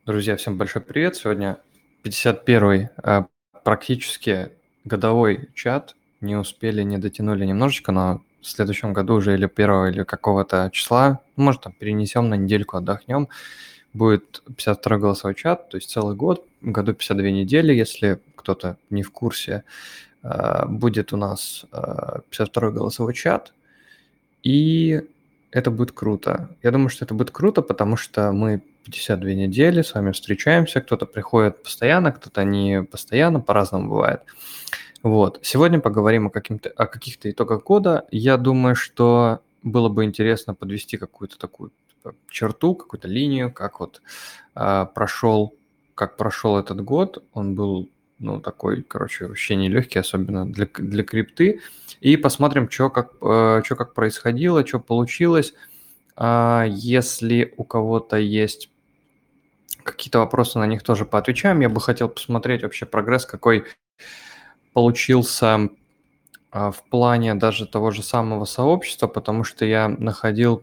Друзья, всем большой привет. Сегодня 51-й практически годовой чат. Не дотянули немножечко, но в следующем году уже или 1 или какого-то числа, может, там перенесем на недельку, отдохнем. Будет 52-й голосовой чат, то есть целый год, в году 52 недели, если кто-то не в курсе. Будет у нас 52-й голосовой чат, и это будет круто. Я думаю, что это будет круто, потому что мы 52 недели с вами встречаемся. Кто-то приходит постоянно, кто-то не постоянно, по-разному бывает. Вот. Сегодня поговорим о каких-то итогах года. Я думаю, что было бы интересно подвести какую-то такую черту, какую-то линию, как прошел этот год. Он был, такой, вообще нелегкий, особенно для крипты. И посмотрим, что как происходило, что получилось. Если у кого-то есть какие-то вопросы, на них тоже поотвечаем. Я бы хотел посмотреть вообще прогресс, какой получился в плане даже того же самого сообщества, потому что я находил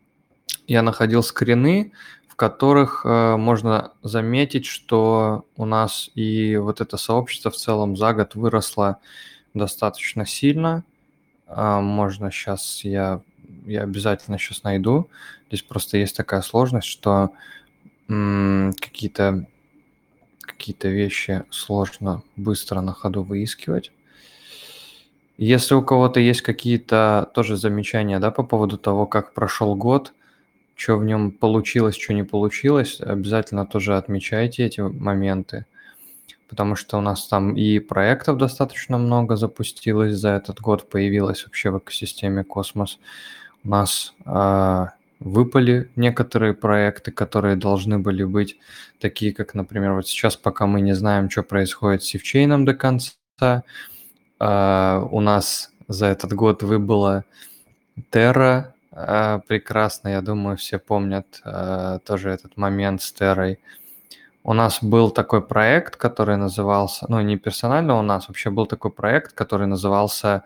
скрины, в которых можно заметить, что у нас и вот это сообщество в целом за год выросло достаточно сильно. Можно сейчас, я обязательно сейчас найду. Здесь просто есть такая сложность, что какие-то вещи сложно быстро на ходу выискивать. Если у кого-то есть какие-то тоже замечания, да, по поводу того, как прошел год, что в нем получилось, что не получилось, обязательно тоже отмечайте эти моменты, потому что у нас там и проектов достаточно много запустилось за этот год, появилось вообще в экосистеме Космос. У нас выпали некоторые проекты, которые должны были быть, такие как, например, вот сейчас, пока мы не знаем, что происходит с сивчейном до конца, у нас за этот год выбыла Terra, прекрасно, я думаю, все помнят тоже этот момент с Terra. У нас был такой проект, который назывался, не персонально у нас, вообще был такой проект, который назывался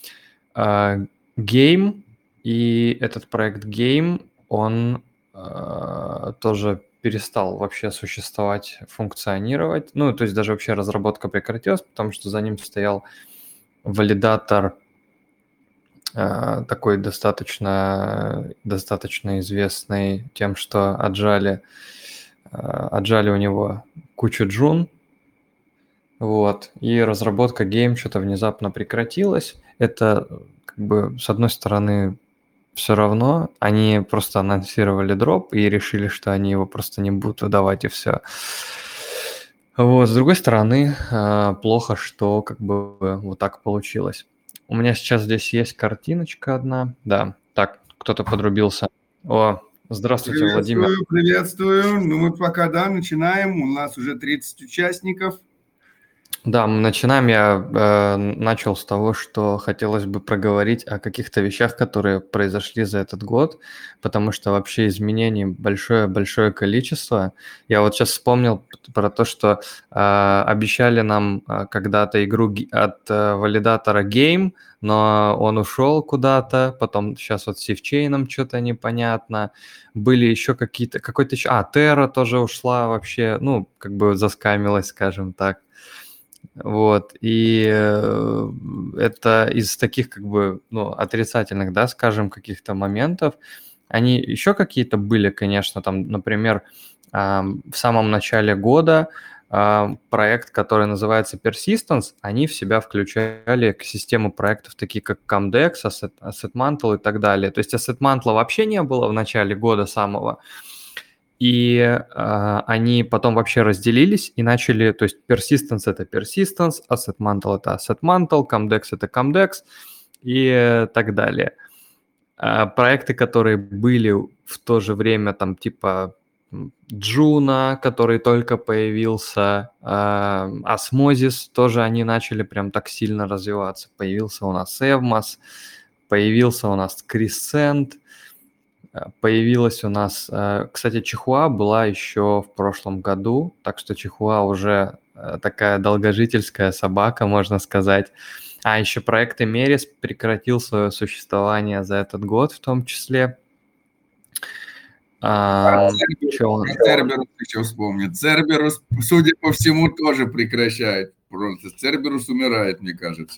Game, и этот проект Game, он тоже перестал вообще существовать, функционировать. То есть даже вообще разработка прекратилась, потому что за ним стоял валидатор такой достаточно известный тем, что отжали у него кучу джун, вот, и разработка гейм что-то внезапно прекратилась. Это, с одной стороны, все равно они просто анонсировали дроп и решили, что они его просто не будут выдавать, и все. Вот, с другой стороны, плохо, что вот так получилось. У меня сейчас здесь есть картиночка одна. Да, так, кто-то подрубился. О, здравствуйте, Владимир. Приветствую. Мы пока, начинаем. У нас уже 30 участников. Да, мы начинаем. Я начал с того, что хотелось бы проговорить о каких-то вещах, которые произошли за этот год, потому что вообще изменений большое количество. Я вот сейчас вспомнил про то, что обещали нам когда-то игру от валидатора Game, но он ушел куда-то, потом сейчас вот с сивчейном что-то непонятно. Были еще какой-то еще... Terra тоже ушла вообще, заскамилась, скажем так. Вот, и это из таких отрицательных, да, скажем, каких-то моментов. Они еще какие-то были, конечно, там, например, в самом начале года проект, который называется Persistence, они в себя включали экосистему проектов, такие как Comdex, Asset Mantle и так далее. То есть Asset Mantle вообще не было в начале года самого, и они потом вообще разделились и начали, то есть Persistence – это Persistence, Asset Mantle – это Asset Mantle, Comdex – это Comdex и так далее. Проекты, которые были в то же время, там типа Juno, который только появился, Osmosis, тоже они начали прям так сильно развиваться. Появился у нас Evmos, появился у нас Crescent, появилась у нас, кстати, Чихуа была еще в прошлом году, так что Чихуа уже такая долгожительская собака, можно сказать. А еще проект Эмерис прекратил свое существование за этот год в том числе. Чё? Церберус еще вспомнит. Церберус, судя по всему, тоже прекращает. Просто Церберус умирает, мне кажется.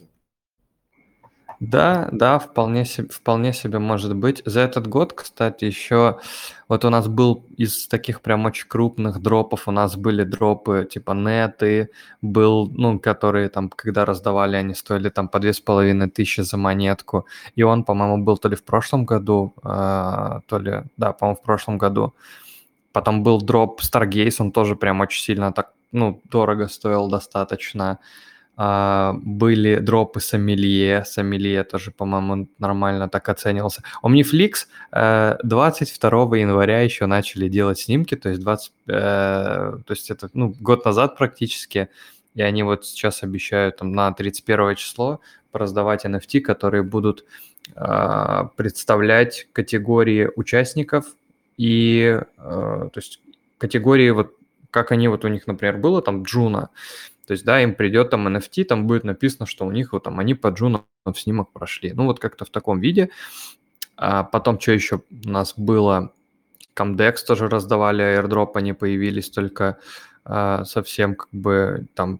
Да, вполне себе может быть. За этот год, кстати, еще вот у нас был из таких прям очень крупных дропов, у нас были дропы типа неты, был, ну, которые там, когда раздавали, они стоили там по 2500 за монетку. И он, по-моему, был то ли в прошлом году, то ли, да, по-моему, в прошлом году. Потом был дроп Stargaze, он тоже прям очень сильно так, ну, дорого стоил достаточно. Были дропы Сомелье тоже, по-моему, нормально так оценивался. Omniflix 22 января еще начали делать снимки, то есть, то есть это год назад практически, и они вот сейчас обещают там, на 31 число пораздавать NFT, которые будут представлять категории участников и то есть категории, вот как они вот у них, например, было там Джуна. То есть, да, им придет там NFT, там будет написано, что у них вот там они по Джуну в снимок прошли. Ну, вот как-то в таком виде. А потом, что еще у нас было? Comdex тоже раздавали, airdrop они появились только совсем как бы там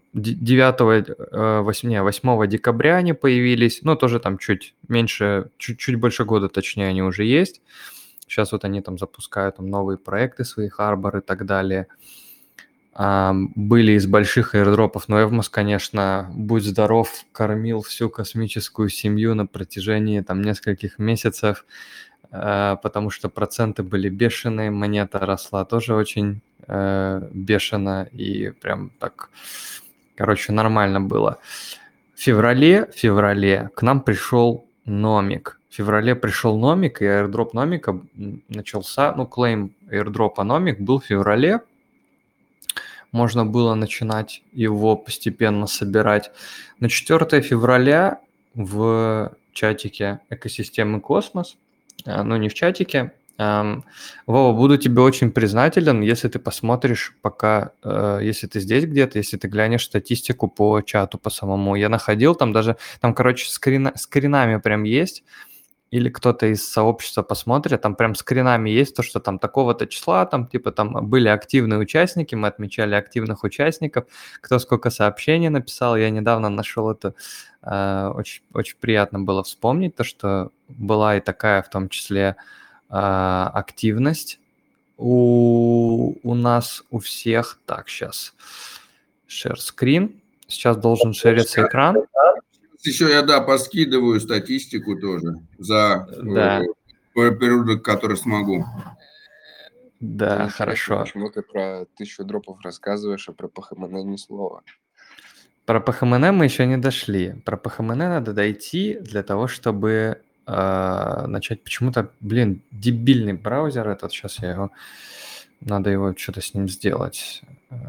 8 декабря они появились. Ну, тоже там чуть меньше, чуть больше года, точнее, они уже есть. Сейчас вот они там запускают там новые проекты свои, Harbor и так далее. Были из больших airdropов, но Evmos, конечно, будь здоров, кормил всю космическую семью на протяжении там нескольких месяцев, потому что проценты были бешеные, монета росла тоже очень бешено и прям так, короче, нормально было. В феврале к нам пришел Номик. В феврале пришел Номик, и airdrop Номика начался, клейм airdропа Номик был в феврале. Можно было начинать его постепенно собирать. На 4 февраля в чатике экосистемы Космос, не в чатике, Вова, буду тебе очень признателен, если ты посмотришь пока, если ты здесь где-то, если ты глянешь статистику по чату по самому. Я находил там даже, короче, скринами прям есть, или кто-то из сообщества посмотрит, там прям скринами есть то, что там такого-то числа, там типа там были активные участники, мы отмечали активных участников, кто сколько сообщений написал. Я недавно нашел это, очень, очень приятно было вспомнить то, что была и такая в том числе активность у нас, у всех. Так, сейчас share screen. Сейчас должен шериться экран. Еще я, поскидываю статистику тоже за Да. период, который смогу. Да, хорошо. Почему ты про 1000 дропов рассказываешь, а про ПХМН ни слова? Про ПХМН мы еще не дошли. Про ПХМН надо дойти для того, чтобы начать. Почему-то, дебильный браузер этот. Сейчас надо его что-то с ним сделать.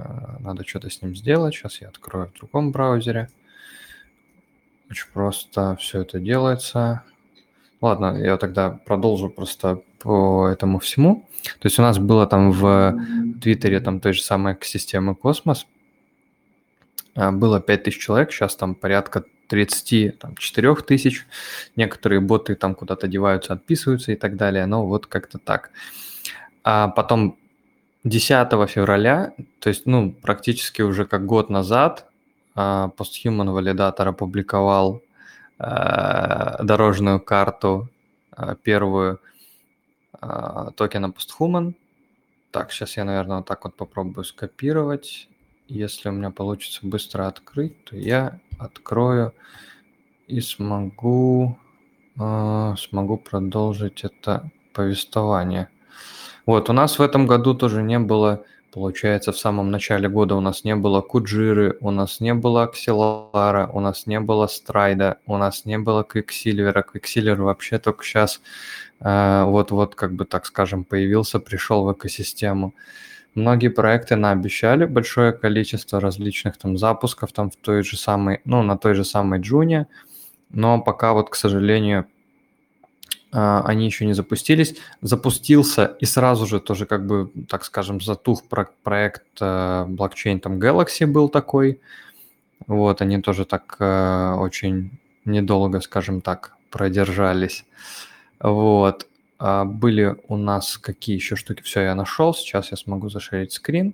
Сейчас я открою в другом браузере. Очень просто все это делается. Ладно, я тогда продолжу просто по этому всему. То есть у нас было там в Твиттере там той же самой экосистемы Космос. Было 5000 человек, сейчас там порядка 34 тысяч. Некоторые боты там куда-то деваются, отписываются и так далее. Но вот как-то так. А потом 10 февраля, то есть, практически уже как год назад, Posthuman валидатор опубликовал дорожную карту первую токена Posthuman. Так, сейчас я, наверное, вот так вот попробую скопировать. Если у меня получится быстро открыть, то я открою и смогу продолжить это повествование. Вот, у нас в этом году тоже не было, получается, в самом начале года у нас не было Куджиры, у нас не было Акселара, у нас не было Страйда, у нас не было Квиксильвера. Квиксильвер вообще только сейчас вот как бы так скажем появился, пришел в экосистему. Многие проекты наобещали большое количество различных там запусков там в той же самой, на той же самой Джуне, но пока вот, к сожалению, они еще не запустились. Запустился и сразу же тоже как бы, так скажем, затух проект блокчейн там Galaxy был такой. Вот, они тоже так очень недолго, скажем так, продержались. Вот. Были у нас какие еще штуки? Все, я нашел. Сейчас я смогу зашерить скрин.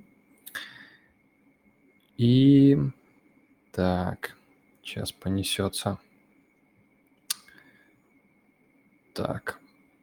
И так, сейчас понесется. Так.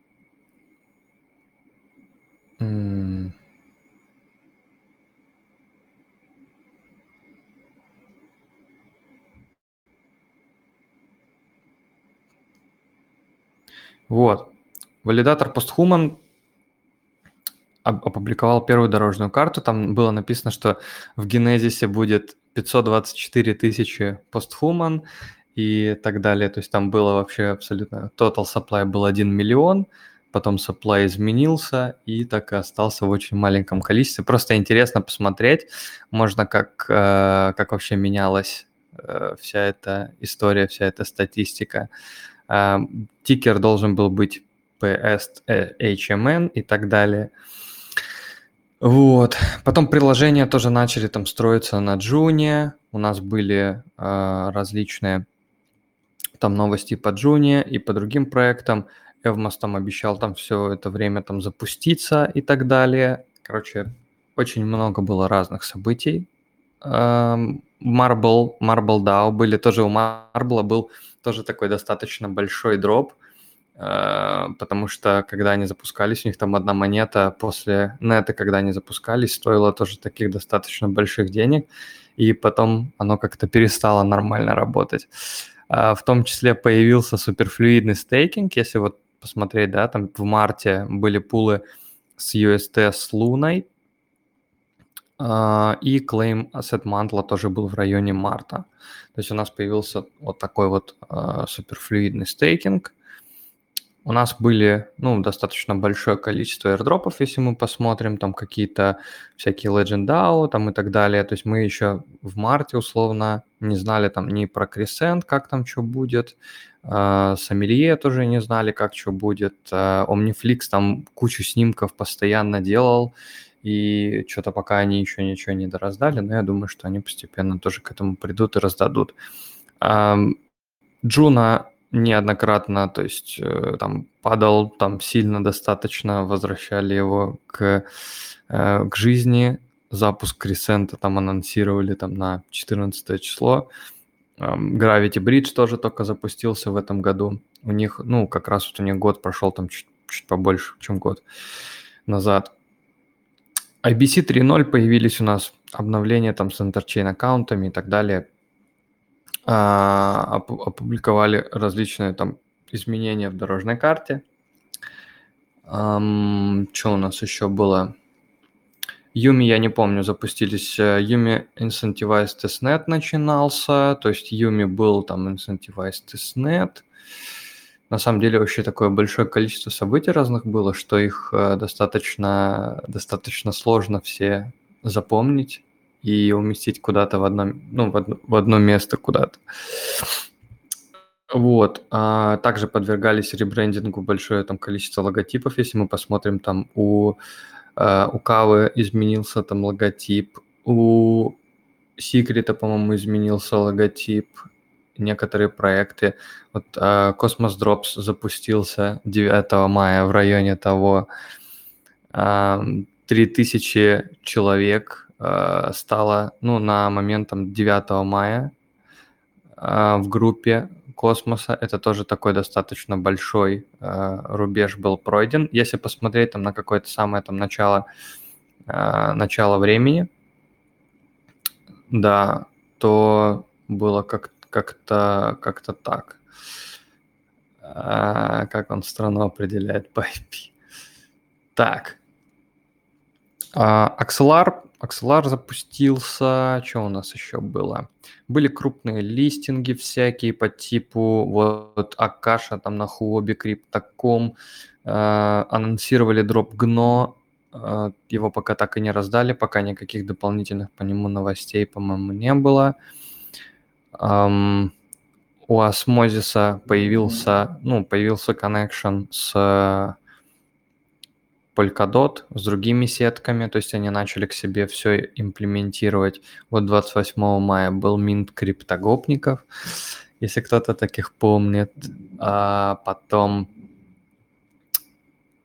Вот. Валидатор Posthuman опубликовал первую дорожную карту. Там было написано, что в генезисе будет 524 тысячи Posthuman и так далее. То есть там было вообще абсолютно... Total supply был 1 миллион, потом supply изменился и так и остался в очень маленьком количестве. Просто интересно посмотреть, можно как вообще менялась вся эта история, вся эта статистика. Тикер должен был быть PSHMN и так далее. Вот. Потом приложения тоже начали там строиться на Джуне. У нас были различные там новости по Джуне и по другим проектам. Evmos там обещал там все это время там запуститься и так далее. Короче, очень много было разных событий. Marble DAO были тоже, у Marble был тоже такой достаточно большой дроп, потому что когда они запускались, у них там одна монета после нета, когда они запускались, стоила тоже таких достаточно больших денег, и потом оно как-то перестало нормально работать. В том числе появился суперфлюидный стейкинг, если вот посмотреть, да, там в марте были пулы с UST с Луной, и claim Asset Mantle тоже был в районе марта. То есть у нас появился вот такой вот суперфлюидный стейкинг. У нас были, достаточно большое количество airdropов, если мы посмотрим, там какие-то всякие Legend DAO там и так далее. То есть мы еще в марте условно не знали там ни про Crescent, как там что будет, Sommelier тоже не знали, как что будет, Omniflix там кучу снимков постоянно делал, и что-то пока они еще ничего не дораздали, но я думаю, что они постепенно тоже к этому придут и раздадут. Джуна неоднократно, то есть там падал там сильно достаточно, возвращали его к жизни. Запуск Crescent там анонсировали там на 14 число. Gravity Bridge тоже только запустился в этом году. У них, как раз вот у них год прошел там чуть побольше, чем год назад. IBC 3.0 появились у нас обновления там с интерчейн аккаунтами и так далее. Опубликовали различные там изменения в дорожной карте. Что у нас еще было? Юми, я не помню, запустились. Юми Incentivized Testnet начинался, то есть Юми был там Incentivized Testnet. На самом деле вообще такое большое количество событий разных было, что их достаточно сложно все запомнить и уместить куда-то в одно место куда-то. Вот. Также подвергались ребрендингу большое там количество логотипов. Если мы посмотрим, там у Кавы изменился там логотип, у Секрета, по-моему, изменился логотип, некоторые проекты. Вот Cosmos Drops запустился 9 мая в районе того. 3000 человек стало, на момент там 9 мая в группе Космоса. Это тоже такой достаточно большой рубеж был пройден. Если посмотреть там на какое-то самое там начало времени, да, то было как-то так. Как он страну определяет по IP. Так. Axelar запустился. Что у нас еще было? Были крупные листинги всякие по типу вот Акаша там на Huobi, Crypto.com. Анонсировали дроп GNO. Его пока так и не раздали, пока никаких дополнительных по нему новостей, по-моему, не было. У Osmosis появился connection с Polkadot, с другими сетками, то есть они начали к себе все имплементировать. Вот 28 мая был минт криптогопников, если кто-то таких помнит. Потом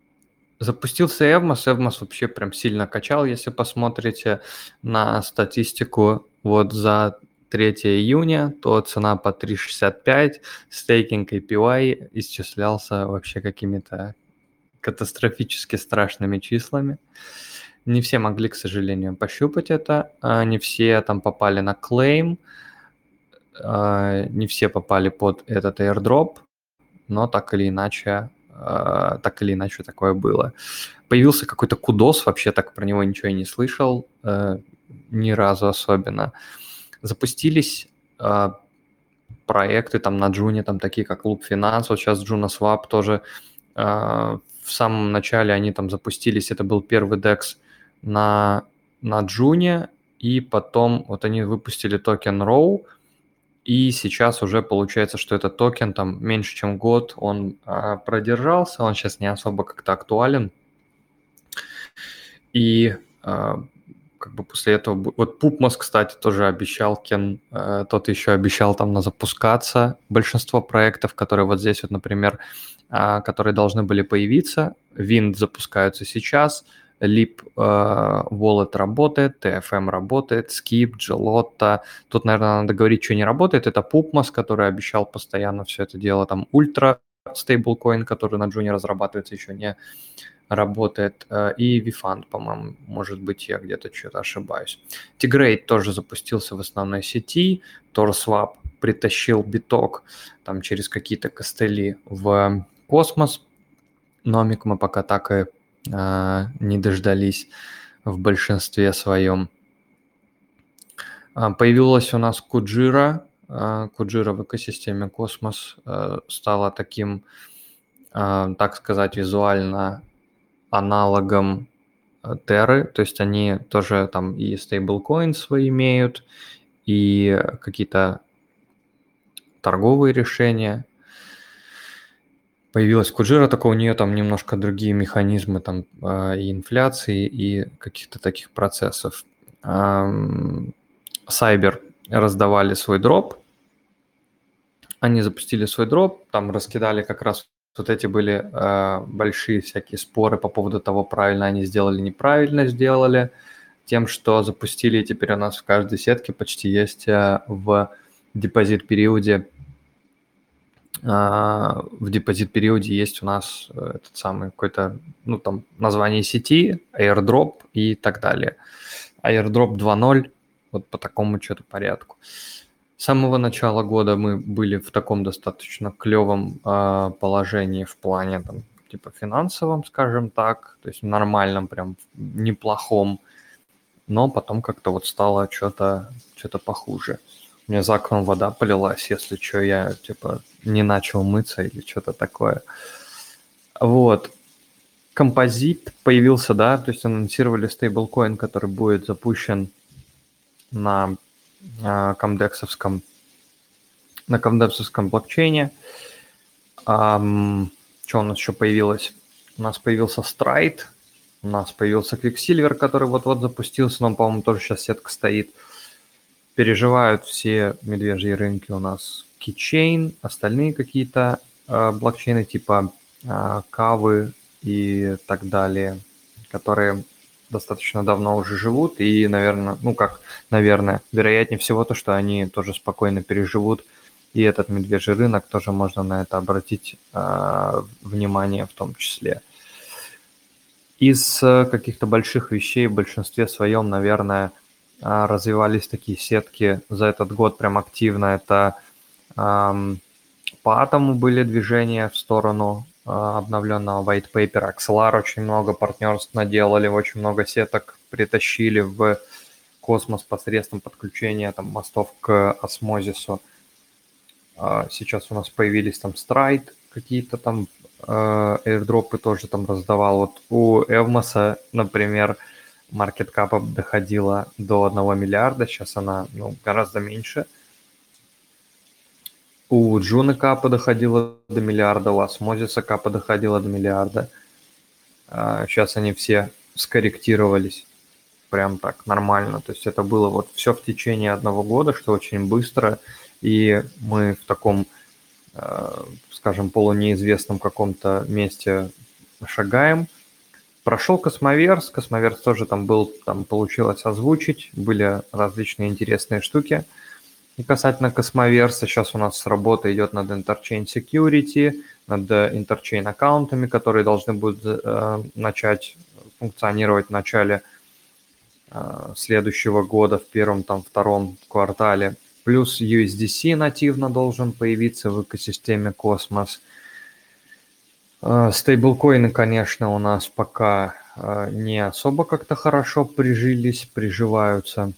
Запустился Evmos вообще прям сильно качал, если посмотрите на статистику. Вот за 3 июня, то цена по 3,65, стейкинг APY исчислялся вообще какими-то катастрофически страшными числами. Не все могли, к сожалению, пощупать это, не все там попали на клейм, не все попали под этот airdrop, но так или иначе такое было. Появился какой-то кудос, вообще так про него ничего и не слышал, ни разу особенно. Запустились проекты там на Джуне, там такие как Loop Finance, вот сейчас JunoSwap тоже в самом начале они там запустились, это был первый DEX на Джуне, и потом вот они выпустили токен Row, и сейчас уже получается, что этот токен там меньше, чем год он продержался, он сейчас не особо как-то актуален. И как бы после этого... Вот Pupmos, кстати, тоже обещал, Кен, тот еще обещал там запускаться. Большинство проектов, которые вот здесь вот, например, которые должны были появиться, Wind запускаются сейчас, Leap Wallet работает, TFM работает, Skip, Gelato. Тут, наверное, надо говорить, что не работает. Это Pupmos, который обещал постоянно все это дело. Там Ultra стейблкоин, который на Джуне разрабатывается, еще не работает. И VFund, по-моему, может быть, я где-то что-то ошибаюсь. Tigrate тоже запустился в основной сети. TorSwap притащил биток там через какие-то костыли в космос. Номик мы пока так и не дождались в большинстве своем. Появилась у нас Kujira. Kujira в экосистеме Космос стала таким, так сказать, визуально аналогом Terra, то есть они тоже там и стейблкоин свои имеют, и какие-то торговые решения. Появилась Kujira, только у нее там немножко другие механизмы там и инфляции, и каких-то таких процессов. Cyber раздавали свой дроп, они запустили свой дроп, там раскидали как раз вот эти были большие всякие споры по поводу того, правильно они сделали, неправильно сделали, тем, что запустили, и теперь у нас в каждой сетке почти есть в депозит-периоде есть у нас этот самый какой-то, ну, там, название сети, airdrop и так далее. Airdrop 2.0, вот по такому что-то порядку. С самого начала года мы были в таком достаточно клевом положении в плане, там, типа, финансовом, скажем так, то есть нормальном, прям неплохом, но потом как-то вот стало что-то похуже. У меня за окном вода полилась, если что, я, типа, не начал мыться или что-то такое. Вот. Композит появился, да, то есть анонсировали стейблкоин, который будет запущен на комдексовском блокчейне. Что у нас еще появилось? У нас появился Stride, у нас появился Quicksilver, который вот-вот запустился, но, по-моему, тоже сейчас сетка стоит. Переживают все медвежьи рынки у нас Keychain, остальные какие-то блокчейны типа Кавы и так далее, которые достаточно давно уже живут и, наверное, вероятнее всего то, что они тоже спокойно переживут, и этот медвежий рынок тоже можно на это обратить внимание в том числе. Из каких-то больших вещей в большинстве своем, наверное, развивались такие сетки за этот год прям активно. Это по атому были движения в сторону обновленного white paper. Axelar очень много партнерств наделали, очень много сеток притащили в космос посредством подключения там мостов к осмозису. Сейчас у нас появились там Stride, какие-то там airdropы тоже там раздавал. Вот у Evmos, например, market cap доходила до 1 миллиарда, сейчас она гораздо меньше. У Джуны капа доходила до миллиарда, у Осмозиса капа доходила до миллиарда. Сейчас они все скорректировались прям так нормально. То есть это было вот все в течение 1 года, что очень быстро. И мы в таком, скажем, полунеизвестном каком-то месте шагаем. Прошел Космоверс. Космоверс тоже там получилось озвучить. Были различные интересные штуки. И касательно Космоверса, сейчас у нас работа идет над Interchain Security, над Interchain аккаунтами, которые должны будут начать функционировать в начале следующего года, в первом-втором квартале. Плюс USDC нативно должен появиться в экосистеме Космос. Стейблкоины, конечно, у нас пока не особо как-то хорошо приживаются.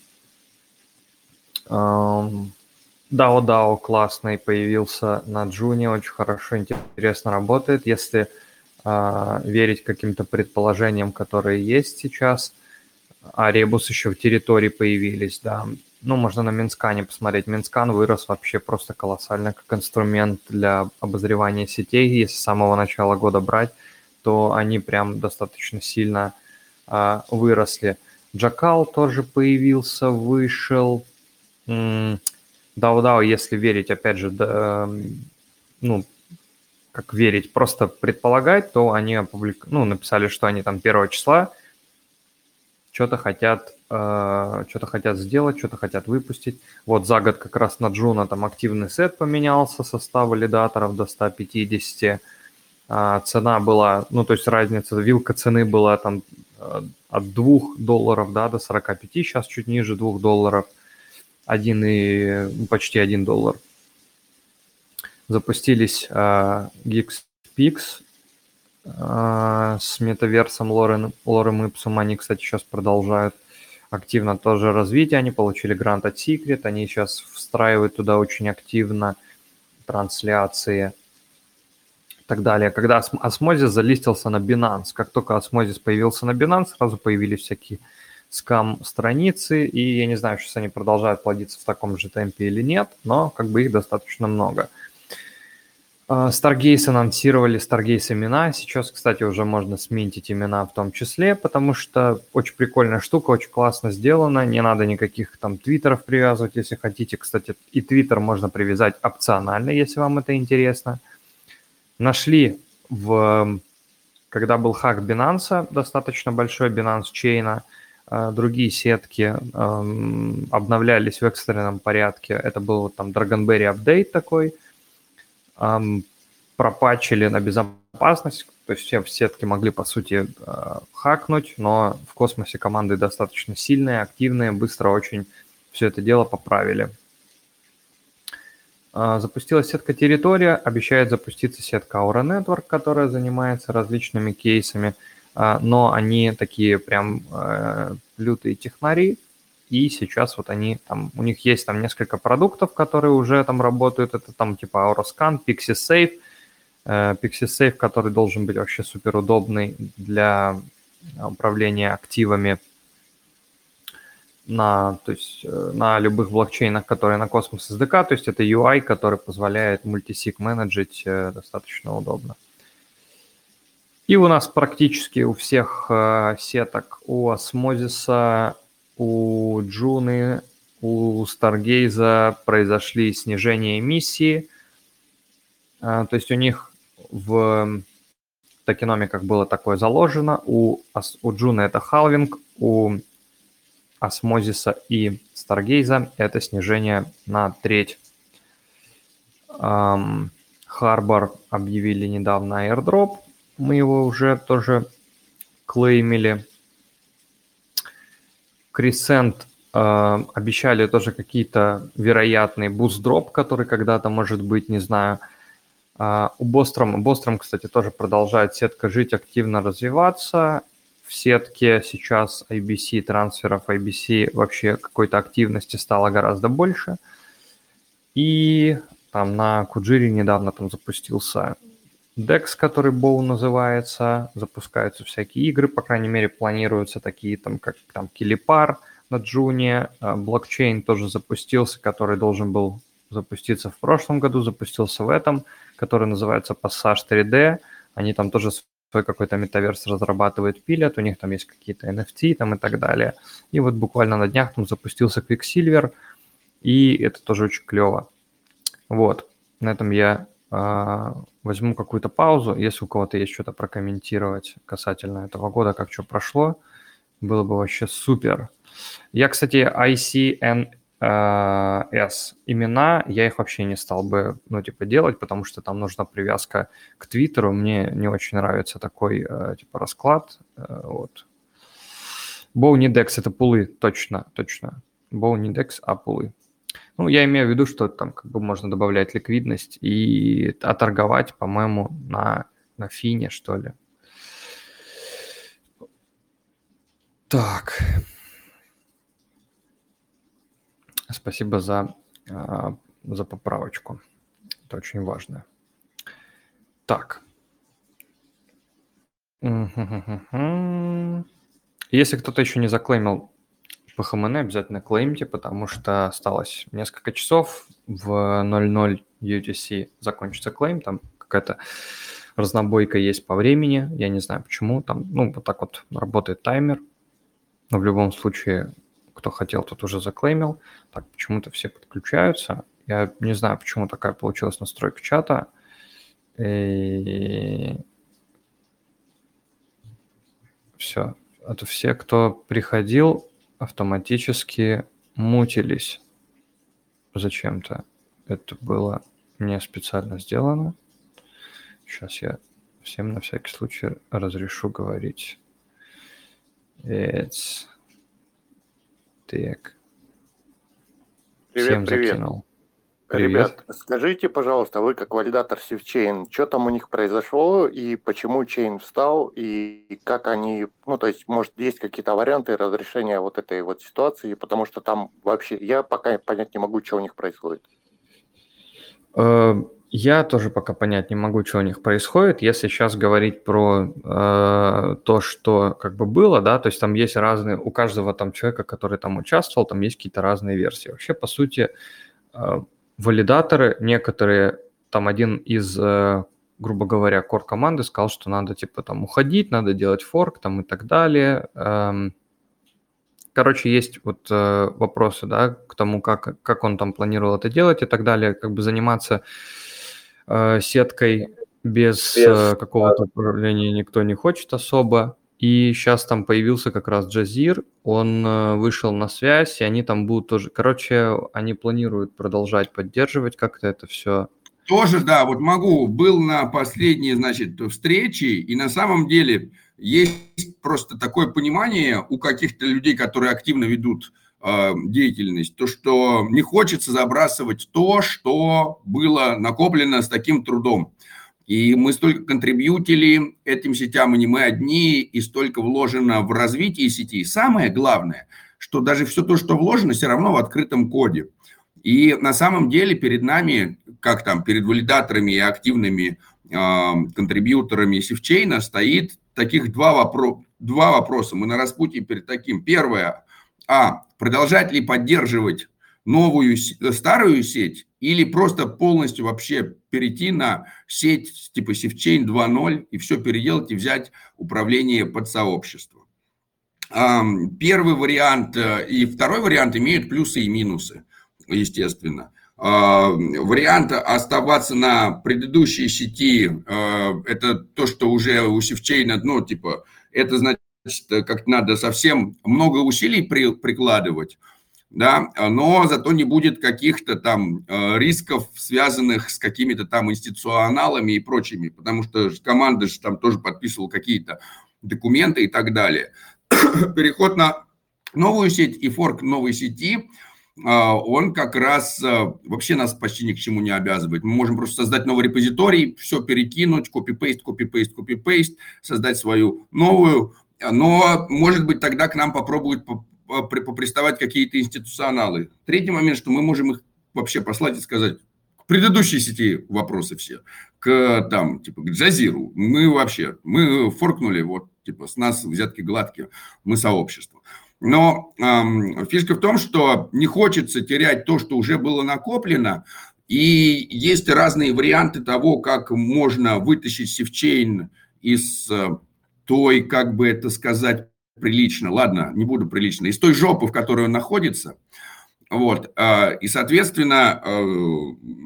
DAO классный появился на Джуне, очень хорошо, интересно работает. Если верить каким-то предположениям, которые есть сейчас, а Ребус еще в территории появились, да. Ну, можно на Минскане посмотреть. Минскан вырос вообще просто колоссально как инструмент для обозревания сетей. Если с самого начала года брать, то они прям достаточно сильно выросли. Джакал тоже появился, вышел. DAO, если верить, опять же, как верить, просто предполагать, то они написали, что они там 1 числа что-то хотят сделать, что-то хотят выпустить. Вот за год как раз на Джуна там активный сет поменялся, состав валидаторов до 150. Цена была, то есть разница, вилка цены была там от $2, да, до 45, сейчас чуть ниже $2, почти $1. Запустились GeeksPix с метаверсом Lorem Ipsum. Они, кстати, сейчас продолжают активно тоже развитие. Они получили грант от Secret. Они сейчас встраивают туда очень активно трансляции и так далее. Когда Osmosis залистился на Binance, как только Osmosis появился на Binance, сразу появились всякие скам-страницы. И я не знаю, сейчас они продолжают плодиться в таком же темпе или нет, но как бы их достаточно много. Stargaze анонсировали Stargaze имена. Сейчас, кстати, уже можно сминтить имена в том числе, потому что очень прикольная штука, очень классно сделана. Не надо никаких там твиттеров привязывать, если хотите. Кстати, и твиттер можно привязать опционально, если вам это интересно. Нашли, когда был хак Binance, достаточно большой Binance чейна, другие сетки обновлялись в экстренном порядке. Это был вот там Dragonberry апдейт такой. Пропатчили на безопасность, то есть все сетки могли, по сути, хакнуть, но в космосе команды достаточно сильные, активные, быстро очень все это дело поправили. Запустилась сетка Территория, обещает запуститься сетка Aura Network, которая занимается различными кейсами, но они такие прям лютые технари. И сейчас вот они там, у них есть там несколько продуктов, которые уже там работают. Это там типа Auroscan, PixieSafe. PixieSafe, который должен быть вообще супер удобный для управления активами на любых блокчейнах, которые на Cosmos SDK. То есть это UI, который позволяет мультисиг менеджить достаточно удобно. И у нас практически у всех сеток, у Osmosis, у Джуны, у Stargaze произошли снижения эмиссии. То есть у них в токеномиках было такое заложено. У Джуны это халвинг, у Osmosis и Stargaze это снижение на треть. Harbor объявили недавно airdrop. Мы его уже тоже клеймили. Crescent обещали тоже какие-то вероятные буст-дроп, который когда-то может быть, не знаю. У Bostrom, кстати, тоже продолжает сетка жить, активно развиваться. В сетке сейчас IBC, трансферов IBC вообще какой-то активности стало гораздо больше. И там на Куджире недавно там запустился DEX, который Bow называется, запускаются всякие игры, по крайней мере, планируются такие, там, как там Килипар на Джуне, блокчейн тоже запустился, который должен был запуститься в прошлом году, запустился в этом, который называется Passage 3D, они там тоже свой какой-то метаверс разрабатывают, пилят, у них там есть какие-то NFT там и так далее. И вот буквально на днях там запустился Quicksilver, и это тоже очень клево. Вот, на этом я возьму какую-то паузу. Если у кого-то есть что-то прокомментировать касательно этого года, как что прошло, было бы вообще супер. Я, кстати, ICNS имена, я их вообще не стал бы, делать, потому что там нужна привязка к Твиттеру. Мне не очень нравится такой, расклад. Вот. Bow-Nidex – это пулы, точно. Bow-Nidex, а пулы. Я имею в виду, что там можно добавлять ликвидность и оторговать, по-моему, на фине, что ли. Так. Спасибо за поправочку. Это очень важно. Так. Если кто-то еще не заклеймил ПХМН, обязательно клеймите, потому что осталось несколько часов. В 00 UTC закончится клейм. Там какая-то разнобойка есть по времени. Я не знаю почему. Там, вот так вот работает таймер. Но в любом случае, кто хотел, тот уже заклеймил. Так, почему-то все подключаются. Я не знаю, почему такая получилась настройка чата. Все. Это все, кто приходил, автоматически мутились зачем-то. Это было не специально сделано. Сейчас я всем на всякий случай разрешу говорить. Так. Всем закинул. Ребят, скажите, пожалуйста, вы как валидатор SafeChain, что там у них произошло и почему чейн встал и как они, может, есть какие-то варианты разрешения вот этой вот ситуации, потому что там вообще я пока понять не могу, что у них происходит. Я тоже пока понять не могу, что у них происходит. Если сейчас говорить про то, что было, да, то есть там есть разные, у каждого там человека, который там участвовал, там есть какие-то разные версии. Вообще, по сути, валидаторы некоторые, там один из, грубо говоря, core-команды сказал, что надо уходить, надо делать форк там и так далее. Короче, есть вот вопросы, да, к тому, как он там планировал это делать и так далее, заниматься сеткой без какого-то управления никто не хочет особо. И сейчас там появился как раз Джазир, он вышел на связь, и они там будут тоже... Короче, они планируют продолжать поддерживать как-то это все. Тоже, да, вот был на последней, встрече, и на самом деле есть просто такое понимание у каких-то людей, которые активно ведут деятельность, то, что не хочется забрасывать то, что было накоплено с таким трудом. И мы столько контрибьютили этим сетям, и не мы одни, и столько вложено в развитие сети. Самое главное, что даже все то, что вложено, все равно в открытом коде. И на самом деле перед нами, перед валидаторами и активными контрибьюторами SafeChain стоит таких два вопроса. Мы на распутье перед таким. Первое. Продолжать ли поддерживать старую сеть или просто полностью вообще перейти на сеть типа SafeChain 2.0 и все переделать и взять управление под сообщество. Первый вариант и второй вариант имеют плюсы и минусы, естественно. Вариант оставаться на предыдущей сети, это то, что уже у SafeChain, это значит, как надо совсем много усилий прикладывать. Да, но зато не будет каких-то там рисков, связанных с какими-то там институционалами и прочими, потому что команда же там тоже подписывала какие-то документы и так далее. Переход на новую сеть и форк новой сети, он как раз вообще нас почти ни к чему не обязывает. Мы можем просто создать новый репозиторий, все перекинуть, копипейст, создать свою новую, но, может быть, тогда к нам попробуют поприставать какие-то институционалы. Третий момент, что мы можем их вообще послать и сказать, к предыдущей сети вопросы все, к Джазиру. Мы форкнули, с нас взятки гладкие, мы сообщество. Но фишка в том, что не хочется терять то, что уже было накоплено, и есть разные варианты того, как можно вытащить SafeChain из той, как бы это сказать, прилично, ладно, не буду прилично, из той жопы, в которой он находится. И, соответственно,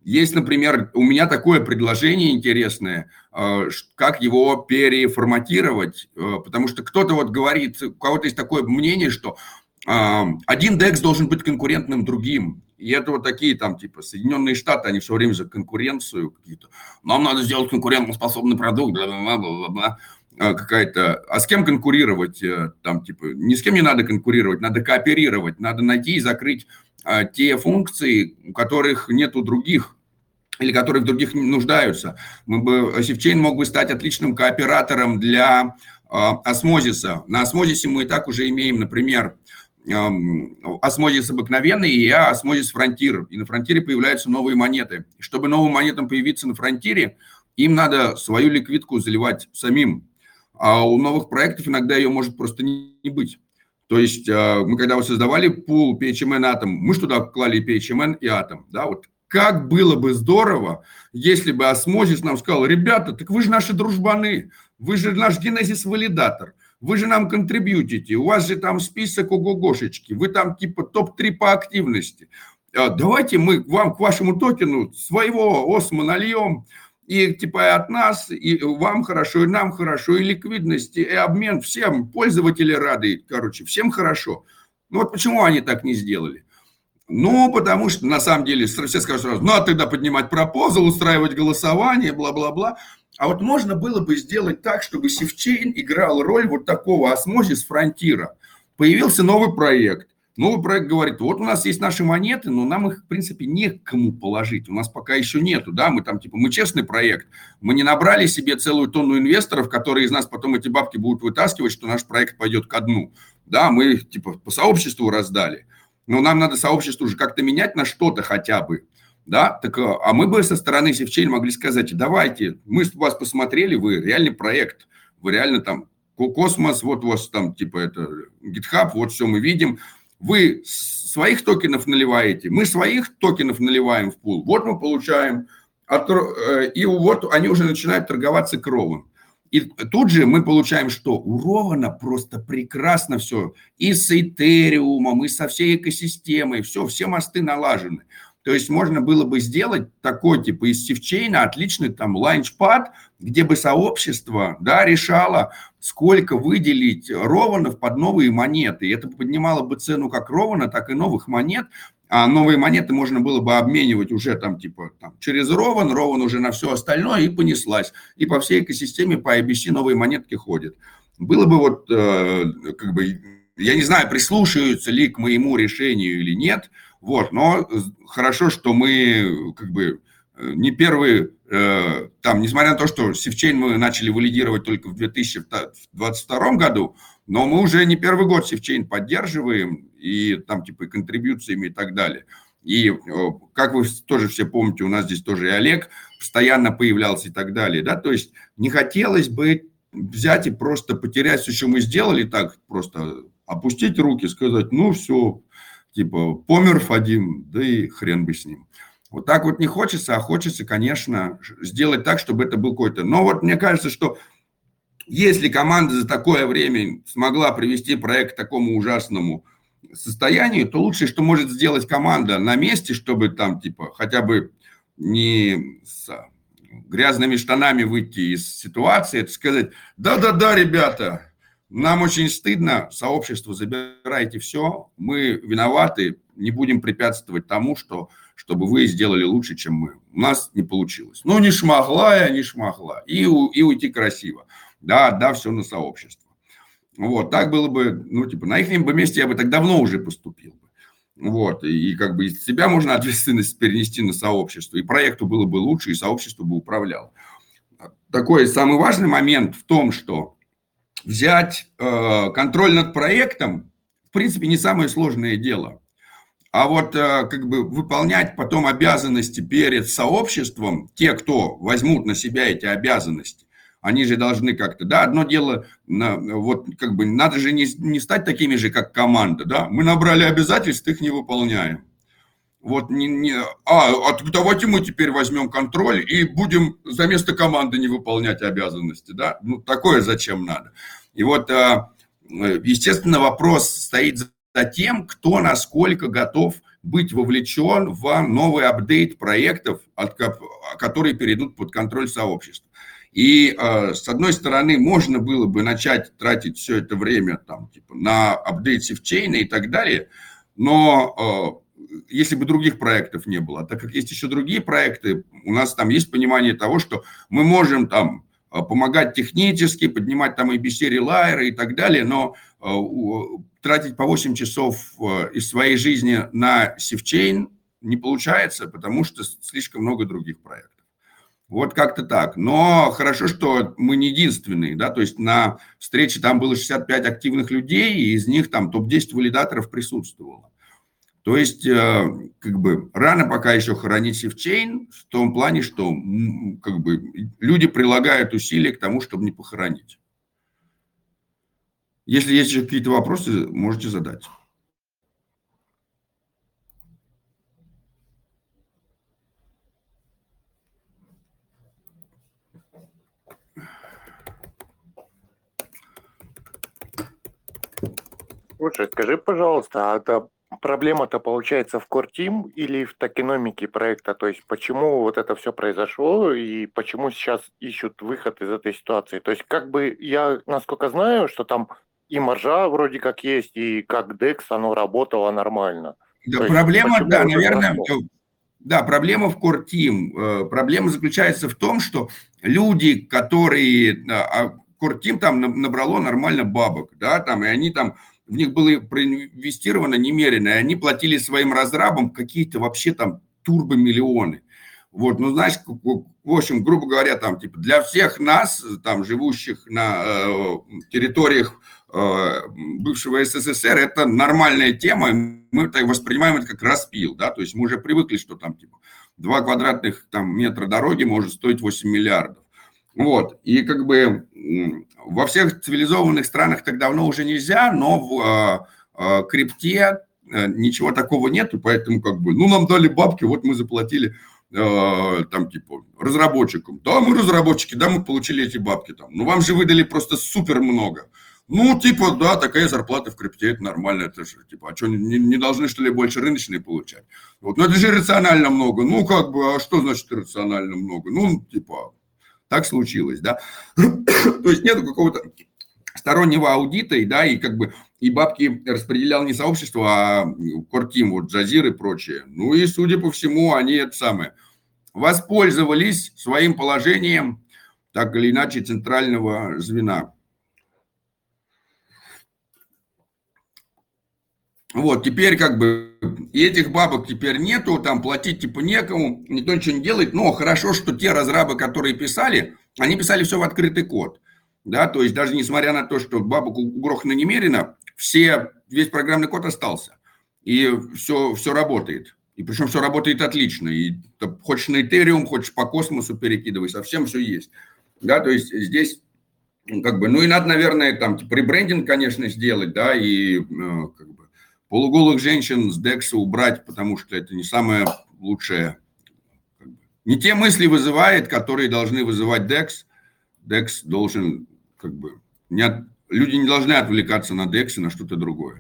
Есть, например, у меня такое предложение интересное, как его переформатировать, потому что кто-то вот говорит, у кого-то есть такое мнение, что один DEX должен быть конкурентным другим. И это вот такие там, типа, Соединенные Штаты, они все время за конкуренцию какие-то. Нам надо сделать конкурентоспособный продукт, бла-бла-бла-бла-бла. Какая-то... А с кем конкурировать? Там, типа, ни с кем не надо конкурировать, надо кооперировать, надо найти и закрыть те функции, у которых нету других, или которые в других не нуждаются. SafeChain мог бы стать отличным кооператором для осмозиса. На осмозисе мы и так уже имеем, например, осмозис обыкновенный и осмозис фронтир. И на фронтире появляются новые монеты. И чтобы новым монетам появиться на фронтире, им надо свою ликвидку заливать самим. А у новых проектов иногда ее может просто не быть. То есть мы когда создавали пул PHMN Atom, мы же туда клали PHMN и Atom. Да, вот как было бы здорово, если бы осмозис нам сказал: ребята, так вы же наши дружбаны, вы же наш генезис-валидатор, вы же нам контрибьютите, у вас же там список ого-гошечки, вы там типа топ-3 по активности. Давайте мы вам к вашему токену своего осмо нальем, и типа от нас, и вам хорошо, и нам хорошо, и ликвидность, и обмен всем, пользователи рады, короче, всем хорошо. Ну вот почему они так не сделали? Ну, потому что, на самом деле, все скажут сразу: надо тогда поднимать пропозал, устраивать голосование, бла-бла-бла. А вот можно было бы сделать так, чтобы SafeChain играл роль вот такого осмозис фронтира. Появился новый проект. Новый проект говорит: вот у нас есть наши монеты, но нам их, в принципе, некому положить. У нас пока еще нету, да, мы там, типа, мы честный проект. Мы не набрали себе целую тонну инвесторов, которые из нас потом эти бабки будут вытаскивать, что наш проект пойдет ко дну. Да, мы их, типа, по сообществу раздали. Но нам надо сообщество уже как-то менять на что-то хотя бы. Да? Так, а мы бы со стороны SafeChain могли сказать: давайте, мы вас посмотрели, вы реальный проект, вы реально там космос, вот у вас там типа это GitHub, вот все мы видим. Вы своих токенов наливаете, мы своих токенов наливаем в пул. Вот мы получаем, и вот они уже начинают торговаться кровом. И тут же мы получаем, что у Рована просто прекрасно все. И с Этериумом, и со всей экосистемой. Все мосты налажены. То есть можно было бы сделать такой типа из SafeChain отличный там лаунчпад, где бы сообщество, да, решало, сколько выделить Рованов под новые монеты. И это поднимало бы цену как Рована, так и новых монет. А новые монеты можно было бы обменивать уже там типа там, через Рован уже на все остальное, и понеслась. И по всей экосистеме по IBC новые монетки ходят. Было бы вот как бы, я не знаю, прислушиваются ли к моему решению или нет, вот, но хорошо, что мы как бы не первые, там, несмотря на то, что SafeChain мы начали валидировать только в 2022 году, но мы уже не первый год SafeChain поддерживаем, и там типа и контрибьюциями и так далее. И как вы тоже все помните, у нас здесь тоже и Олег постоянно появлялся и так далее. Да? То есть не хотелось бы взять и просто потерять все, что мы сделали, так просто опустить руки, сказать: ну все, типа помер Фадим, да и хрен бы с ним. Вот так вот не хочется, а хочется, конечно, сделать так, чтобы это был какой-то... Но вот мне кажется, что если команда за такое время смогла привести проект к такому ужасному состоянию, то лучшее, что может сделать команда на месте, чтобы там типа хотя бы не с грязными штанами выйти из ситуации, это сказать: да-да-да, ребята, нам очень стыдно, сообщество, забирайте все, мы виноваты, не будем препятствовать тому, чтобы вы сделали лучше, чем мы. У нас не получилось. Ну, не шмогла я, не шмогла. И уйти красиво. Да, все на сообщество. Вот, так было бы, ну, типа, на их месте я бы так давно уже поступил бы. Вот, и как бы из себя можно ответственность перенести на сообщество, и проекту было бы лучше, и сообщество бы управляло. Такой самый важный момент в том, что взять контроль над проектом, в принципе, не самое сложное дело. А вот как бы выполнять потом обязанности перед сообществом, те, кто возьмут на себя эти обязанности, они же должны как-то, да, одно дело, вот как бы надо же не стать такими же, как команда, да, мы набрали обязательств, их не выполняем. Вот давайте мы теперь возьмем контроль и будем за место команды не выполнять обязанности, да, ну такое зачем надо. И вот, естественно, вопрос стоит за тем, кто насколько готов быть вовлечен в новый апдейт проектов, которые перейдут под контроль сообщества. И, с одной стороны, можно было бы начать тратить все это время там, типа, на апдейт сивчейна и так далее, но если бы других проектов не было, так как есть еще другие проекты, у нас там есть понимание того, что мы можем там помогать технически, поднимать там ABC релайеры и так далее, но тратить по 8 часов из своей жизни на сивчейн не получается, потому что слишком много других проектов. Вот как-то так. Но хорошо, что мы не единственные, да, то есть на встрече там было 65 активных людей, и из них там топ-10 валидаторов присутствовало. То есть, как бы, рано пока еще хоронить сивчейн в том плане, что, как бы, люди прилагают усилия к тому, чтобы не похоронить. Если есть еще какие-то вопросы, можете задать. Слушай, скажи, пожалуйста, а это проблема-то получается в Core Team или в токеномике проекта? То есть почему вот это все произошло и почему сейчас ищут выход из этой ситуации? То есть как бы я, насколько знаю, что там и маржа вроде как есть, и как DEX оно работало нормально. Да, То проблема, есть, да, наверное, да, проблема в Core Team. Проблема заключается в том, что люди, которые... Core Team там набрало нормально бабок, да, там, и они там... В них было проинвестировано немерено, и они платили своим разрабам какие-то вообще там турбомиллионы. Вот, ну, знаешь, в общем, грубо говоря, там, типа, для всех нас, там, живущих на территориях бывшего СССР, это нормальная тема, мы это воспринимаем это как распил, да, то есть мы уже привыкли, что там, типа, 2 квадратных там, метра дороги может стоить 8 миллиардов. Вот, и как бы во всех цивилизованных странах так давно уже нельзя, но в крипте ничего такого нету, поэтому как бы, ну, нам дали бабки, вот мы заплатили там типа разработчикам. Да, мы разработчики, да, мы получили эти бабки там. Ну, вам же выдали просто супер много. Ну, типа, да, такая зарплата в крипте, это нормально, это же, типа, а что, не должны, что ли, больше рыночные получать? Вот, ну, это же рационально много. Ну, как бы, а что значит рационально много? Ну, типа... Так случилось, да. То есть нету какого-то стороннего аудита, и, да, и как бы и бабки распределял не сообщество, а Core Team, вот Джазир и прочее. Ну и, судя по всему, они это самое воспользовались своим положением, так или иначе, центрального звена. Вот, теперь как бы и этих бабок теперь нету, там платить типа некому, никто ничего не делает. Но хорошо, что те разрабы, которые писали, они писали все в открытый код. Да, то есть даже несмотря на то, что бабок угрохано немерено, весь программный код остался. И все работает. И причем все работает отлично. И хочешь на Ethereum, хочешь по космосу перекидывай, совсем все есть. Да, то есть здесь как бы, ну и надо, наверное, там типа ребрендинг, конечно, сделать, да, и как бы полуголых женщин с DEX убрать, потому что это не самое лучшее. Не те мысли вызывает, которые должны вызывать DEX. DEX должен, как бы, люди не должны отвлекаться на DEX и на что-то другое.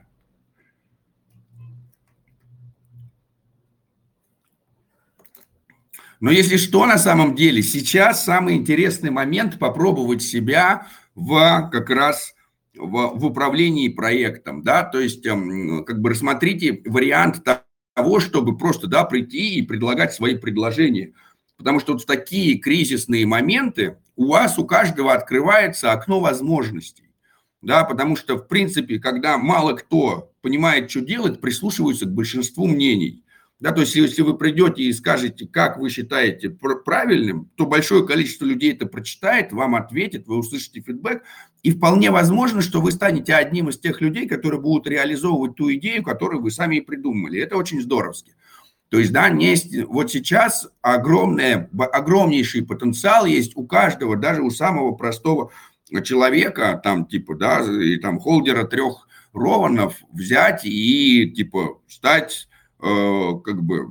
Но если что, на самом деле, сейчас самый интересный момент попробовать себя как раз в управлении проектом, да, то есть как бы рассмотрите вариант того, чтобы просто, да, прийти и предлагать свои предложения, потому что вот в такие кризисные моменты у каждого открывается окно возможностей, да, потому что, в принципе, когда мало кто понимает, что делать, прислушиваются к большинству мнений. Да, то есть, если вы придете и скажете, как вы считаете правильным, то большое количество людей это прочитает, вам ответит, вы услышите фидбэк, и вполне возможно, что вы станете одним из тех людей, которые будут реализовывать ту идею, которую вы сами и придумали. Это очень здоровски. То есть, да, вот сейчас огромнейший потенциал есть у каждого, даже у самого простого человека, там, типа, да, и там холдера 3 рованов взять и, типа, стать... как бы,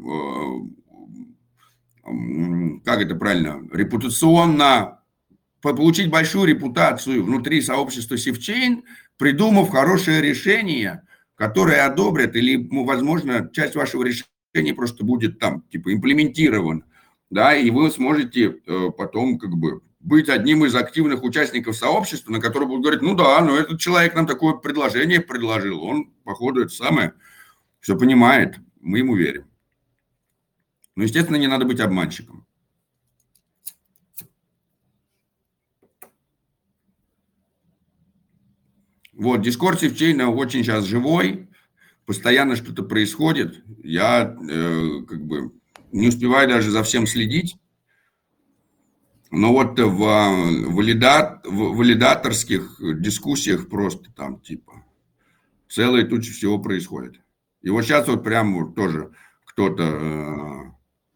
как это правильно, репутационно, получить большую репутацию внутри сообщества сивчейн, придумав хорошее решение, которые одобрят, или, возможно, часть вашего решения просто будет там, типа, имплементирована, да, и вы сможете потом, как бы, быть одним из активных участников сообщества, на который будут говорить, ну да, но этот человек нам такое предложение предложил, он, походу, это самое, все понимает, мы ему верим. Но, естественно, не надо быть обманщиком. Вот, Discord SafeChain очень сейчас живой, постоянно что-то происходит. Я как бы не успеваю даже за всем следить. Но вот в валидаторских дискуссиях просто там типа целые тучи всего происходит. И вот сейчас вот прям вот тоже кто-то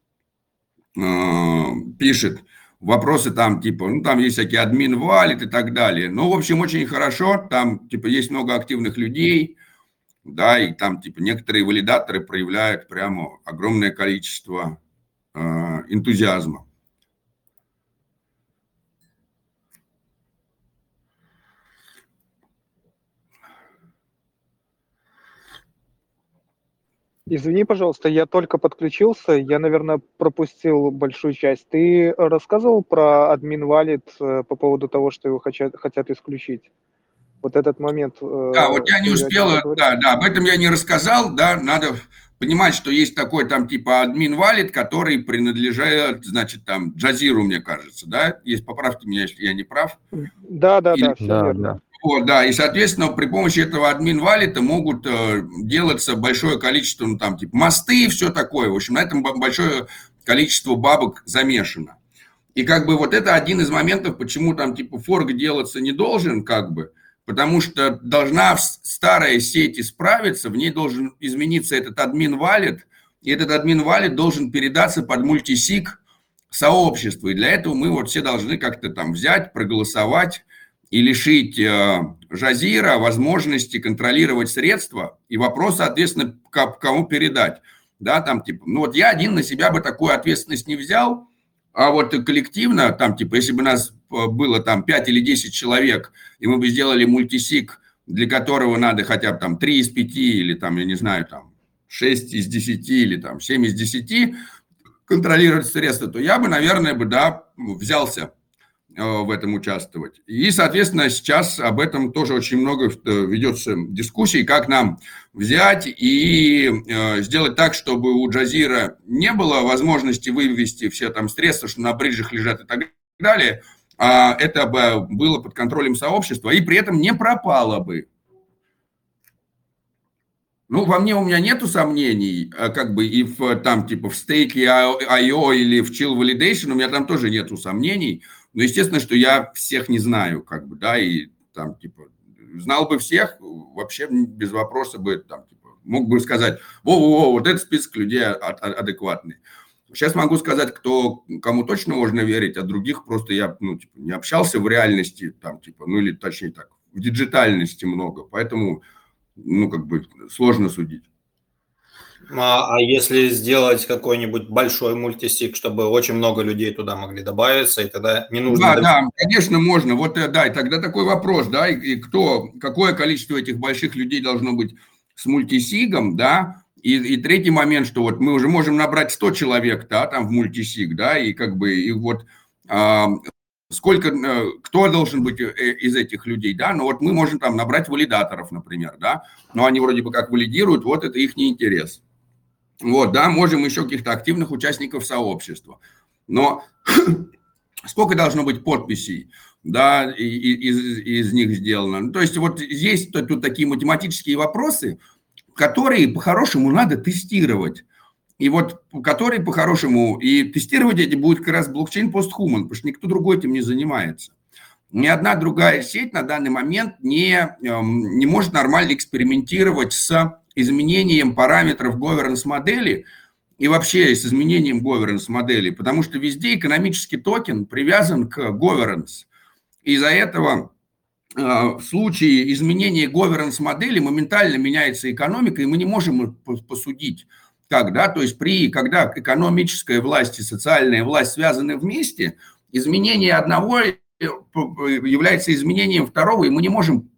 пишет вопросы там типа, ну там есть всякие админ валит и так далее. Ну, в общем, очень хорошо, там типа есть много активных людей, да, и там типа некоторые валидаторы проявляют прямо огромное количество энтузиазма. Извини, пожалуйста, я только подключился, я, наверное, пропустил большую часть. Ты рассказывал про админ валид по поводу того, что его хотят исключить? Вот этот момент. Да, вот я не успел, да, об этом я не рассказал, да, надо понимать, что есть такой там типа админ валид, который принадлежит, значит, там Джазиру, мне кажется, да, есть поправки меня, если я не прав. Да, все верно. Да. Вот, да, и, соответственно, при помощи этого админ валита могут делаться большое количество, ну, там, типа, мосты и все такое. В общем, на этом большое количество бабок замешано. И, как бы, вот это один из моментов, почему там, типа, форк делаться не должен, как бы, потому что должна старая сеть исправиться, в ней должен измениться этот админ валит, и этот админ валит должен передаться под мультисиг сообществу. И для этого мы вот все должны как-то там взять, проголосовать, и лишить Джазира возможности контролировать средства, и вопрос, соответственно, кому передать. Да, там, типа, ну вот я один на себя бы такую ответственность не взял, а вот коллективно, там, типа, если бы нас было там 5 или 10 человек, и мы бы сделали мультисиг, для которого надо хотя бы там 3 из 5, или там, я не знаю, там 6 из 10, или там 7 из 10 контролировать средства, то я бы, наверное, да, взялся в этом участвовать. И, соответственно, сейчас об этом тоже очень много ведется дискуссий, как нам взять и сделать так, чтобы у Джазира не было возможности вывести все там средства, что на бриджах лежат и так далее, а это бы было под контролем сообщества и при этом не пропало бы. Ну, у меня нету сомнений, как бы и там типа в стейке IO или в Chill Validation у меня там тоже нету сомнений. Но, естественно, что я всех не знаю, как бы, да, и там, типа, знал бы всех, вообще без вопроса бы, там, типа, мог бы сказать, вот этот список людей адекватный. Сейчас могу сказать, кому точно можно верить, а других просто я, ну, типа, не общался в реальности, там, типа, ну, или точнее так, в диджитальности много, поэтому, ну, как бы, сложно судить. А если сделать какой-нибудь большой мультисиг, чтобы очень много людей туда могли добавиться, и тогда не нужно... Да, конечно, можно. Вот, да, и тогда такой вопрос, да, и какое количество этих больших людей должно быть с мультисигом, да, и третий момент, что вот мы уже можем набрать 100 человек, да, там в мультисиг, да, и как бы, и вот кто должен быть из этих людей, да, но вот мы можем там набрать валидаторов, например, да, но они вроде бы как валидируют, вот это их не интерес. Вот, да, можем еще каких-то активных участников сообщества. Но сколько должно быть подписей, да, из них сделано? Ну, то есть вот есть тут такие математические вопросы, которые по-хорошему надо тестировать. И вот которые по-хорошему, и тестировать эти будет как раз блокчейн постхуман, потому что никто другой этим не занимается. Ни одна другая сеть на данный момент не может нормально экспериментировать с изменением параметров governance модели и вообще с изменением governance модели, потому что везде экономический токен привязан к governance. Из-за этого в случае изменения governance модели моментально меняется экономика, и мы не можем посудить, как, да, то есть когда экономическая власть и социальная власть связаны вместе, изменение одного является изменением второго, и мы не можем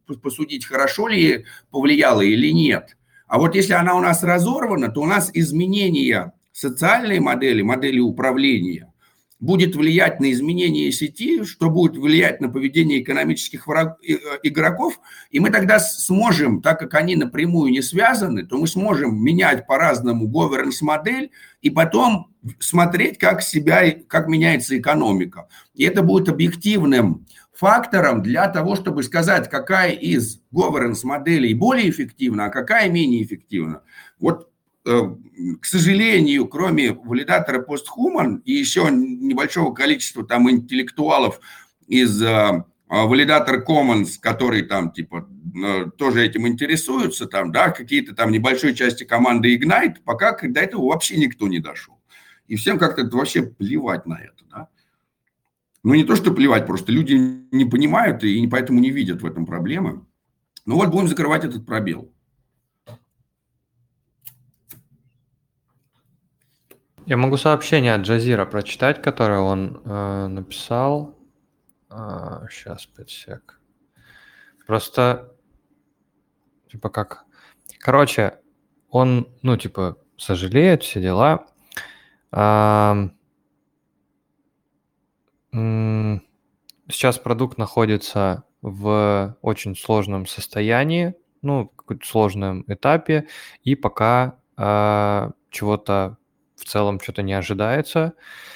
посудить, хорошо ли повлияло или нет. А вот если она у нас разорвана, то у нас изменение социальной модели, модели управления, будет влиять на изменение сети, что будет влиять на поведение экономических игроков, и мы тогда сможем, так как они напрямую не связаны, то мы сможем менять по-разному governance-модель и потом смотреть, как меняется экономика. И это будет объективным фактором для того, чтобы сказать, какая из governance-моделей более эффективна, а какая менее эффективна. Вот, к сожалению, кроме валидатора PostHuman и еще небольшого количества там интеллектуалов из валидатор Commons, которые там типа тоже этим интересуются, там, да, какие-то там небольшой части команды Ignite, пока до этого вообще никто не дошел. И всем как-то вообще плевать на это, да. Ну, не то, что плевать, просто люди не понимают и поэтому не видят в этом проблемы. Ну вот будем закрывать этот пробел. Я могу сообщение от Джазира прочитать, которое он написал. Сейчас, 5 сек. Просто, типа как... Короче, он, ну, типа, сожалеет, все дела. Сейчас продукт находится в очень сложном состоянии, ну, в каком-то сложном этапе, и пока чего-то в целом что-то не ожидается.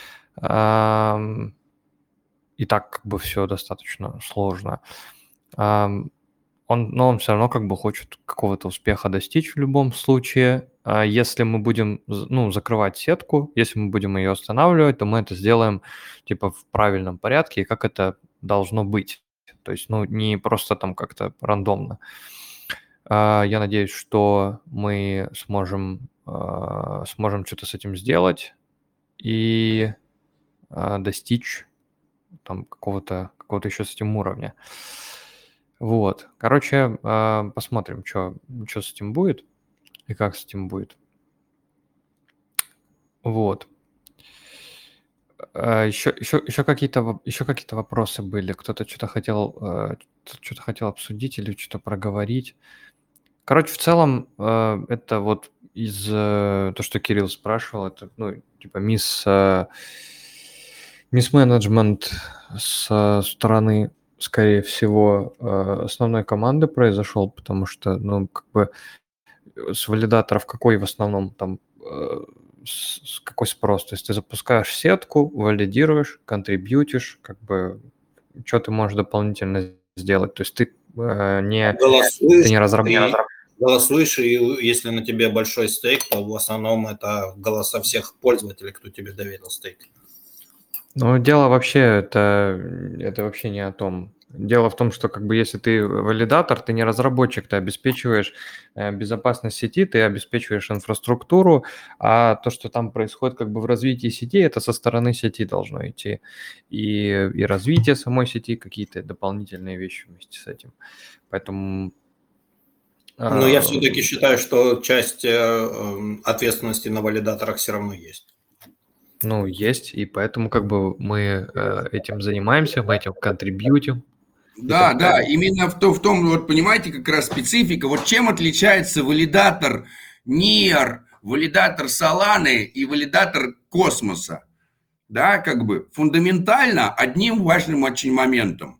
И так как бы все достаточно сложно. Но он все равно как бы хочет какого-то успеха достичь в любом случае. Если мы будем, ну, закрывать сетку, если мы будем ее останавливать, то мы это сделаем типа в правильном порядке и как это должно быть. То есть, ну, не просто там как-то рандомно. Я надеюсь, что мы сможем что-то с этим сделать и достичь там какого-то еще с этим уровня. Вот. Короче, посмотрим, что с этим будет и как с этим будет. Вот. Еще какие-то вопросы были. Кто-то что-то хотел обсудить или что-то проговорить. Короче, в целом, это вот из то, что Кирилл спрашивал, это, ну, типа мисс-менеджмент со стороны, скорее всего, основной команды произошел, потому что, ну, как бы с валидаторов какой в основном там какой спрос? То есть ты запускаешь сетку, валидируешь, контрибьютишь, как бы что ты можешь дополнительно сделать. То есть ты не разработчик. Голосуешь, и если на тебе большой стейк, то в основном это голоса всех пользователей, кто тебе доверил стейк. Ну, дело вообще, это вообще не о том. Дело в том, что как бы если ты валидатор, ты не разработчик, ты обеспечиваешь безопасность сети, ты обеспечиваешь инфраструктуру, а то, что там происходит как бы в развитии сети, это со стороны сети должно идти. И развитие самой сети, какие-то дополнительные вещи вместе с этим. Поэтому... Но я все-таки считаю, что часть ответственности на валидаторах все равно есть. Ну, есть, и поэтому как бы мы этим занимаемся, мы этим контрибьютим. Да, да, именно в том, вот понимаете, как раз специфика. Вот чем отличается валидатор NEAR, валидатор Solana и валидатор Космоса? Да, как бы фундаментально одним важным очень моментом.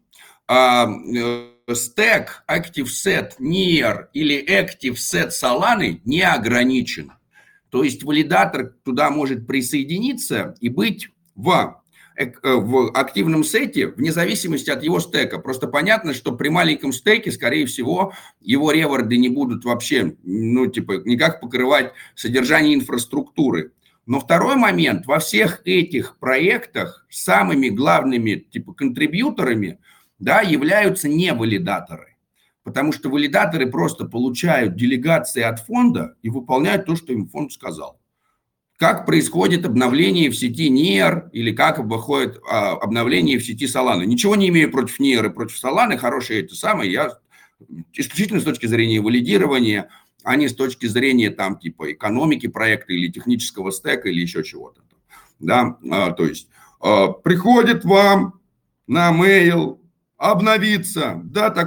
Стек ActiveSet NEAR или ActiveSet Solana не ограничен. То есть валидатор туда может присоединиться и быть в активном сете вне зависимости от его стека. Просто понятно, что при маленьком стеке, скорее всего, его реворды не будут вообще, ну, типа, никак покрывать содержание инфраструктуры. Но второй момент, во всех этих проектах самыми главными, типа, контрибьюторами, да, являются не валидаторы. Потому что валидаторы просто получают делегации от фонда и выполняют то, что им фонд сказал. Как происходит обновление в сети NEAR или как выходит обновление в сети Solana. Ничего не имею против NEAR и против Solana, хорошие это самое. Я исключительно с точки зрения валидирования, а не с точки зрения там типа экономики проекта или технического стека или еще чего-то. Да? То есть приходит вам на mail обновиться, да, такой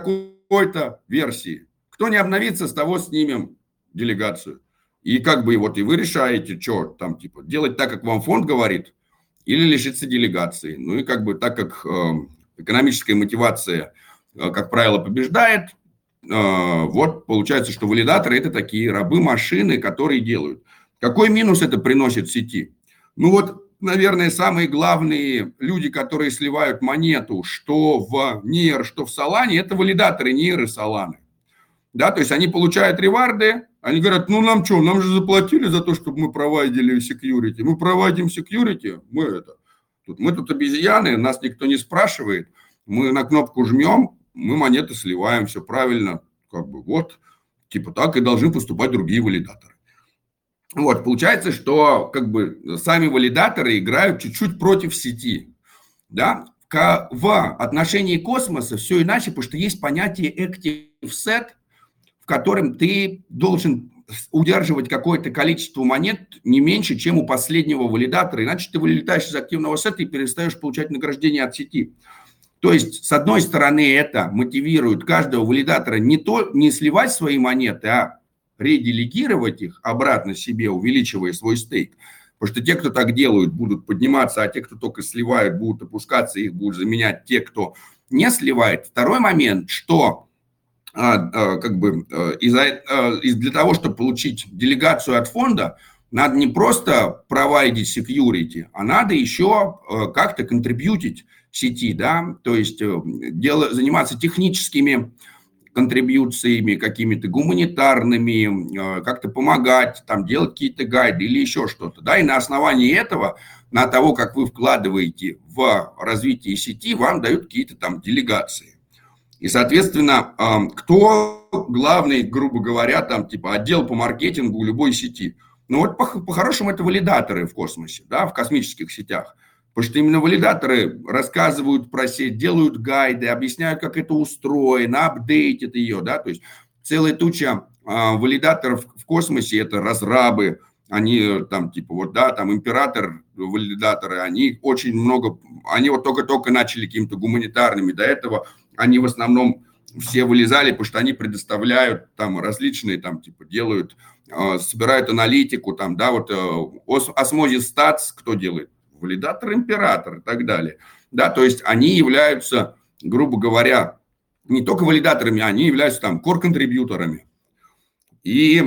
такой-то версии. Кто не обновится, с того снимем делегацию. И как бы вот и вы решаете, что там типа делать так, как вам фонд говорит, или лишиться делегации. Ну и как бы так как экономическая мотивация, как правило, побеждает, вот получается, что валидаторы – это такие рабы машины, которые делают. Какой минус это приносит в сети? Ну вот, наверное, самые главные люди, которые сливают монету, что в NEAR, что в Solana, это валидаторы NEAR и Solana. Да, то есть они получают реварды, они говорят, ну нам что, нам же заплатили за то, чтобы мы провайдили security. Мы провайдим security, мы тут обезьяны, нас никто не спрашивает, мы на кнопку жмем, мы монеты сливаем, все правильно, как бы вот, типа так и должны поступать другие валидаторы. Вот, получается, что как бы сами валидаторы играют чуть-чуть против сети, да. В отношении космоса все иначе, потому что есть понятие active set, в котором ты должен удерживать какое-то количество монет не меньше, чем у последнего валидатора, иначе ты вылетаешь из активного сета и перестаешь получать награждение от сети. То есть, с одной стороны, это мотивирует каждого валидатора не сливать свои монеты, а ределегировать их обратно себе, увеличивая свой стейк. Потому что те, кто так делают, будут подниматься, а те, кто только сливают, будут опускаться, их будут заменять те, кто не сливает. Второй момент, что для того, чтобы получить делегацию от фонда, надо не просто провайдить security, а надо еще как-то контрибьютить сети, да, то есть заниматься техническими контрибьюциями, какими-то гуманитарными, как-то помогать, там, делать какие-то гайды или еще что-то, да, и на основании этого, на того, как вы вкладываете в развитие сети, вам дают какие-то там делегации. И, соответственно, кто главный, грубо говоря, там, типа, отдел по маркетингу любой сети? Ну, вот по-хорошему это валидаторы в космосе, да, в космических сетях. Потому что именно валидаторы рассказывают про сеть, делают гайды, объясняют, как это устроено, апдейтят ее, да, то есть целая туча валидаторов в космосе – это разрабы, они там типа вот, да, там император, валидаторы, они очень много, они вот только-только начали какими-то гуманитарными, до этого они в основном все вылезали, потому что они предоставляют там различные, там типа делают, собирают аналитику, там, да, вот осмозис статс, кто делает? Валидатор, император и так далее. Да, то есть они являются, грубо говоря, не только валидаторами, они являются там core-контрибьюторами. И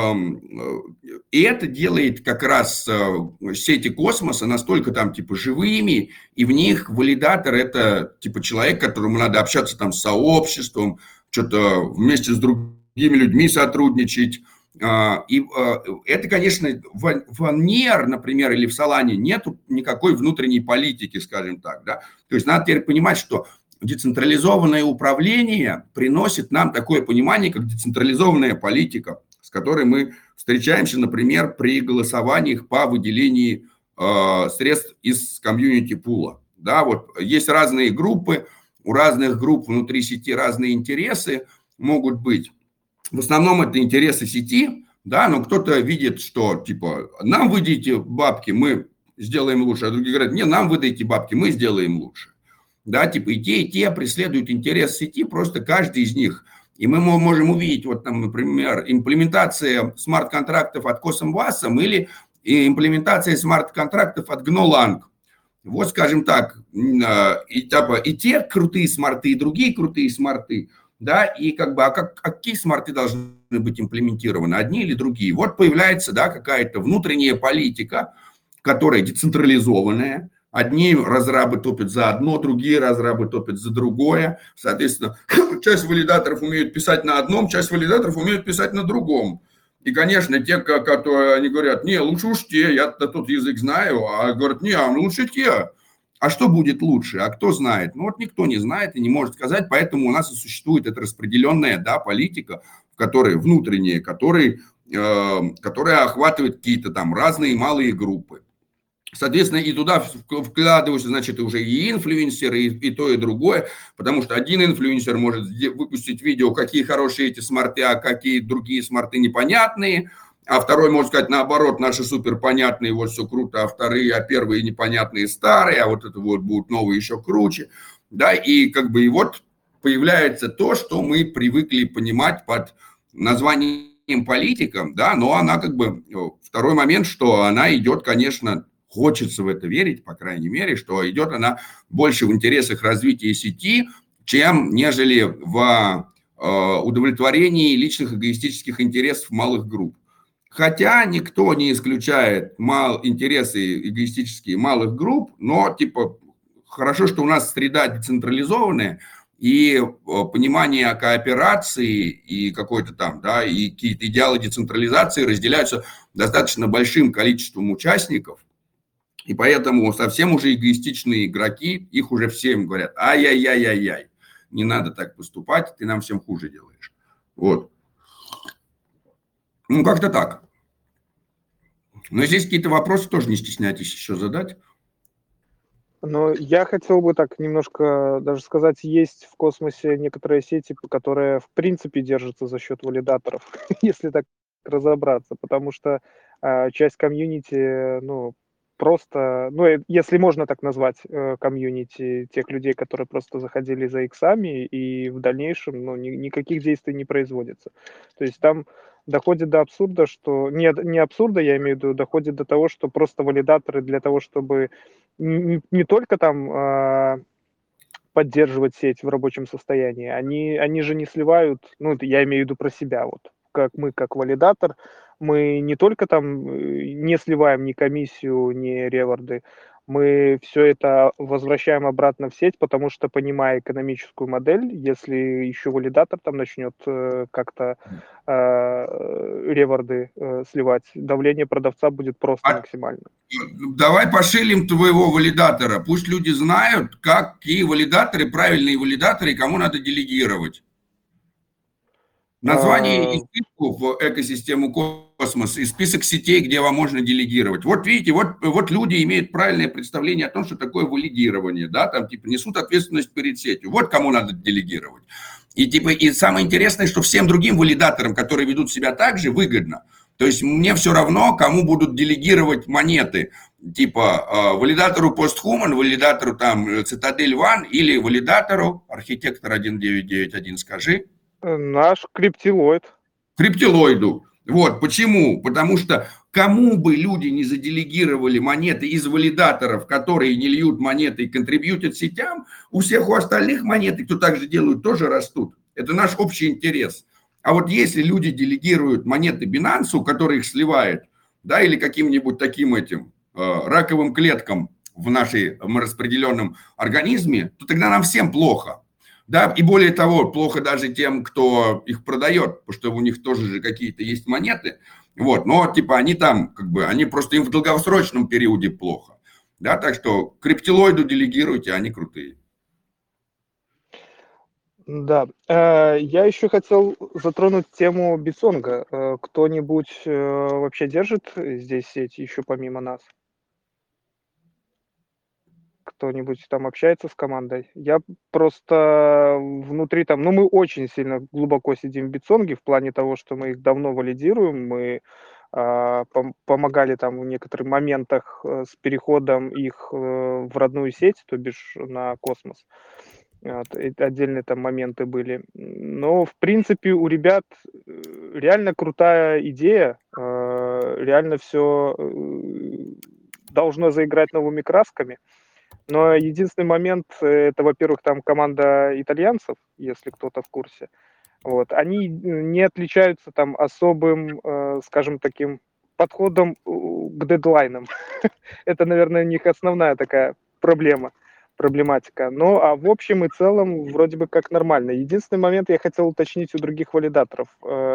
это делает как раз сети космоса настолько там типа живыми, и в них валидатор – это типа человек, которому надо общаться там с сообществом, что-то вместе с другими людьми сотрудничать. И это, конечно, в NEAR, например, или в Solana нету никакой внутренней политики, скажем так, да. То есть надо теперь понимать, что децентрализованное управление приносит нам такое понимание, как децентрализованная политика, с которой мы встречаемся, например, при голосованиях по выделению средств из комьюнити-пула. Да, вот есть разные группы, у разных групп внутри сети разные интересы могут быть. В основном это интересы сети, да, но кто-то видит, что типа нам выдайте бабки, мы сделаем лучше, а другие говорят, не, нам выдайте бабки, мы сделаем лучше. Да, типа и те преследуют интерес сети, просто каждый из них. И мы можем увидеть, вот там, например, имплементация смарт-контрактов от Cosmwas или имплементация смарт-контрактов от GNOLang. Вот, скажем так, и те крутые смарты, и другие крутые смарты, да, и как бы, какие смарты должны быть имплементированы, одни или другие? Вот появляется, да, какая-то внутренняя политика, которая децентрализованная. Одни разрабы топят за одно, другие разрабы топят за другое. Соответственно, часть валидаторов умеют писать на одном, часть валидаторов умеют писать на другом. И, конечно, те, которые они говорят, не, лучше уж те, я тот язык знаю, а говорят, не, лучше те. А что будет лучше? А кто знает? Ну вот никто не знает и не может сказать, поэтому у нас и существует эта распределенная, да, политика, которая внутренняя, которая охватывает какие-то там разные малые группы. Соответственно, и туда вкладываются, значит, уже и инфлюенсеры, и то, и другое, потому что один инфлюенсер может выпустить видео, какие хорошие эти смарты, а какие другие смарты непонятные, а второй может сказать, наоборот, наши супер понятные, вот все круто, а первые непонятные старые, а вот это вот будут новые еще круче, да, и как бы и вот появляется то, что мы привыкли понимать под названием политика, да, но она как бы, второй момент, что она идет, конечно, хочется в это верить, по крайней мере, что идет она больше в интересах развития сети, чем нежели в удовлетворении личных эгоистических интересов малых групп. Хотя никто не исключает интересы эгоистические малых групп, но типа хорошо, что у нас среда децентрализованная, и понимание о кооперации и какой-то там, да, и какие-то идеалы децентрализации разделяются достаточно большим количеством участников, и поэтому совсем уже эгоистичные игроки, их уже всем говорят: ай-яй-яй-яй-яй, не надо так поступать, ты нам всем хуже делаешь. Вот. Ну, как-то так. Но если есть какие-то вопросы, тоже не стесняйтесь еще задать. Но я хотел бы так немножко даже сказать, есть в космосе некоторые сети, которые в принципе держатся за счет валидаторов, если так разобраться, потому что часть комьюнити, ну, просто, ну, если можно так назвать комьюнити тех людей, которые просто заходили за иксами, и в дальнейшем, ну, никаких действий не производится. То есть там доходит до абсурда, что... Не абсурда, я имею в виду, доходит до того, что просто валидаторы для того, чтобы не только там поддерживать сеть в рабочем состоянии, они же не сливают, ну, я имею в виду про себя, вот, как мы, как валидатор, мы не только там не сливаем ни комиссию, ни реворды, мы все это возвращаем обратно в сеть, потому что, понимая экономическую модель, если еще валидатор там начнет как-то реворды сливать, давление продавца будет просто максимально. Давай пошилим твоего валидатора. Пусть люди знают, какие валидаторы, правильные валидаторы, и кому надо делегировать. Название и ссылку в экосистему Космос и список сетей, где вам можно делегировать. Вот видите, вот люди имеют правильное представление о том, что такое валидирование, да, там типа несут ответственность перед сетью. Вот кому надо делегировать. И типа и самое интересное, что всем другим валидаторам, которые ведут себя так же, выгодно. То есть мне все равно, кому будут делегировать монеты, типа валидатору Posthuman, валидатору там Citadel One или валидатору Архитектор 1991, скажи. Наш криптилоид. Криптилоиду. Вот, почему? Потому что кому бы люди не заделегировали монеты из валидаторов, которые не льют монеты и контрибьютят сетям, у всех у остальных монеты, кто так же делают, тоже растут. Это наш общий интерес. А вот если люди делегируют монеты Binance, который их сливает, да, или каким-нибудь таким этим раковым клеткам в нашем распределенном организме, то тогда нам всем плохо. Да, и более того, плохо даже тем, кто их продает, потому что у них тоже же какие-то есть монеты. Вот, но типа они там, как бы, они просто им в долгосрочном периоде плохо. Да, так что криптилоиду делегируйте, они крутые. Да, я еще хотел затронуть тему Битсонга. Кто-нибудь вообще держит здесь сеть еще помимо нас? Кто-нибудь там общается с командой? Я просто внутри там, ну, мы очень сильно глубоко сидим в Битсонге в плане того, что мы их давно валидируем, мы помогали там в некоторых моментах с переходом их в родную сеть, то бишь на Космос. Вот, отдельные там моменты были. Но, в принципе, у ребят реально крутая идея, реально все должно заиграть новыми красками. Но единственный момент, это, во-первых, там команда итальянцев, если кто-то в курсе. Вот, они не отличаются там особым, скажем, таким подходом к дедлайнам. Это, наверное, у них основная такая проблематика. Ну, а в общем и целом вроде бы как нормально. Единственный момент я хотел уточнить у других валидаторов.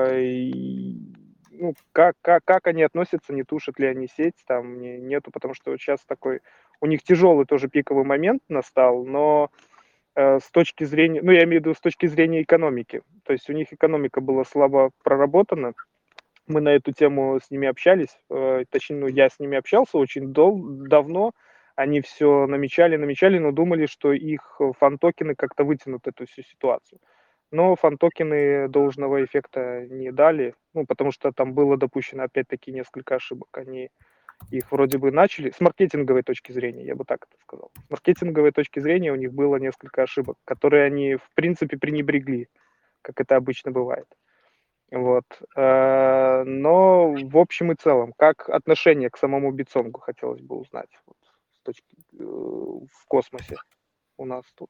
Ну, как они относятся, не тушат ли они сеть, там нету, потому что вот сейчас такой, у них тяжелый тоже пиковый момент настал, но с точки зрения, ну, я имею в виду с точки зрения экономики, то есть у них экономика была слабо проработана, мы на эту тему с ними общались, точнее, ну, я с ними общался очень давно, они все намечали, но думали, что их фан-токены как-то вытянут эту всю ситуацию. Но фан-токены должного эффекта не дали, ну, потому что там было допущено, опять-таки, несколько ошибок. Они их вроде бы начали, с маркетинговой точки зрения, я бы так это сказал. С маркетинговой точки зрения у них было несколько ошибок, которые они, в принципе, пренебрегли, как это обычно бывает. Вот. Но в общем и целом, как отношение к самому Битсонгу хотелось бы узнать вот, с точки, в космосе у нас тут.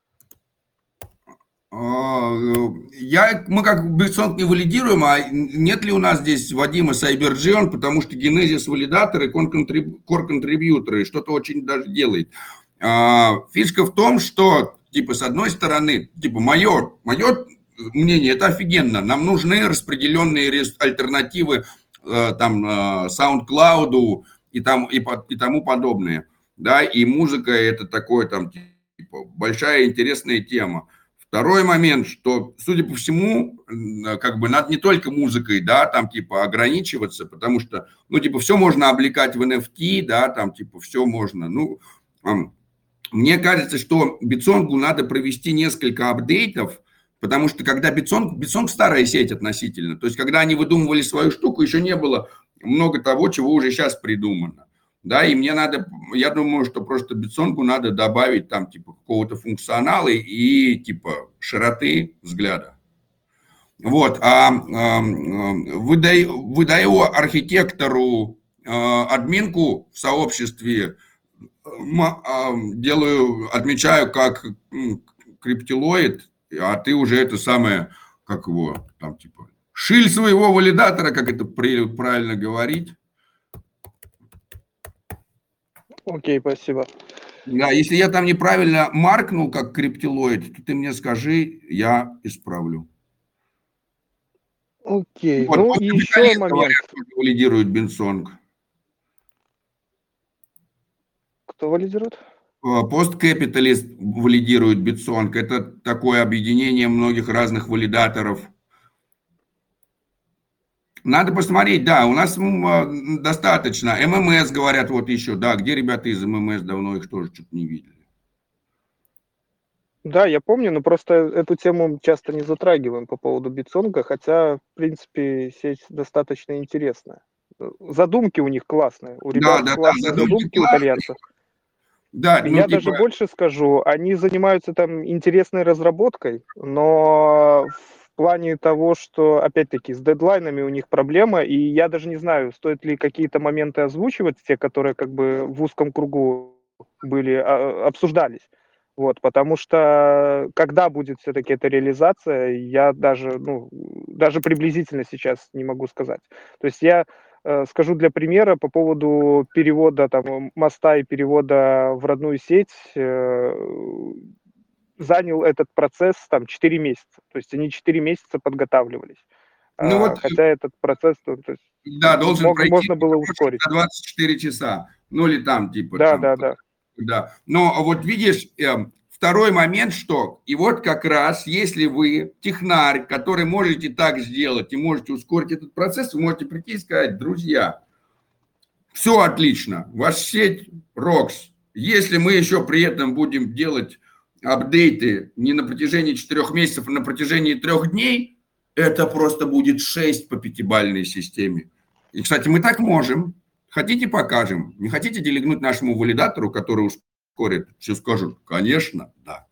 Мы как Битсонг не валидируем, а нет ли у нас здесь Вадима Сайберджион, потому что Genesis валидаторы, core контрибьюторы, что-то очень даже делает. Фишка в том, что, типа, с одной стороны, типа, мое мнение, это офигенно, нам нужны распределенные альтернативы там SoundCloud и тому подобное, да, и музыка это такое там, типа, большая интересная тема. Второй момент, что, судя по всему, как бы надо не только музыкой, да, там, типа, ограничиваться, потому что, ну, типа, все можно облекать в NFT, да, там, типа, все можно. Ну, мне кажется, что Битсонгу надо провести несколько апдейтов, потому что когда Битсонг старая сеть относительно, то есть, когда они выдумывали свою штуку, еще не было много того, чего уже сейчас придумано. Да, и мне надо, я думаю, что просто Битсонгу надо добавить там типа какого-то функционала и типа широты взгляда. Вот, выдаю архитектору админку в сообществе, отмечаю как криптилоид, а ты уже это самое, как его там типа, шиль своего валидатора, как это правильно говорить. Окей, спасибо. Да, если я там неправильно маркнул как криптилоид, то ты мне скажи, я исправлю. Окей, Вот, ну и еще момент. Говорят, валидирует Битсонг. Кто валидирует? Посткапиталист валидирует Битсонг. Это такое объединение многих разных валидаторов. Надо посмотреть, да, у нас достаточно. ММС говорят вот еще, да, где ребята из ММС, давно их тоже что-то не видели. Да, я помню, но просто эту тему часто не затрагиваем по поводу Битсонга, хотя, в принципе, сеть достаточно интересная. Задумки у них классные, у ребят классные задумки у итальянцев. Да, я типа... даже больше скажу, они занимаются там интересной разработкой, но в плане того, что, опять-таки, с дедлайнами у них проблема, и я даже не знаю, стоит ли какие-то моменты озвучивать, те, которые как бы в узком кругу были, обсуждались. Вот, потому что когда будет все-таки эта реализация, я даже приблизительно сейчас не могу сказать. То есть я скажу для примера по поводу перевода там, моста и перевода в родную сеть. Занял этот процесс там 4 месяца. То есть они 4 месяца подготавливались. Ну, вот, хотя этот процесс должен пройти, можно было ускорить. 24 часа. Ну или там типа. Да. Но вот видишь, второй момент, что и вот как раз, если вы технарь, который можете так сделать и можете ускорить этот процесс, вы можете прийти и сказать: друзья, все отлично, ваша сеть рокс. Если мы еще при этом будем делать апдейты не на протяжении 4 месяцев, а на протяжении 3 дней, это просто будет 6 по 5-бальной системе. И, кстати, мы так можем. Хотите, покажем? Не хотите делегнуть нашему валидатору, который ускорит? Все скажут: конечно, да.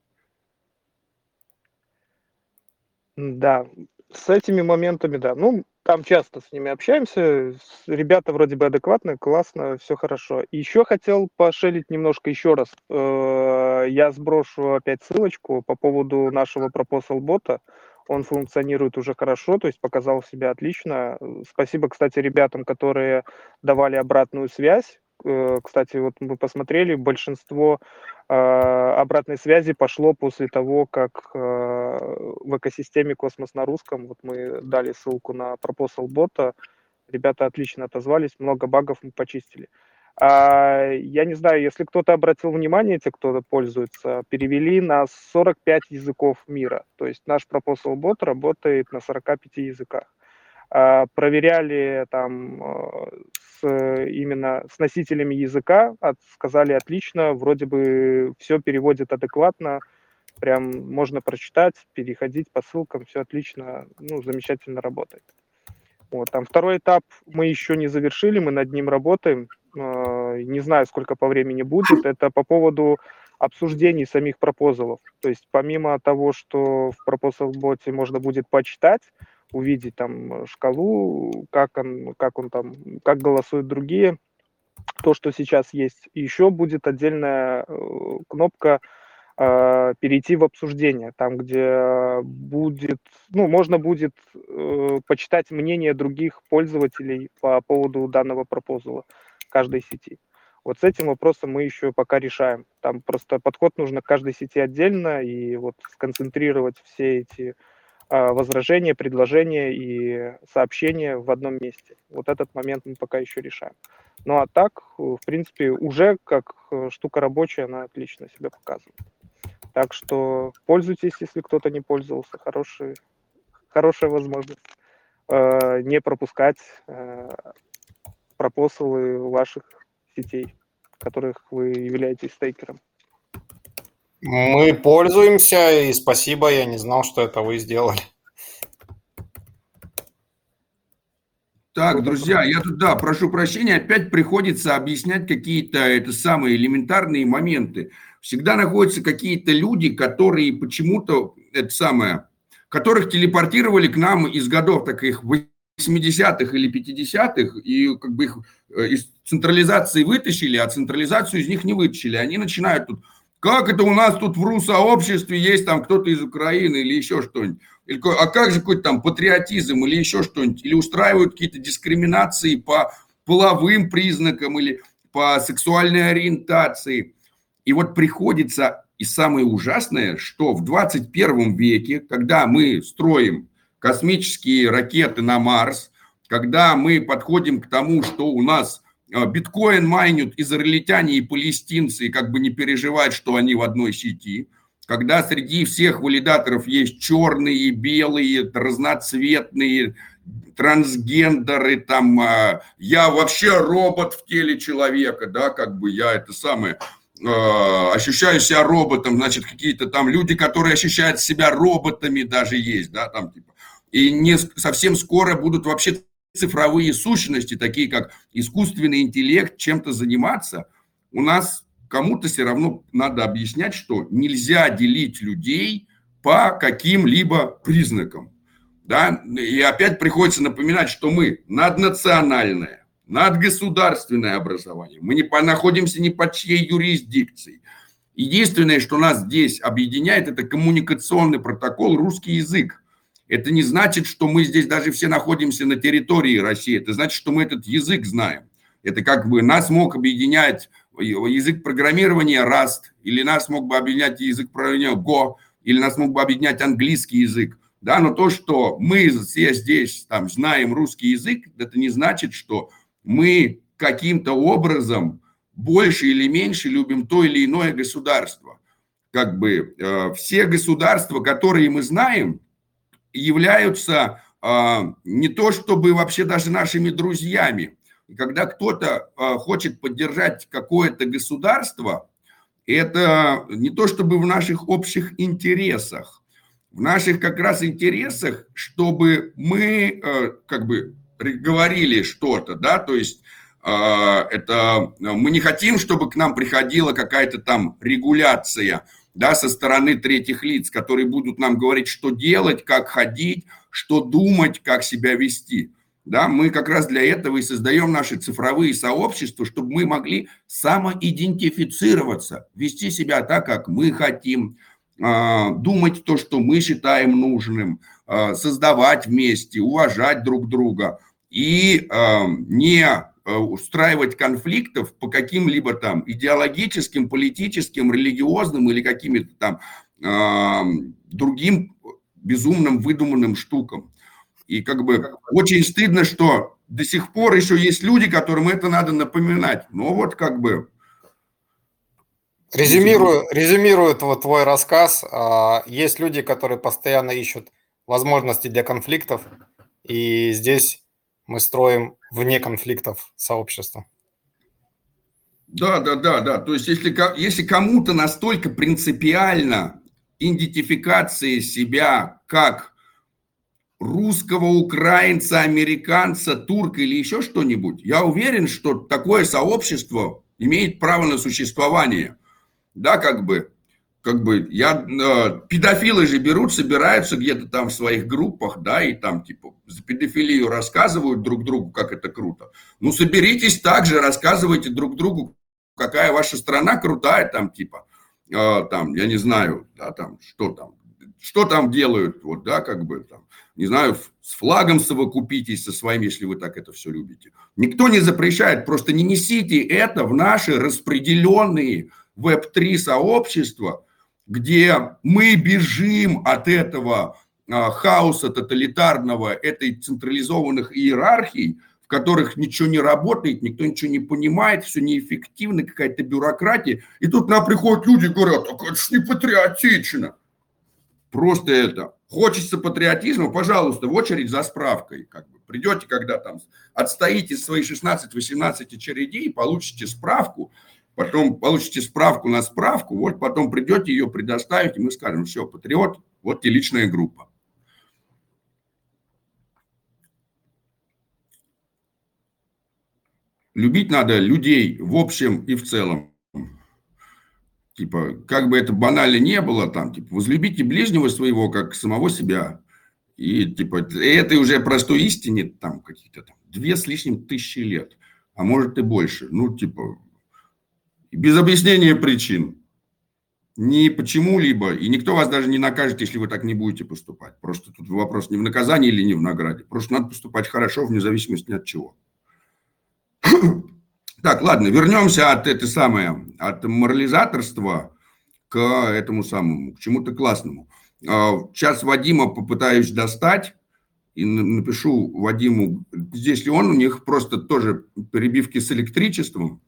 Да, с этими моментами, да. Ну, там часто с ними общаемся. Ребята вроде бы адекватные, классно, все хорошо. Еще хотел пошелить немножко еще раз. Я сброшу опять ссылочку по поводу нашего Proposal бота. Он функционирует уже хорошо, то есть показал себя отлично. Спасибо, кстати, ребятам, которые давали обратную связь. Кстати, вот мы посмотрели, большинство обратной связи пошло после того, как в экосистеме «Космос на русском», вот мы дали ссылку на Proposal бота, ребята отлично отозвались, много багов мы почистили. Я не знаю, если кто-то обратил внимание, те, кто пользуется, перевели на 45 языков мира. То есть наш Proposal бот работает на 45 языках. Проверяли там именно с носителями языка, сказали отлично, вроде бы все переводит адекватно, прям можно прочитать, переходить по ссылкам, все отлично, ну, замечательно работает. Вот, там второй этап мы еще не завершили, мы над ним работаем. Не знаю, сколько по времени будет. Это по поводу обсуждений самих пропозалов. То есть помимо того, что в пропозал-боте можно будет почитать, увидеть там шкалу, как голосуют другие, то, что сейчас есть. И еще будет отдельная кнопка перейти в обсуждение, там, где будет, можно будет почитать мнение других пользователей по поводу данного пропозала каждой сети. Вот с этим вопросом мы еще пока решаем. Там просто подход нужно к каждой сети отдельно, и вот сконцентрировать все эти возражения, предложения и сообщения в одном месте. Вот этот момент мы пока еще решаем. Ну а так, в принципе, уже как штука рабочая, она отлично себя показывает. Так что пользуйтесь, если кто-то не пользовался. Хорошая возможность не пропускать пропозалы ваших сетей, которых вы являетесь стейкером. Мы пользуемся, и спасибо, я не знал, что это вы сделали. Так, друзья, я тут, прошу прощения, опять приходится объяснять какие-то самые элементарные моменты. Всегда находятся какие-то люди, которые почему-то, которых телепортировали к нам из годов таких 80-х или 50-х, и как бы их из централизации вытащили, а централизацию из них не вытащили. Они начинают тут: как это у нас тут в РУ-сообществе есть там кто-то из Украины или еще что-нибудь? Или, а как же какой-то там патриотизм или еще что-нибудь? Или устраивают какие-то дискриминации по половым признакам или по сексуальной ориентации. И вот приходится, и самое ужасное, что в 21 веке, когда мы строим космические ракеты на Марс, когда мы подходим к тому, что у нас биткоин майнят израильтяне и палестинцы, и как бы не переживать, что они в одной сети, когда среди всех валидаторов есть черные, белые, разноцветные, трансгендеры, там, я вообще робот в теле человека, да, как бы я ощущаю себя роботом, значит, какие-то там люди, которые ощущают себя роботами даже есть, да, там, типа, и не совсем скоро будут вообще цифровые сущности, такие как искусственный интеллект, чем-то заниматься. У нас кому-то все равно надо объяснять, что нельзя делить людей по каким-либо признакам. Да? И опять приходится напоминать, что мы наднациональное, надгосударственное образование. Мы не находимся ни под чьей юрисдикцией. Единственное, что нас здесь объединяет, это коммуникационный протокол русский язык. Это не значит, что мы здесь даже все находимся на территории России. Это значит, что мы этот язык знаем. Это как бы нас мог объединять язык программирования Rust, или нас мог бы объединять язык программирования Go, или нас мог бы объединять английский язык. Да, но то, что мы все здесь там знаем русский язык, это не значит, что мы каким-то образом больше или меньше любим то или иное государство. Как бы все государства, которые мы знаем, являются не то чтобы вообще даже нашими друзьями. И когда кто-то хочет поддержать какое-то государство, это не то чтобы в наших общих интересах. В наших как раз интересах, чтобы мы как бы говорили что-то, да, то есть это мы не хотим, чтобы к нам приходила какая-то там регуляция, да, со стороны третьих лиц, которые будут нам говорить, что делать, как ходить, что думать, как себя вести. Да, мы как раз для этого и создаем наши цифровые сообщества, чтобы мы могли самоидентифицироваться, вести себя так, как мы хотим, думать то, что мы считаем нужным, создавать вместе, уважать друг друга и не устраивать конфликтов по каким-либо там идеологическим, политическим, религиозным или какими-то там другим безумным выдуманным штукам. И как бы очень стыдно, что до сих пор еще есть люди, которым это надо напоминать. Но вот как бы... Резюмирую твой рассказ. Есть люди, которые постоянно ищут возможности для конфликтов, и здесь мы строим вне конфликтов сообщества. Да. То есть если кому-то настолько принципиально идентификация себя как русского, украинца, американца, турка или еще что-нибудь, я уверен, что такое сообщество имеет право на существование. Да, педофилы же берут, собираются где-то там в своих группах, да, и там типа за педофилию рассказывают друг другу, как это круто. Ну, соберитесь также, рассказывайте друг другу, какая ваша страна крутая, там типа, там, я не знаю, да, там, что там делают, вот, да, там, не знаю, с флагом совокупитесь со своим, если вы так это все любите. Никто не запрещает, просто не несите это в наши распределенные Web3 сообщества, где мы бежим от этого хаоса тоталитарного, этой централизованных иерархий, в которых ничего не работает, никто ничего не понимает, все неэффективно, какая-то бюрократия. И тут нам приходят люди и говорят, так это ж не патриотично. Просто это. Хочется патриотизма, пожалуйста, в очередь за справкой. Придете, когда там отстоите свои 16-18 очередей, получите справку, потом получите справку на справку, вот потом придете, ее предоставите, мы скажем, все, патриот, вот тебе личная группа. Любить надо людей в общем и в целом. Типа, как бы это банально не было, там, типа, возлюбите ближнего своего, как самого себя. И, типа, это уже простой истине, там, какие-то там 2 с лишним тысячи лет, а может и больше. Ну, типа, без объяснения причин. Ни почему-либо. И никто вас даже не накажет, если вы так не будете поступать. Просто тут вопрос не в наказании или не в награде. Просто надо поступать хорошо, вне зависимости от чего. Так, ладно, вернемся от морализаторства к этому самому, к чему-то классному. Сейчас Вадима попытаюсь достать и напишу Вадиму, здесь ли он, у них просто тоже перебивки с электричеством.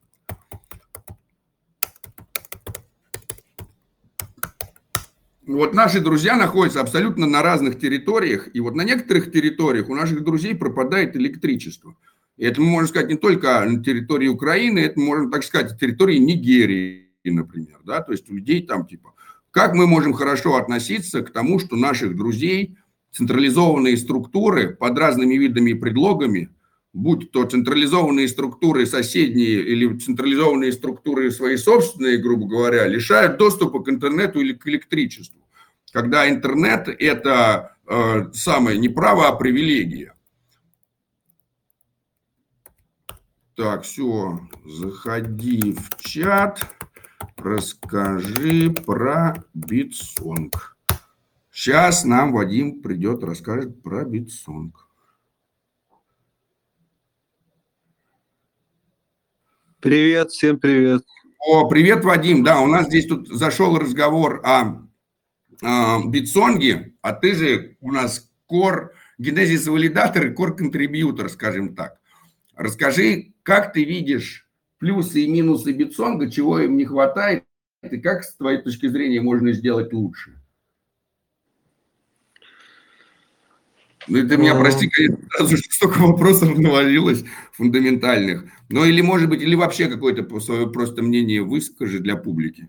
Вот наши друзья находятся абсолютно на разных территориях, и вот на некоторых территориях у наших друзей пропадает электричество. И это мы можем сказать не только на территории Украины, это можно так сказать, на территории Нигерии, например, да, то есть у людей там типа, как мы можем хорошо относиться к тому, что наших друзей централизованные структуры под разными видами и предлогами, будь то централизованные структуры соседние или централизованные структуры свои собственные, грубо говоря, лишают доступа к интернету или к электричеству. Когда интернет – это самое не право, а привилегия. Так, все, заходи в чат, расскажи про BitSong. Сейчас нам Вадим придет, расскажет про BitSong. Привет, всем привет. О, привет, Вадим. Да, у нас здесь тут зашел разговор о BitSong, а ты же у нас core генезис валидатор и core контрибьютор, скажем так. Расскажи, как ты видишь плюсы и минусы BitSong, чего им не хватает, и как, с твоей точки зрения, можно сделать лучше? Ну, ты меня прости, конечно, сразу столько вопросов навалилось фундаментальных. Ну, или, может быть, или вообще какое-то свое просто мнение выскажи для публики.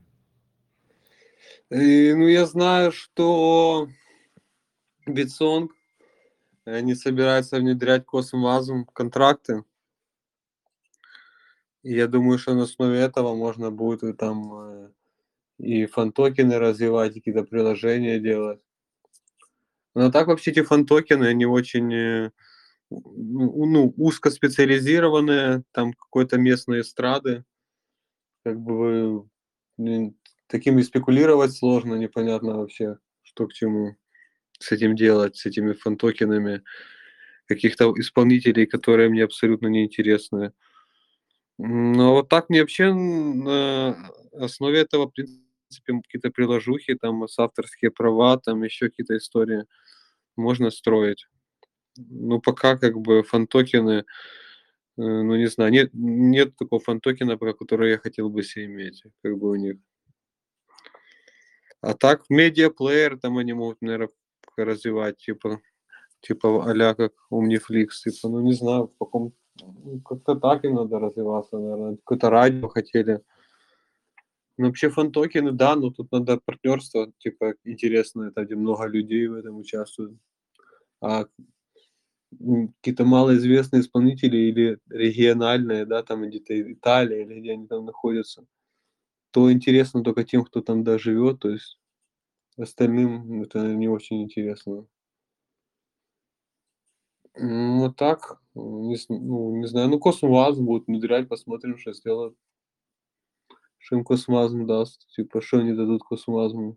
Ну, я знаю, что BitSong не собирается внедрять Cosmos контракты. И я думаю, что на основе этого можно будет и там и фан-токены развивать, и какие-то приложения делать. Но так вообще эти фан-токены, они очень узкоспециализированные, там какой-то местной эстрады. Как бы такими спекулировать сложно, непонятно вообще, что к чему с этим делать, с этими фан-токенами каких-то исполнителей, которые мне абсолютно не интересны. Но вот так мне вообще на основе этого, в принципе, какие-то приложухи, там, авторские права, там еще какие-то истории можно строить. Ну, пока как бы фан-токены, ну, не знаю, нет такого фан-токена, про который я хотел бы себе иметь, как бы у них. А так, медиаплеер там они могут, наверное, развивать, типа а-ля как Omniflix, типа, ну, не знаю, в каком, как-то так им надо развиваться, наверное, какое-то радио хотели. Ну, вообще фан-токены, да, но тут надо партнерство, типа, интересное, там, где много людей в этом участвуют. а какие-то малоизвестные исполнители или региональные, да, там где-то Италия или где они там находятся, то интересно только тем, кто там живет, то есть остальным это не очень интересно. Вот так, не знаю, ну Космваз будут внедрять, посмотрим, что сделают. Что им Космвазм даст, типа, что они дадут Космвазму.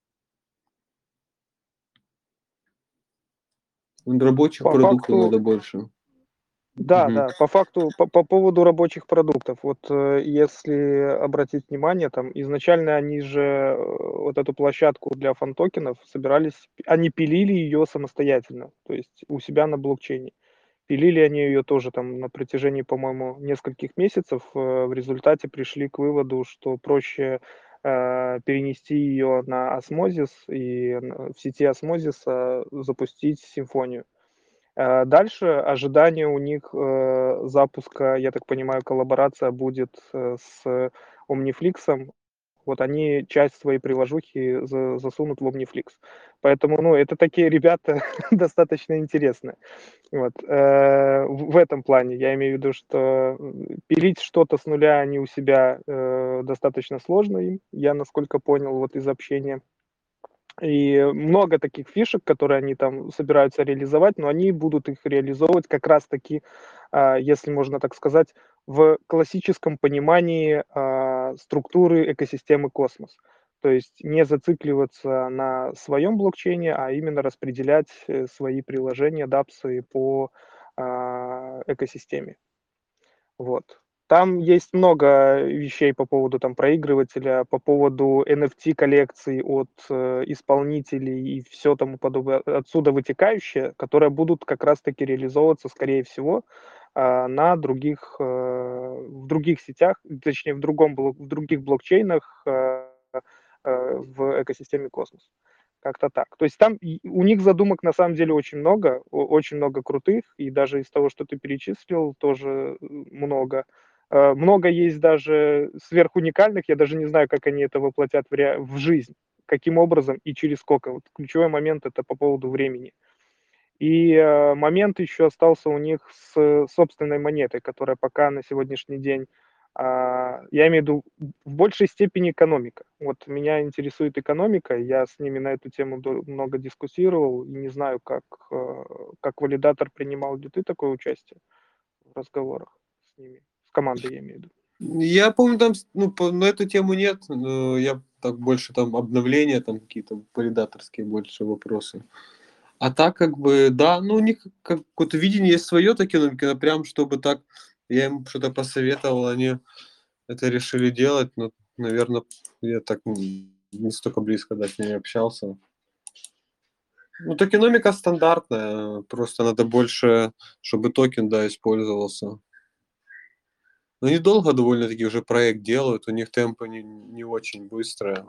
Рабочих По продуктов факту, надо больше. да, Мгм. да, по факту, по поводу рабочих продуктов, вот если обратить внимание, там изначально они же вот эту площадку для фан-токенов собирались, они пилили ее самостоятельно, то есть у себя на блокчейне. Пилили они ее тоже там на протяжении, по-моему, нескольких месяцев. В результате пришли к выводу, что проще перенести ее на Осмозис и в сети Осмозиса запустить симфонию. Дальше ожидание у них запуска, я так понимаю, коллаборация будет с Omniflix. Вот они часть своей приложухи засунут в Omniflix. Поэтому, ну, это такие ребята достаточно интересные. Вот. В этом плане я имею в виду, что пилить что-то с нуля они у себя достаточно сложно им, я насколько понял вот из общения. И много таких фишек, которые они там собираются реализовать, но они будут их реализовывать как раз-таки, если можно так сказать, в классическом понимании структуры экосистемы Космос. То есть не зацикливаться на своем блокчейне, а именно распределять свои приложения, дапсы по экосистеме. Вот. Там есть много вещей по поводу там проигрывателя, по поводу NFT-коллекций от исполнителей и все тому подобное, отсюда вытекающее, которые будут как раз-таки реализовываться, скорее всего, на в других сетях, точнее, в других блокчейнах в экосистеме Космос. Как-то так. То есть там у них задумок на самом деле очень много крутых, и даже из того, что ты перечислил, тоже много. Много есть даже сверхуникальных, я даже не знаю, как они это воплотят в жизнь, каким образом и через сколько. Вот ключевой момент это по поводу времени. И момент еще остался у них с собственной монетой, которая пока на сегодняшний день, я имею в виду в большей степени экономика. Вот меня интересует экономика, я с ними на эту тему много дискуссировал, и не знаю, как валидатор принимал ли ты такое участие в разговорах с ними, с командой, я имею в виду. Я помню, там, на эту тему нет, но я так больше там обновления, там какие-то валидаторские больше вопросы. А так как бы, да, у них какое-то видение есть свое такие, но прям чтобы так, я им что-то посоветовал, они это решили делать, но, наверное, я так не столько близко с ними общался. Токеномика стандартная, просто надо больше, чтобы токен, да, использовался. Но они долго довольно-таки уже проект делают, у них темпы не очень быстрые.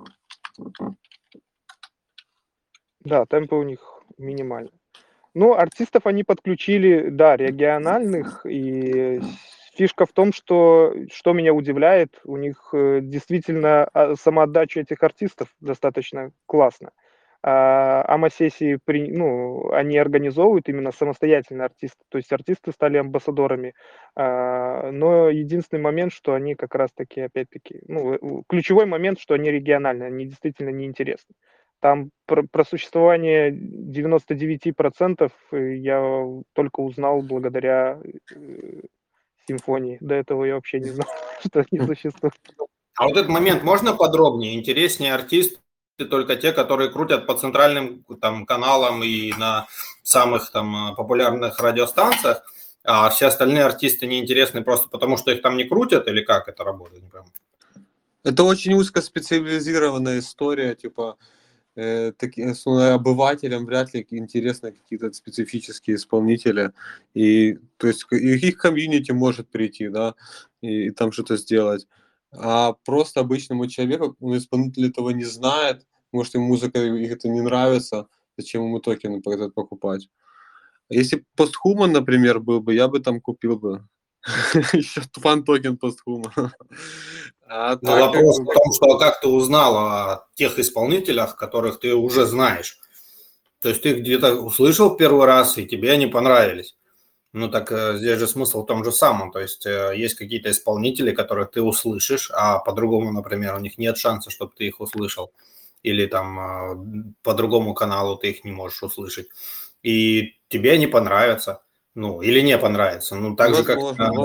Да, темпы у них минимальные. Ну, артистов они подключили, да, региональных, и фишка в том, что меня удивляет, у них действительно самоотдача этих артистов достаточно классная. Ама-сессии, они организовывают именно самостоятельно артисты, то есть артисты стали амбассадорами, но единственный момент, что они как раз-таки, опять-таки, ключевой момент, что они региональные, они действительно неинтересны. Там про существование 99% я только узнал благодаря симфонии. До этого я вообще не знал, что они существуют. А вот этот момент можно подробнее? Интереснее артисты только те, которые крутят по центральным там каналам и на самых там популярных радиостанциях, а все остальные артисты неинтересны просто потому, что их там не крутят, или как это работает? Не пойму. Это очень узкоспециализированная история, типа обывателям вряд ли интересны какие-то специфические исполнители, и то есть их комьюнити может прийти, да, и там что-то сделать, а просто обычному человеку, исполнитель этого не знает, может ему музыка их это не нравится, зачем ему токены покупать. Если постхуман, например, был бы, я бы там купил бы еще фан-токен постхумана. Но вопрос в том, что как ты узнал о тех исполнителях, которых ты уже знаешь. То есть ты их где-то услышал первый раз, и тебе они понравились. Ну так здесь же смысл в том же самом. То есть есть какие-то исполнители, которых ты услышишь, а по-другому, например, у них нет шанса, чтобы ты их услышал. Или там по другому каналу ты их не можешь услышать. И тебе они понравятся. Ну, или не понравятся. Ну, так же, как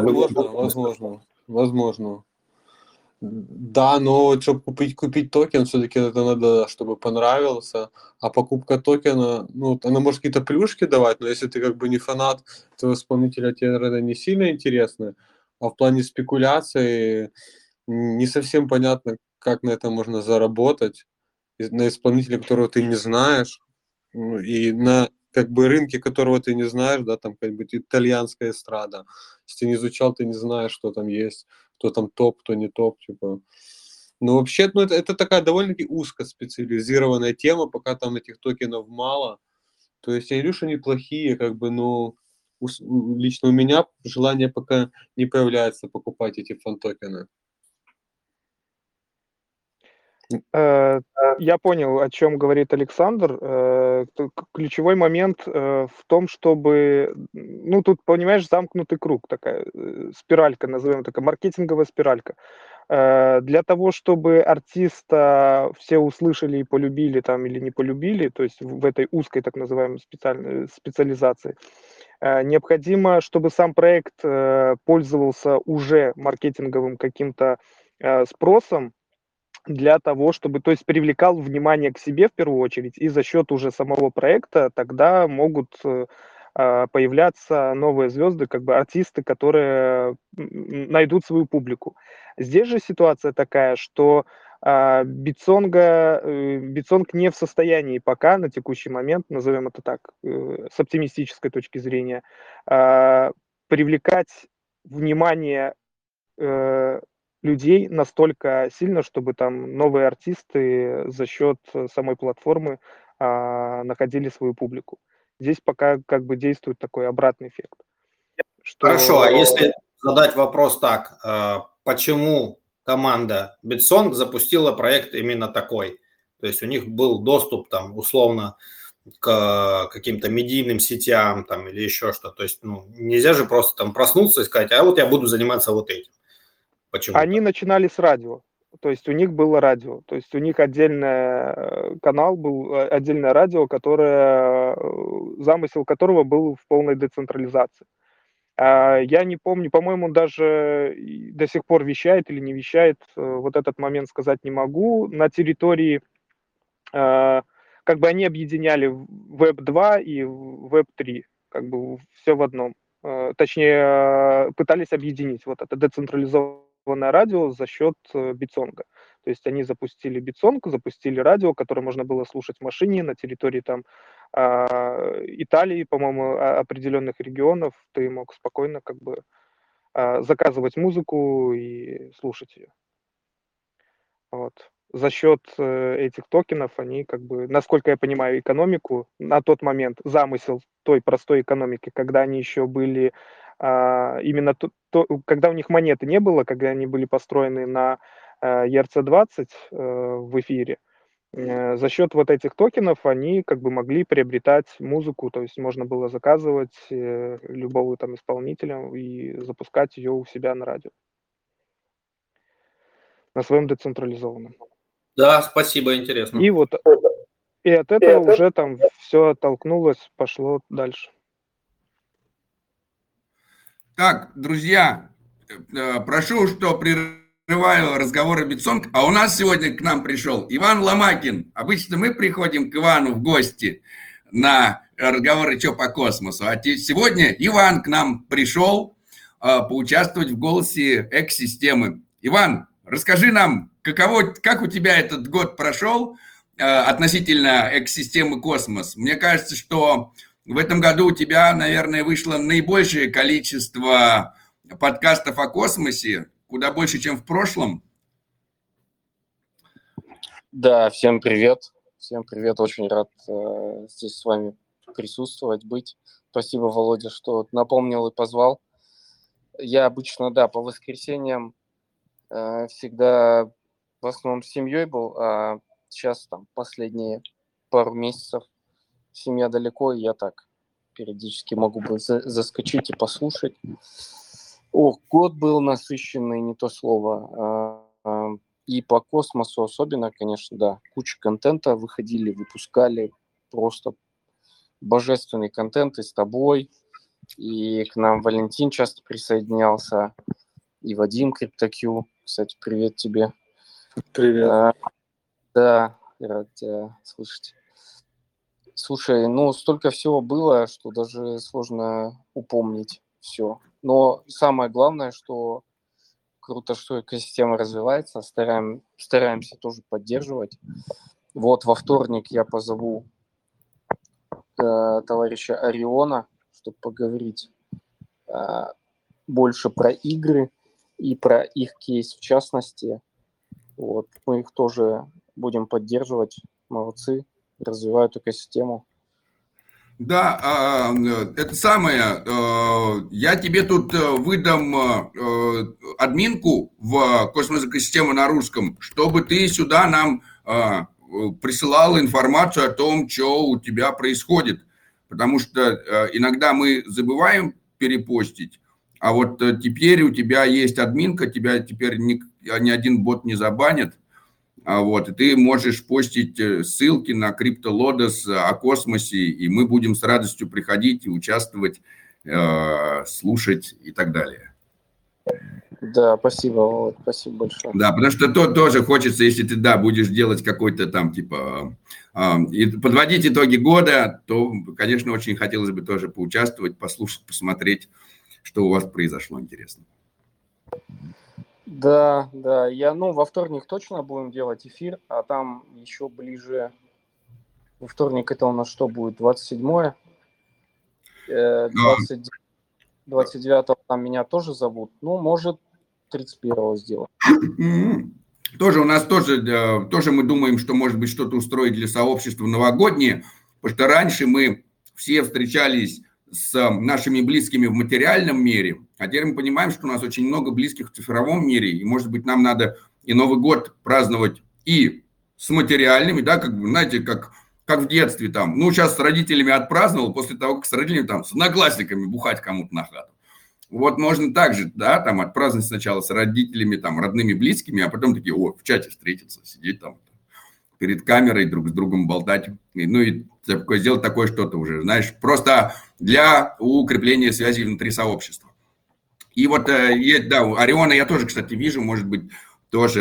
Возможно. Да, но вот чтобы купить токен, все-таки это надо, чтобы понравился. А покупка токена, ну, она может какие-то плюшки давать, но если ты как бы не фанат этого исполнителя, тебе это не сильно интересно. А в плане спекуляции не совсем понятно, как на этом можно заработать. На исполнителя, которого ты не знаешь, и на как бы рынке, которого ты не знаешь, да, там как бы итальянская эстрада. Если ты не изучал, ты не знаешь, что там есть, кто там топ, кто не топ, типа. Ну, вообще, ну, это такая довольно-таки узкоспециализированная тема, пока там этих токенов мало. То есть я говорю, что неплохие, как бы, но лично у меня желание пока не появляется покупать эти фан-токены. Я понял, о чем говорит Александр. Ключевой момент в том, чтобы, ну, тут, понимаешь, замкнутый круг, такая спиралька, назовем такая, маркетинговая спиралька. Для того, чтобы артиста все услышали и полюбили там или не полюбили, то есть в этой узкой так называемой специализации, необходимо, чтобы сам проект пользовался уже маркетинговым каким-то спросом, для того, чтобы, то есть привлекал внимание к себе в первую очередь, и за счет уже самого проекта тогда могут появляться новые звезды, как бы артисты, которые найдут свою публику. Здесь же ситуация такая, что Битсонг не в состоянии пока на текущий момент, назовем это так, с оптимистической точки зрения, привлекать внимание людей настолько сильно, чтобы там новые артисты за счет самой платформы находили свою публику. Здесь пока как бы действует такой обратный эффект. Хорошо, а если задать вопрос так, почему команда Bitsong запустила проект именно такой? То есть у них был доступ там условно к каким-то медийным сетям там или еще что. То есть ну, нельзя же просто там проснуться и сказать, а вот я буду заниматься вот этим. Почему? Они начинали с радио. То есть у них было радио, то есть у них отдельный канал был, отдельное радио, которое, замысел которого был в полной децентрализации. Я не помню, по-моему, даже до сих пор вещает или не вещает, вот этот момент сказать не могу. На территории, как бы они объединяли Web 2 и Web 3, как бы все в одном. Точнее, пытались объединить вот это децентрализованное радио за счет Битсонга. То есть они запустили Битсонг, запустили радио, которое можно было слушать в машине на территории там Италии, по-моему, определенных регионов. Ты мог спокойно как бы заказывать музыку и слушать ее. Вот. За счет этих токенов они, как бы, насколько я понимаю, экономику на тот момент, замысел той простой экономики, когда они еще были именно когда у них монеты не было, когда они были построены на ERC-20 в эфире, за счет вот этих токенов они как бы могли приобретать музыку, то есть можно было заказывать любого там исполнителя и запускать ее у себя на радио, на своем децентрализованном. Да, спасибо, интересно. И вот и от этого уже там все оттолкнулось, пошло дальше. Так, друзья, прошу, что прерываю разговор о Битсонг, а у нас сегодня к нам пришел Иван Ломакин. Обычно мы приходим к Ивану в гости на разговоры «Чё по космосу», а сегодня Иван к нам пришел поучаствовать в «Голосе экосистемы». Иван, расскажи нам, как у тебя этот год прошел относительно экосистемы «Космос». Мне кажется, что в этом году у тебя, наверное, вышло наибольшее количество подкастов о космосе, куда больше, чем в прошлом. Да, всем привет. Всем привет, очень рад здесь с вами присутствовать, быть. Спасибо, Володя, что напомнил и позвал. Я обычно, да, по воскресеньям всегда в основном с семьей был, а сейчас там последние пару месяцев семья далеко, и я так периодически могу заскочить и послушать. Год был насыщенный, не то слово. И по космосу особенно, конечно, да. Куча контента выходили, выпускали. Просто божественный контент и с тобой. И к нам Валентин часто присоединялся. И Вадим CryptoQ. Кстати, привет тебе. Привет. Да, рад тебя слышать. Слушай, ну столько всего было, что даже сложно упомнить все. Но самое главное, что круто, что экосистема развивается, стараемся тоже поддерживать. Вот во вторник я позову товарища Ориона, чтобы поговорить больше про игры и про их кейс в частности. Вот. Мы их тоже будем поддерживать. Молодцы, развивают экосистему. Да, это самое, я тебе тут выдам админку в космос-экосистему на русском, чтобы ты сюда нам присылал информацию о том, что у тебя происходит, потому что иногда мы забываем перепостить, а вот теперь у тебя есть админка, тебя теперь ни один бот не забанит. Вот, и ты можешь постить ссылки на CryptoLotus о космосе, и мы будем с радостью приходить и участвовать, слушать и так далее. Да, спасибо, Володь, спасибо большое. Да, потому что тоже хочется, если ты, да, будешь делать какой-то там, типа, и подводить итоги года, то, конечно, очень хотелось бы тоже поучаствовать, послушать, посмотреть, что у вас произошло интересно. Да, во вторник точно будем делать эфир, а там еще ближе, во вторник это у нас что будет, 27-е, 29-го там меня тоже зовут, ну, может, 31-го сделать. Тоже у нас тоже мы думаем, что, может быть, что-то устроить для сообщества новогоднее, потому что раньше мы все встречались с нашими близкими в материальном мире, а теперь мы понимаем, что у нас очень много близких в цифровом мире, и, может быть, нам надо и Новый год праздновать и с материальными, да, как бы, знаете, как в детстве там, ну, сейчас с родителями отпраздновал, после того, как с родителями там, с одноклассниками бухать кому-то на хату. Вот можно также, да, там, отпраздновать сначала с родителями, там, родными, близкими, а потом такие, в чате встретиться, сидеть там, перед камерой друг с другом болтать, ну и сделать такое что-то уже, знаешь, просто для укрепления связи внутри сообщества. И вот, да, Ориона я тоже, кстати, вижу, может быть, тоже,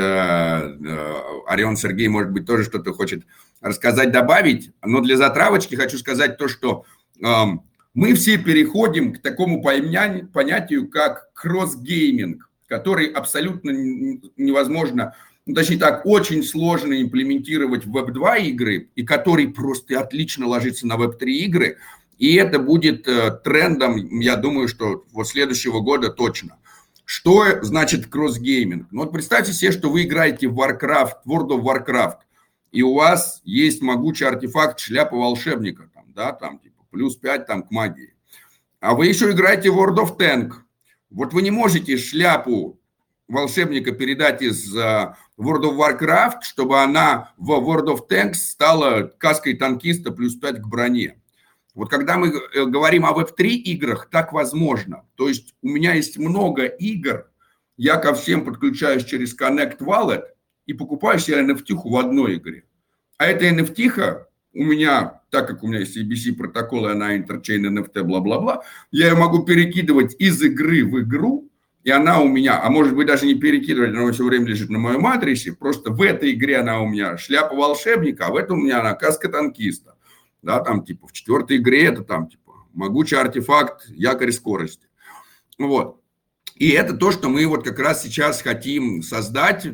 Орион Сергей, может быть, тоже что-то хочет рассказать, добавить, но для затравочки хочу сказать то, что мы все переходим к такому понятию, как кросс-гейминг, который абсолютно невозможно, ну, точнее так, очень сложно имплементировать в Web2 игры, и который просто отлично ложится на Web3 игры, и это будет трендом, я думаю, что вот следующего года точно. Что значит кросс-гейминг? Ну вот представьте себе, что вы играете в Warcraft, World of Warcraft, и у вас есть могучий артефакт шляпа волшебника, там, да, там типа плюс 5 там, к магии. А вы еще играете в World of Tank. Вот вы не можете шляпу волшебника передать из World of Warcraft, чтобы она в World of Tanks стала каской танкиста плюс 5 к броне. Вот когда мы говорим о Web3 играх, так возможно. То есть у меня есть много игр, я ко всем подключаюсь через Connect Wallet и покупаю себе NFT в одной игре. А эта NFT у меня, так как у меня есть ABC протокол, и она Interchain NFT, бла-бла-бла, я ее могу перекидывать из игры в игру, и она у меня, а может быть даже не перекидывать, она все время лежит на моем адресе, просто в этой игре она у меня шляпа волшебника, а в этом у меня она каска танкиста. Да, там типа в 4-й игре это там типа могучий артефакт, якорь скорости. Вот. И это то, что мы вот как раз сейчас хотим создать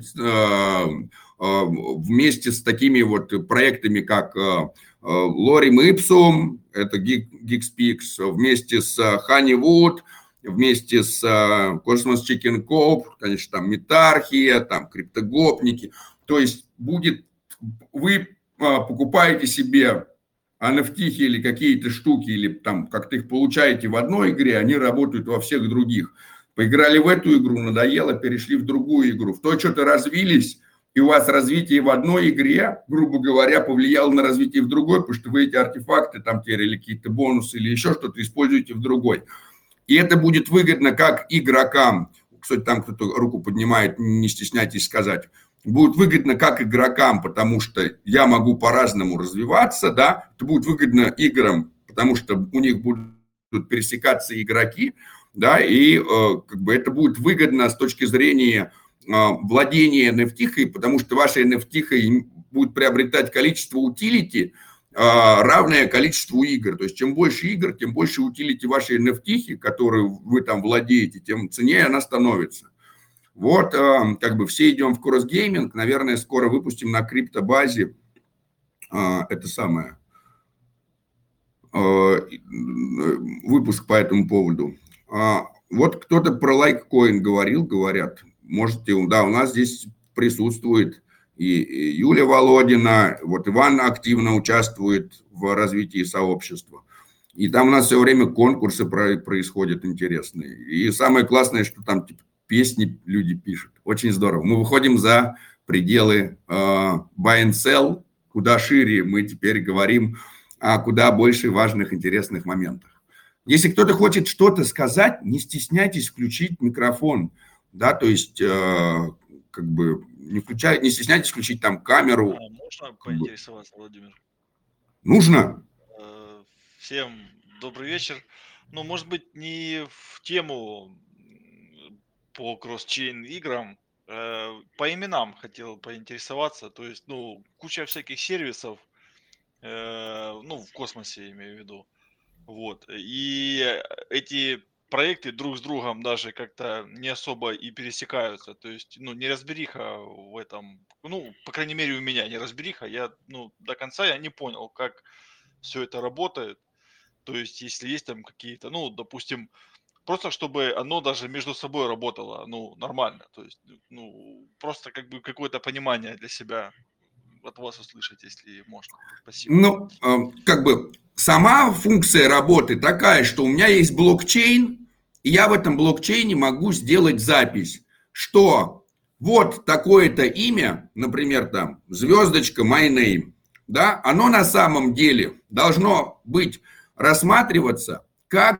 вместе с такими вот проектами, как Lorem Ipsum, это GeekSpeaks, вместе с Honeywood, вместе с Cosmos Chicken Coop, конечно, там Метархия, там криптогопники. То есть будет, вы покупаете себе NFT или какие-то штуки, или там как-то их получаете в одной игре, они работают во всех других. Поиграли в эту игру, надоело, перешли в другую игру. В то что-то развились, и у вас развитие в одной игре, грубо говоря, повлияло на развитие в другой, потому что вы эти артефакты, там или какие-то бонусы или еще что-то используете в другой. И это будет выгодно как игрокам, кстати, там кто-то руку поднимает, не стесняйтесь сказать, будет выгодно как игрокам, потому что я могу по-разному развиваться, да, это будет выгодно играм, потому что у них будут пересекаться игроки, да, и как бы это будет выгодно с точки зрения владения NFT, потому что ваша NFT будет приобретать количество утилити, равное количеству игр. То есть чем больше игр, тем больше утилити вашей NFT, которую вы там владеете, тем ценнее она становится. Вот, как бы все идем в кроссгейминг. Наверное, скоро выпустим на криптобазе это самое выпуск по этому поводу. Вот кто-то про Litecoin говорят. Можете, да, у нас здесь присутствует и Юлия Володина, вот Иван активно участвует в развитии сообщества. И там у нас все время конкурсы происходят интересные. И самое классное, что там типа, песни люди пишут. Очень здорово. Мы выходим за пределы buy and sell, куда шире мы теперь говорим о куда больше важных, интересных моментах. Если кто-то хочет что-то сказать, не стесняйтесь включить микрофон. Да, то есть, как бы, не стесняйтесь включить там камеру. Можно поинтересоваться, Владимир? Нужно. Всем добрый вечер. Ну, может быть, не в тему по кросс-чейн играм, по именам хотел поинтересоваться. То есть, ну, куча всяких сервисов, ну, в космосе имею в виду. Вот. И эти проекты друг с другом даже как-то не особо и пересекаются. То есть, ну, неразбериха в этом, ну, по крайней мере, у меня неразбериха. Я, ну, до конца я не понял, как все это работает. То есть, если есть там какие-то, ну, допустим, просто чтобы оно даже между собой работало, ну, нормально. То есть, ну, просто как бы какое-то понимание для себя от вас услышать, если можно. Спасибо. Ну, как бы сама функция работы такая, что у меня есть блокчейн, и я в этом блокчейне могу сделать запись, что вот такое-то имя, например, там, звездочка my name, да, оно на самом деле должно быть рассматриваться как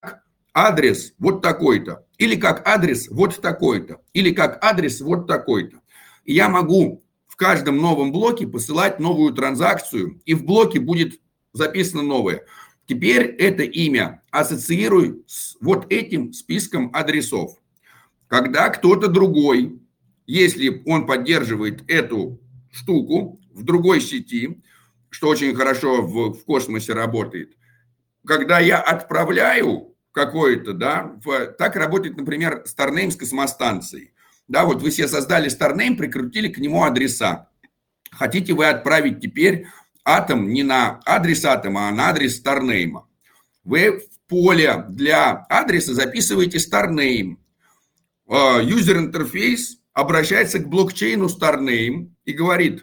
адрес вот такой-то, или как адрес вот такой-то, или как адрес вот такой-то. И я могу в каждом новом блоке посылать новую транзакцию, и в блоке будет записано новое. Теперь это имя ассоциирую с вот этим списком адресов. Когда кто-то другой, если он поддерживает эту штуку в другой сети, что очень хорошо в космосе работает, когда я отправляю какое-то, да, так работает, например, Starname с космостанцией. Да, вот вы себе создали Starname, прикрутили к нему адреса. Хотите вы отправить теперь атом не на адрес атома, а на адрес Starname. Вы в поле для адреса записываете Starname. Юзер-интерфейс обращается к блокчейну Starname и говорит,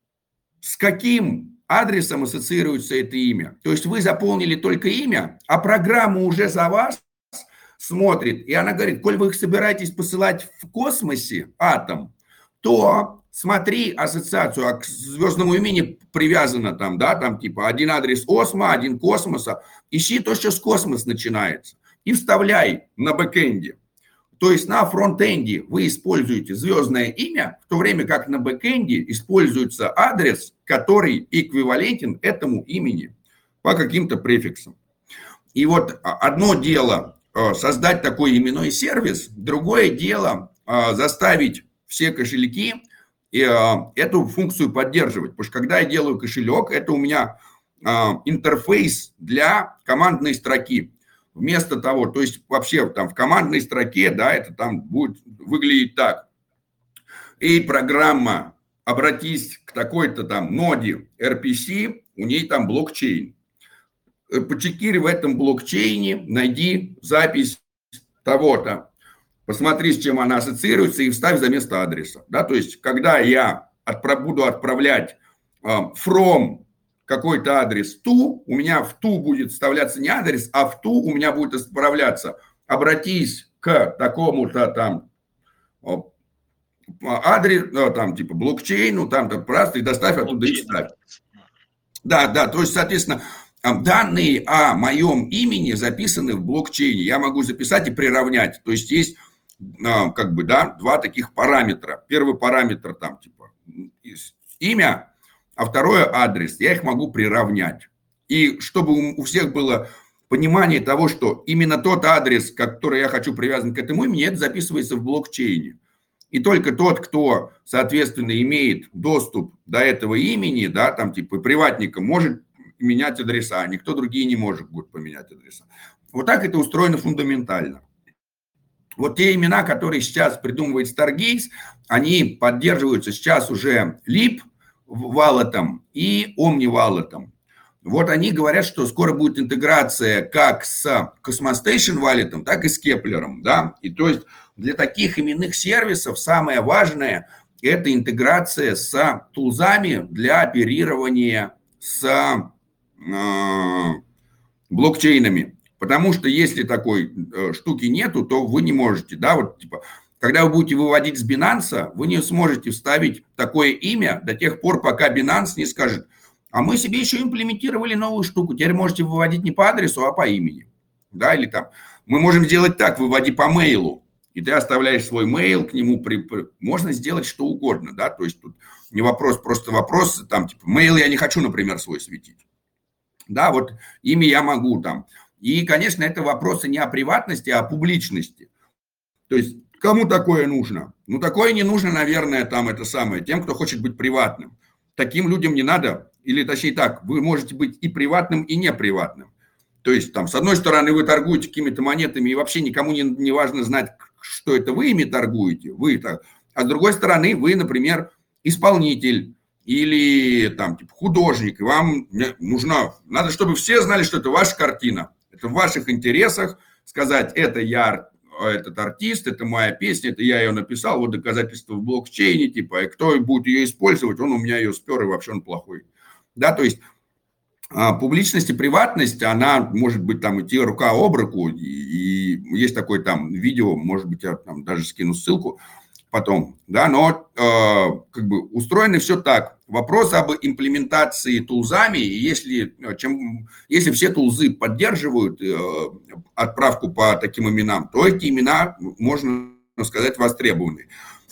с каким адресом ассоциируется это имя. То есть вы заполнили только имя, а программа уже за вас смотрит. И она говорит, коль вы их собираетесь посылать в космосе атом, то смотри ассоциацию, а к звездному имени привязано там, да, там типа один адрес осмо, один космоса. Ищи то, что с космос начинается. И вставляй на бэкэнде. То есть на фронтенде вы используете звездное имя, в то время как на бэкэнде используется адрес, который эквивалентен этому имени по каким-то префиксам. И вот одно дело создать такой именной сервис, другое дело заставить все кошельки эту функцию поддерживать. Потому что когда я делаю кошелек, это у меня интерфейс для командной строки. Вместо того, то есть вообще там в командной строке, да, это там будет выглядеть так. И программа, обратись к такой-то там ноде RPC, у ней там блокчейн. Почекири в этом блокчейне, найди запись того-то, посмотри, с чем она ассоциируется и вставь за место адреса. Да? То есть, когда я буду отправлять from какой-то адрес to, у меня в to будет вставляться не адрес, а в to у меня будет отправляться. Обратись к такому-то там адрес, там типа блокчейн, ну там просто и доставь оттуда и вставь. Да, то есть, соответственно, данные о моем имени записаны в блокчейне. Я могу записать и приравнять. То есть есть как бы, да, два таких параметра. Первый параметр там типа имя, а второе адрес. Я их могу приравнять. И чтобы у всех было понимание того, что именно тот адрес, который я хочу привязан к этому имени, это записывается в блокчейне. И только тот, кто, соответственно, имеет доступ до этого имени, да, там типа приватника, может менять адреса, а никто другие не может будет поменять адреса. Вот так это устроено фундаментально. Вот те имена, которые сейчас придумывает Stargaze, они поддерживаются сейчас уже Leap Wallet и Omni Wallet. Вот они говорят, что скоро будет интеграция как с Cosmostation Wallet, так и с Kepler. Да? И то есть для таких именных сервисов самое важное – это интеграция с тулзами для оперирования с блокчейнами. Потому что если такой штуки нету, то вы не можете. Да? Вот, типа, когда вы будете выводить с Binance, вы не сможете вставить такое имя до тех пор, пока Binance не скажет: а мы себе еще имплементировали новую штуку. Теперь можете выводить не по адресу, а по имени. Да, или там мы можем сделать так: выводи по мейлу. И ты оставляешь свой мейл, к нему можно сделать что угодно. Да? То есть тут не вопрос, просто вопрос, там, типа, мейл я не хочу, например, свой светить. Да, вот имя я могу там. И, конечно, это вопросы не о приватности, а о публичности. То есть кому такое нужно? Ну, такое не нужно, наверное, там это самое, тем, кто хочет быть приватным. Таким людям не надо, или точнее так, вы можете быть и приватным, и неприватным. То есть там, с одной стороны, вы торгуете какими-то монетами, и вообще никому не важно знать, что это вы ими торгуете, а с другой стороны, вы, например, исполнитель или там типа художник, и вам надо, чтобы все знали, что это ваша картина. Это в ваших интересах сказать: это я, этот артист, это моя песня, это я ее написал, вот доказательства в блокчейне, типа, и кто будет ее использовать, он у меня ее спер, и вообще он плохой. Да, то есть публичность и приватность, она может быть там идти рука об руку, и есть такое там видео, может быть, я там даже скину ссылку потом, да, но как бы устроено все так. Вопрос об имплементации тулзами, если все тулзы поддерживают отправку по таким именам, то эти имена, можно сказать, востребованы.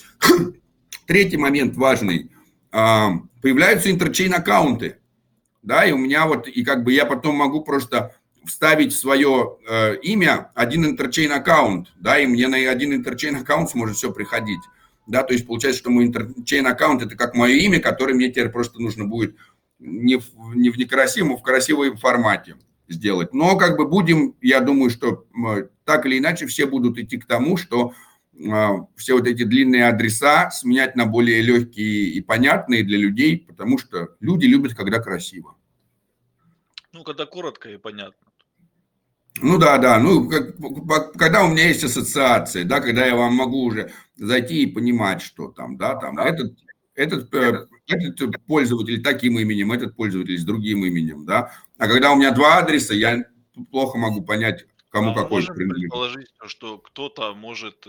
Третий момент важный. Появляются интерчейн-аккаунты. Да, и у меня вот, и как бы я потом могу просто вставить в свое имя один интерчейн-аккаунт, да, и мне на один интерчейн-аккаунт сможет все приходить. Да, то есть получается, что мой интерчейн-аккаунт – это как мое имя, которое мне теперь просто нужно будет не в некрасивом, а в красивом формате сделать. Но как бы будем, я думаю, что так или иначе все будут идти к тому, что все вот эти длинные адреса сменять на более легкие и понятные для людей, потому что люди любят, когда красиво. Ну, когда коротко и понятно. Ну да, ну когда у меня есть ассоциации, да, когда я вам могу уже зайти и понимать, что там, да, там этот пользователь таким именем, этот пользователь с другим именем, да. А когда у меня два адреса, я плохо могу понять, кому какой принадлежит. Предположить, что кто-то может,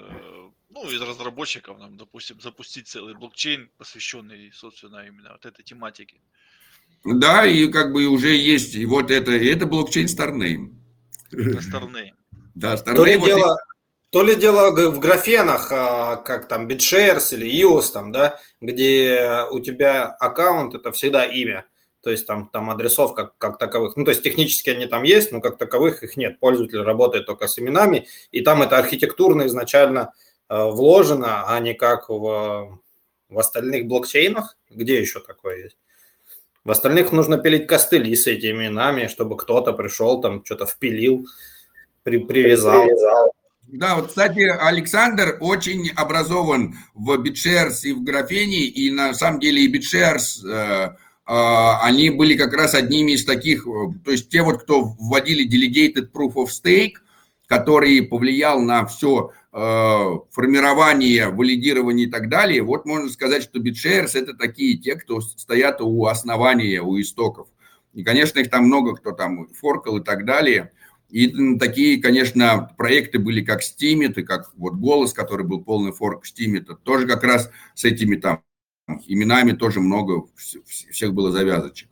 из разработчиков, нам, допустим, запустить целый блокчейн, посвященный, собственно, именно вот этой тематике. Да, и как бы уже есть, и вот это блокчейн Starname. Starname. Да, Starname. То ли дело в графенах, как там BitShares или EOS, там, да, где у тебя аккаунт – это всегда имя. То есть там адресов как таковых. Ну, то есть технически они там есть, но как таковых их нет. Пользователь работает только с именами, и там это архитектурно изначально вложено, а не как в остальных блокчейнах. Где еще такое есть? В остальных нужно пилить костыли с этими именами, чтобы кто-то пришел, там что-то впилил, привязал. Да, вот, кстати, Александр очень образован в BitShares и в графене, и на самом деле и BitShares, они были как раз одними из таких, то есть те вот, кто вводили Delegated Proof of Stake, который повлиял на все формирование, валидирование и так далее, вот можно сказать, что BitShares это такие те, кто стоят у основания, у истоков. И, конечно, их там много, кто там форкал и так далее. И такие, конечно, проекты были, как Steemit, и как вот Голос, который был полный форк Steemit. Тоже как раз с этими там именами тоже много всех было завязочек.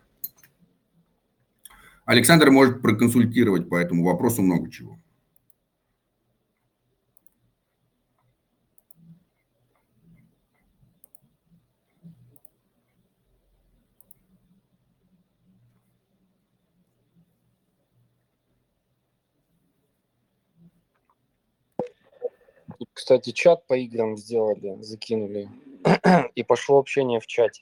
Александр может проконсультировать по этому вопросу много чего. Тут, кстати, чат по играм сделали, закинули. И пошло общение в чате.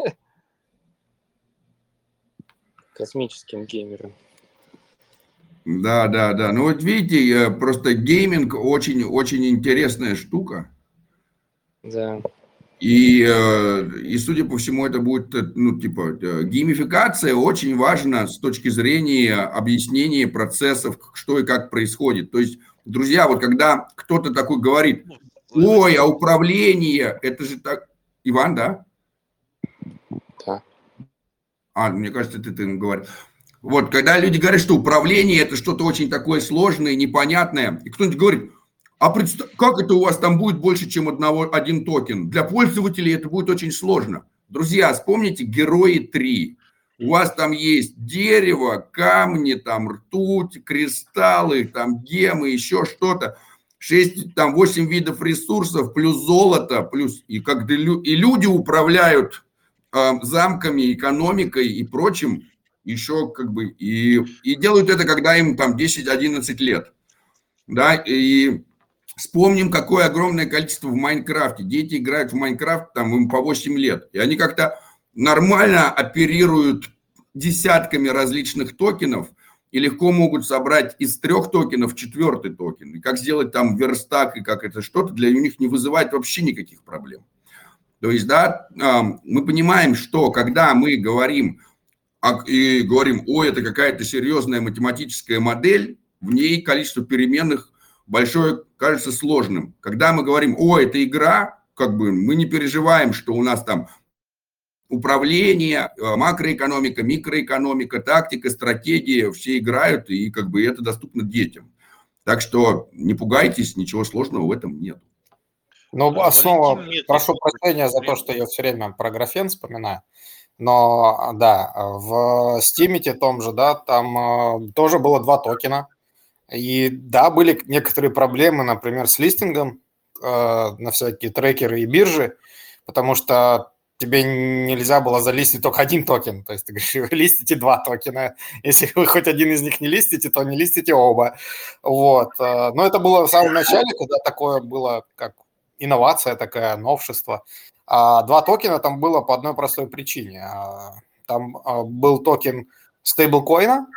Космическим геймерам. Да. Ну вот видите, просто гейминг очень интересная штука. Да. И судя по всему, это будет, геймификация очень важна с точки зрения объяснения процессов, что и как происходит. То есть, друзья, вот когда кто-то такой говорит, ой, а управление, это же так... Иван, да? Да. Мне кажется, ты говоришь. Вот, когда люди говорят, что управление это что-то очень такое сложное, непонятное, и кто-нибудь говорит, а как это у вас там будет больше, чем один токен? Для пользователей это будет очень сложно. Друзья, вспомните Герои 3. У вас там есть дерево, камни, там ртуть, кристаллы, там гемы, еще что-то. 8 видов ресурсов, плюс золото, плюс и люди управляют замками, экономикой и прочим, еще и делают это, когда им там 10-11 лет. Да, и вспомним, какое огромное количество в Майнкрафте. Дети играют в Майнкрафт, там им по 8 лет. И они как-то нормально оперируют десятками различных токенов и легко могут собрать из 3 токенов 4-й токен. И как сделать там верстак, и как это что-то для них не вызывает вообще никаких проблем. То есть, да, мы понимаем, что когда мы говорим, ой, это какая-то серьезная математическая модель, в ней количество переменных большое кажется сложным. Когда мы говорим, это игра, мы не переживаем, что у нас там управление, макроэкономика, микроэкономика, тактика, стратегия, все играют, и это доступно детям. Так что не пугайтесь, ничего сложного в этом нет. Основа, прошу прощения за то, что я все время про графен вспоминаю. Но, да, в Steemit том же, да, там тоже было 2 токена. И, да, были некоторые проблемы, например, с листингом на всякие трекеры и биржи, потому что тебе нельзя было залистить только 1 токен. То есть ты говоришь, вы листите 2 токена. Если вы хоть один из них не листите, то не листите оба. Вот. Но это было в самом начале, когда такое было, как инновация такая, новшество. 2 токена там было по одной простой причине. Там был токен стейблкоина,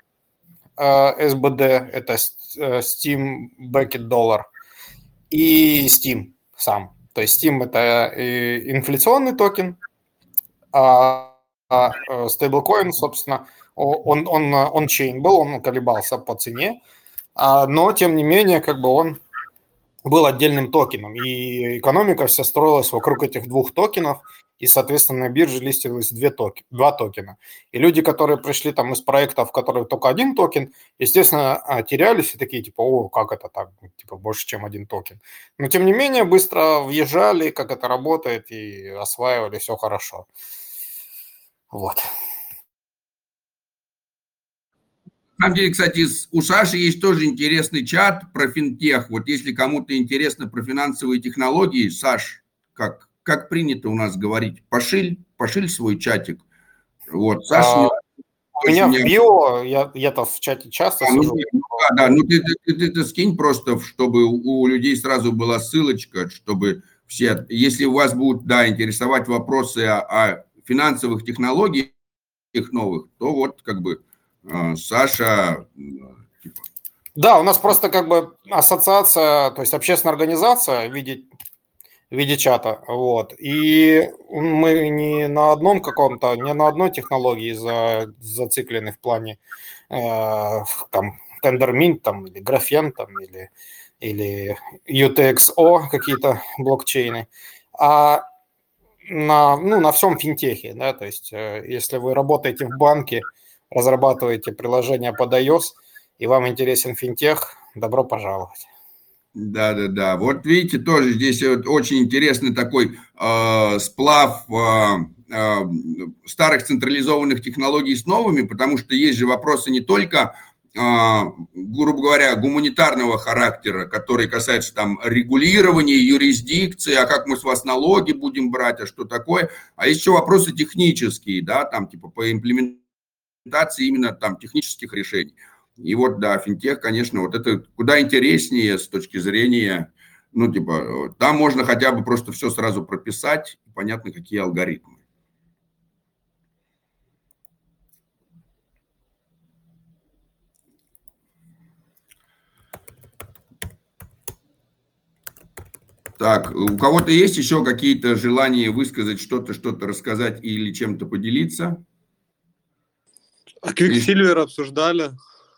SBD, это Steam Backed Dollar, и Steam сам. То есть Steam – это инфляционный токен, а стейблкоин, собственно, он-чейн был, он колебался по цене, но, тем не менее, он был отдельным токеном, и экономика вся строилась вокруг этих 2 токенов, и, соответственно, на бирже листилось 2 токена. И люди, которые пришли там из проектов, в которых только 1 токен, естественно, терялись и такие, как это так, больше, чем 1 токен. Но, тем не менее, быстро въезжали, как это работает, и осваивали, все хорошо. Вот. На самом деле, кстати, у Саши есть тоже интересный чат про финтех. Вот если кому-то интересно про финансовые технологии, Саш, как принято у нас говорить, пошиль свой чатик. Вот, Саша... У меня в био, я-то в чате часто сижу. Ты скинь просто, чтобы у людей сразу была ссылочка, чтобы все... Если у вас будут, интересовать вопросы о финансовых технологиях новых, то вот Саша... Да, у нас просто ассоциация, то есть общественная организация в виде чата, вот, и мы не на одном не на одной технологии зациклены в плане Tendermint, или графен, или UTXO какие-то блокчейны, а на всем финтехе, да, то есть если вы работаете в банке, разрабатываете приложение под iOS, и вам интересен финтех, добро пожаловать. Да. Вот видите, тоже здесь вот очень интересный такой сплав старых централизованных технологий с новыми, потому что есть же вопросы не только, грубо говоря, гуманитарного характера, которые касаются там регулирования, юрисдикции, а как мы с вас налоги будем брать, а что такое, а есть еще вопросы технические, да, там типа по имплементации именно там технических решений. И вот, да, финтех, конечно, вот это куда интереснее с точки зрения, ну, типа, там можно хотя бы просто все сразу прописать, понятно, какие алгоритмы. Так, у кого-то есть еще какие-то желания высказать что-то рассказать или чем-то поделиться? А Quicksilver обсуждали?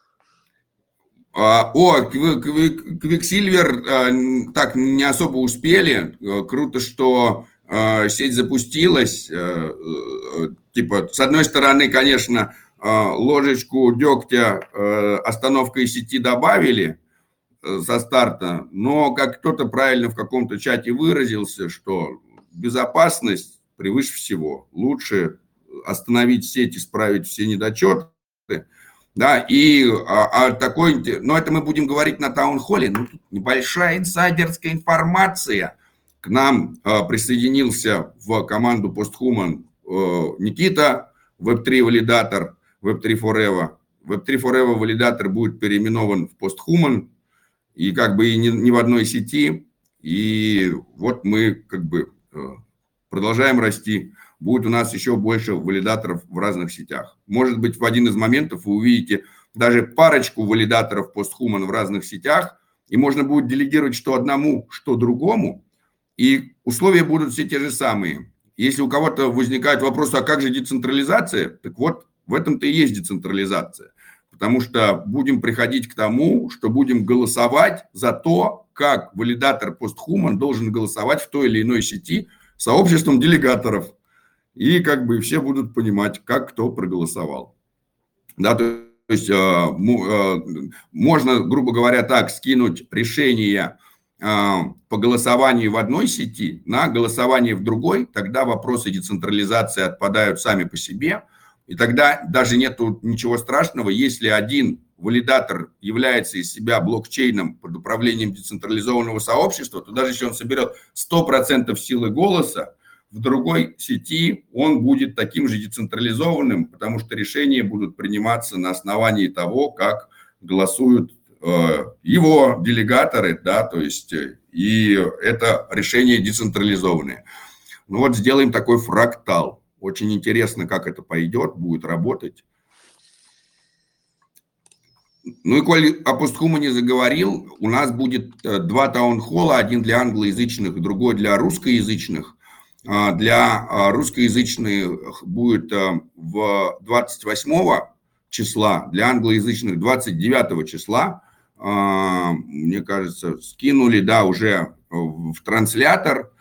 Quicksilver так не особо успели. Круто, что сеть запустилась. Типа, с одной стороны, конечно, ложечку дегтя остановкой сети добавили со старта, но как кто-то правильно в каком-то чате выразился, что безопасность превыше всего. Лучше остановить сеть, исправить все недочеты. Да, и такой, но это мы будем говорить на таунхолле, ну, небольшая инсайдерская информация. К нам присоединился в команду Posthuman Никита, Web3 валидатор, Web3 Forever. Web3 Forever валидатор будет переименован в Posthuman, и как бы и не в одной сети, и вот мы как бы продолжаем расти. Будет у нас еще больше валидаторов в разных сетях. Может быть, в один из моментов вы увидите даже парочку валидаторов Posthuman в разных сетях, и можно будет делегировать что одному, что другому, и условия будут все те же самые. Если у кого-то возникает вопрос, а как же децентрализация? Так вот, в этом-то и есть децентрализация. Потому что будем приходить к тому, что будем голосовать за то, как валидатор Posthuman должен голосовать в той или иной сети сообществом делегаторов. И как бы все будут понимать, как кто проголосовал. Да, то есть можно, грубо говоря, так скинуть решение по голосованию в одной сети на голосование в другой, тогда вопросы децентрализации отпадают сами по себе. И тогда даже нету ничего страшного, если один валидатор является из себя блокчейном под управлением децентрализованного сообщества, то даже если он соберет 100% силы голоса, в другой сети он будет таким же децентрализованным, потому что решения будут приниматься на основании того, как голосуют его делегаторы, да, то есть и это решение децентрализованное. Ну вот сделаем такой фрактал. Очень интересно, как это пойдет, будет работать. Ну и коль о Posthuman заговорил, у нас будет два таунхолла, один для англоязычных, другой для русскоязычных. Для русскоязычных будет в 28 числа, для англоязычных 29 числа. Мне кажется, скинули, да, уже в транслятор.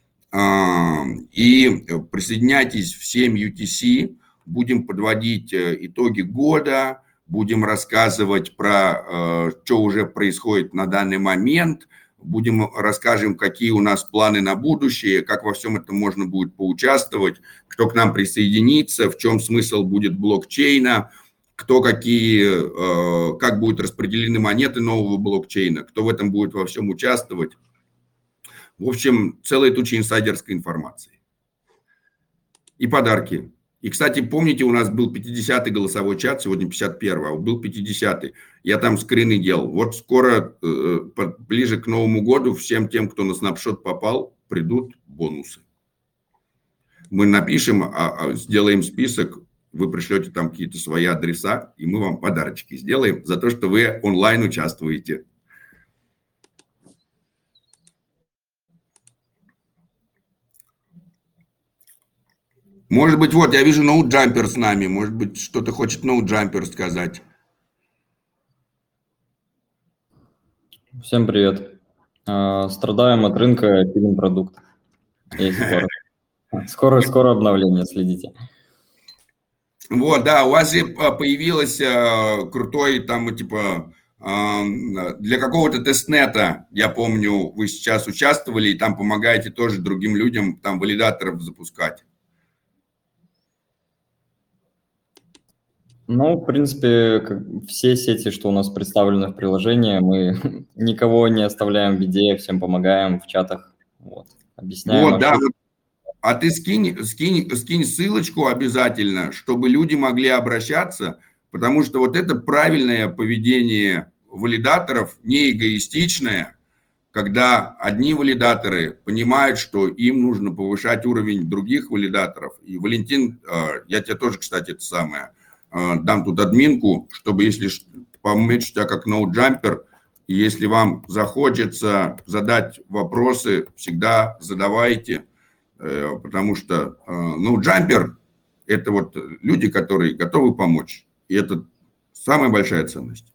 И присоединяйтесь в 7 UTC, будем подводить итоги года, будем рассказывать про что уже происходит на данный момент, расскажем, какие у нас планы на будущее, как во всем этом можно будет поучаствовать, кто к нам присоединится, в чем смысл будет блокчейна, как будут распределены монеты нового блокчейна, кто в этом будет во всем участвовать. В общем, целая туча инсайдерской информации. И подарки. И, кстати, помните, у нас был 50-й голосовой чат, сегодня 51-й, а был 50-й. Я там скрины делал. Вот скоро, ближе к Новому году, всем тем, кто на снапшот попал, придут бонусы. Мы напишем, сделаем список, вы пришлете там какие-то свои адреса, и мы вам подарочки сделаем за то, что вы онлайн участвуете. Может быть, вот, я вижу NodeJumper с нами. Может быть, что-то хочет NodeJumper сказать. Всем привет. Страдаем от рынка, пилим продукт. Скоро обновление, следите. Вот, да, у вас же появилось крутой там, типа, для какого-то тестнета, я помню, вы сейчас участвовали, и там помогаете тоже другим людям там валидаторов запускать. Ну, в принципе, все сети, что у нас представлены в приложении, мы никого не оставляем в беде, всем помогаем в чатах, вот, объясняем Вот, да, ошибки. а ты скинь ссылочку обязательно, чтобы люди могли обращаться, потому что вот это правильное поведение валидаторов, не эгоистичное, когда одни валидаторы понимают, что им нужно повышать уровень других валидаторов. И, Валентин, я тебе тоже, кстати, это самое, дам тут админку, чтобы, если пометить тебя как ноуджампер, и если вам захочется задать вопросы, всегда задавайте, потому что ноуджампер – это вот люди, которые готовы помочь. И это самая большая ценность.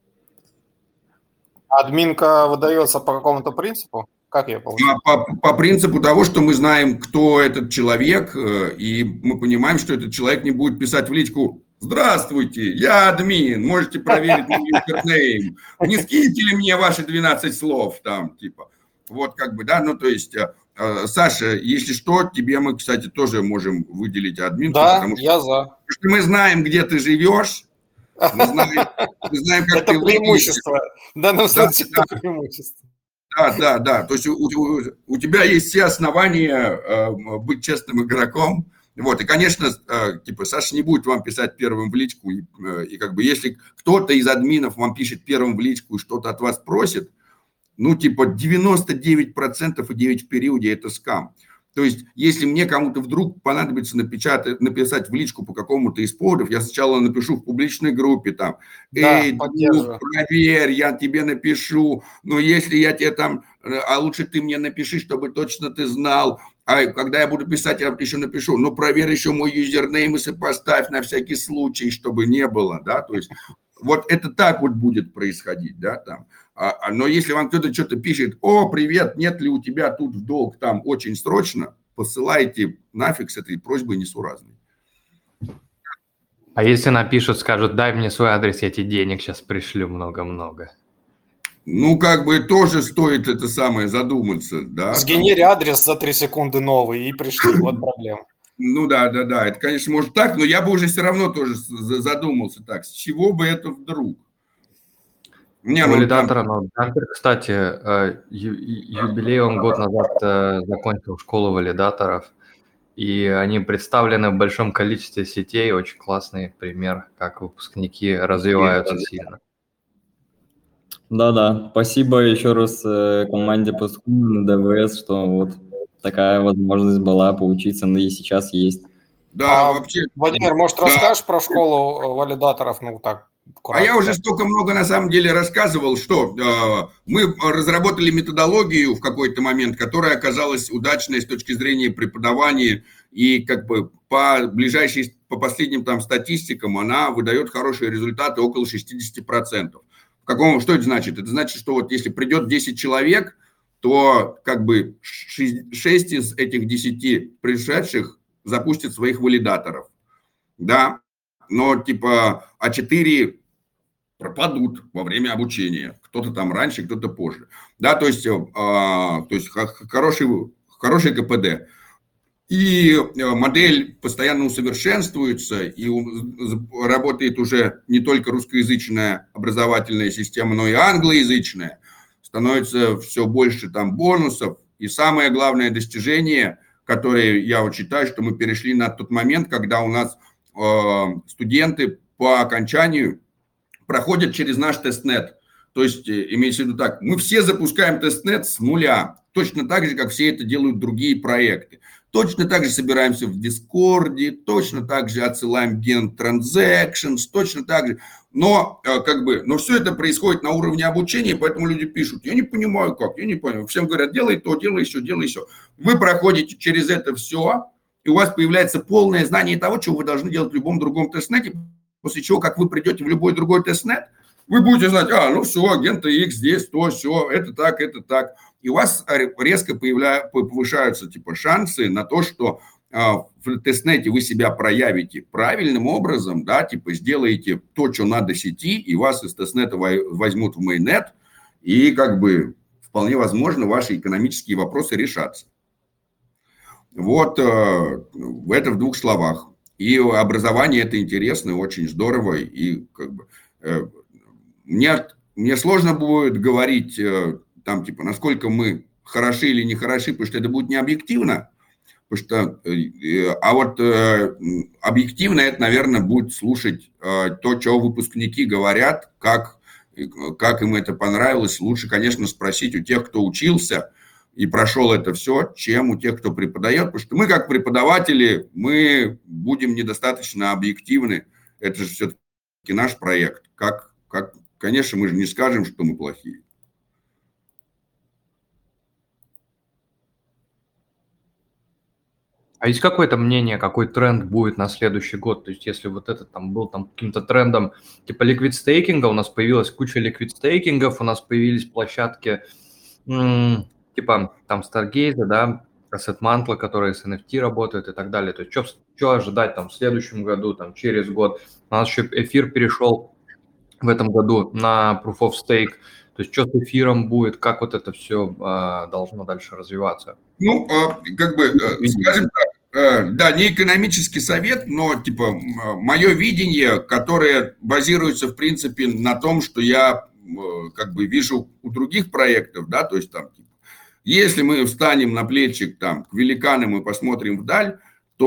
Админка выдается по какому-то принципу? Как ее получить? По принципу того, что мы знаем, кто этот человек, и мы понимаем, что этот человек не будет писать в личку: «Здравствуйте, я админ, можете проверить мой юзернейм. Не скиньте ли мне ваши 12 слов?» там, типа. Вот как бы, да, ну то есть, Саша, если что, тебе мы, кстати, тоже можем выделить админку. Да, я за. Потому что мы знаем, где ты живешь, мы знаем, как это ты преимущество. В данном случае да. это преимущество. Да. То есть у тебя есть все основания быть честным игроком. Вот, и, конечно, типа, Саша не будет вам писать первым в личку. И как бы, если кто-то из админов вам пишет первым в личку и что-то от вас просит, ну, типа, 99% и 9 в периоде – это скам. То есть, если мне кому-то вдруг понадобится написать в личку по какому-то из поводов, я сначала напишу в публичной группе там: «Эй, друг, проверь, я тебе напишу, но если я тебе там, а лучше ты мне напиши, чтобы точно ты знал, а когда я буду писать, я еще напишу, ну, проверь еще мой юзернейм и сопоставь на всякий случай, чтобы не было», да, то есть, вот это так вот будет происходить, да, там. Но если вам кто-то что-то пишет: «О, привет, нет ли у тебя тут в долг там очень срочно», посылайте нафиг с этой просьбой несуразной. А если напишут, скажут: «Дай мне свой адрес, я тебе денег сейчас пришлю много-много». Ну, как бы тоже стоит это самое задуматься, да. Сгенери адрес за 3 секунды новый и пришли, вот проблема. Ну да, это, конечно, может так, но я бы уже все равно тоже задумался так, с чего бы это вдруг? Валидатора ноуджампер, кстати, юбилей он год назад закончил школу валидаторов, и они представлены в большом количестве сетей, очень классный пример, как выпускники развиваются сильно. Да, спасибо еще раз команде по School, ДВС, что вот такая возможность была поучиться, и сейчас есть. Да, вообще. Владимир, может, расскажешь про школу валидаторов, ну так? А я уже столько много на самом деле рассказывал, что мы разработали методологию в какой-то момент, которая оказалась удачной с точки зрения преподавания, и как бы по последним там статистикам она выдает хорошие результаты, около 60%. Что это значит? Это значит, что вот если придет 10 человек, то как бы 6 из этих 10 пришедших запустят своих валидаторов, да, но типа, а 4 пропадут во время обучения. Кто-то там раньше, кто-то позже. Да, то есть хороший КПД. И модель постоянно усовершенствуется, и работает уже не только русскоязычная образовательная система, но и англоязычная. Становится все больше там бонусов. И самое главное достижение, которое я вот считаю, что мы перешли на тот момент, когда у нас студенты по окончанию проходят через наш тестнет. То есть, имеется в виду так, мы все запускаем тестнет с нуля, точно так же, как все это делают другие проекты. Точно так же собираемся в Дискорде, точно так же отсылаем ген transactions, точно так же. Но все это происходит на уровне обучения, поэтому люди пишут: «Я не понимаю как, я не понимаю». Всем говорят: «Делай то, делай еще, делай еще». Вы проходите через это все, и у вас появляется полное знание того, чего вы должны делать в любом другом тестнете, после чего, как вы придете в любой другой тестнет, вы будете знать: все, агента X здесь, то, все, это так. И у вас резко повышаются типа шансы на то, что в тестнете вы себя проявите правильным образом, да, типа сделаете то, что надо сети, и вас из тестнета возьмут в мейннет, и как бы вполне возможно ваши экономические вопросы решатся. Вот это в двух словах. И образование это интересно, очень здорово, и как бы мне сложно будет говорить там типа насколько мы хороши или не хороши, потому что это будет не объективно. Потому что, а вот объективно это, наверное, будет слушать то, что выпускники говорят, как им это понравилось. Лучше, конечно, спросить у тех, кто учился и прошел это все, чем у тех, кто преподает. Потому что мы, как преподаватели, мы будем недостаточно объективны. Это же все-таки наш проект. Конечно, мы же не скажем, что мы плохие. А есть какое-то мнение, какой тренд будет на следующий год? То есть если вот этот там был там каким-то трендом типа ликвид-стейкинга, у нас появилась куча ликвид-стейкингов, у нас появились площадки типа там Stargaze, да, Asset Mantle, которые с NFT работают и так далее. То есть что ожидать там в следующем году, там через год? У нас еще эфир перешел в этом году на Proof of Stake. То есть что с эфиром будет, как вот это все должно дальше развиваться? Ну, как бы, скажем так, да, не экономический совет, но, типа, мое видение, которое базируется, в принципе, на том, что я, как бы, вижу у других проектов, да, то есть, там, типа, если мы встанем на плечик, там, к великанам и посмотрим вдаль,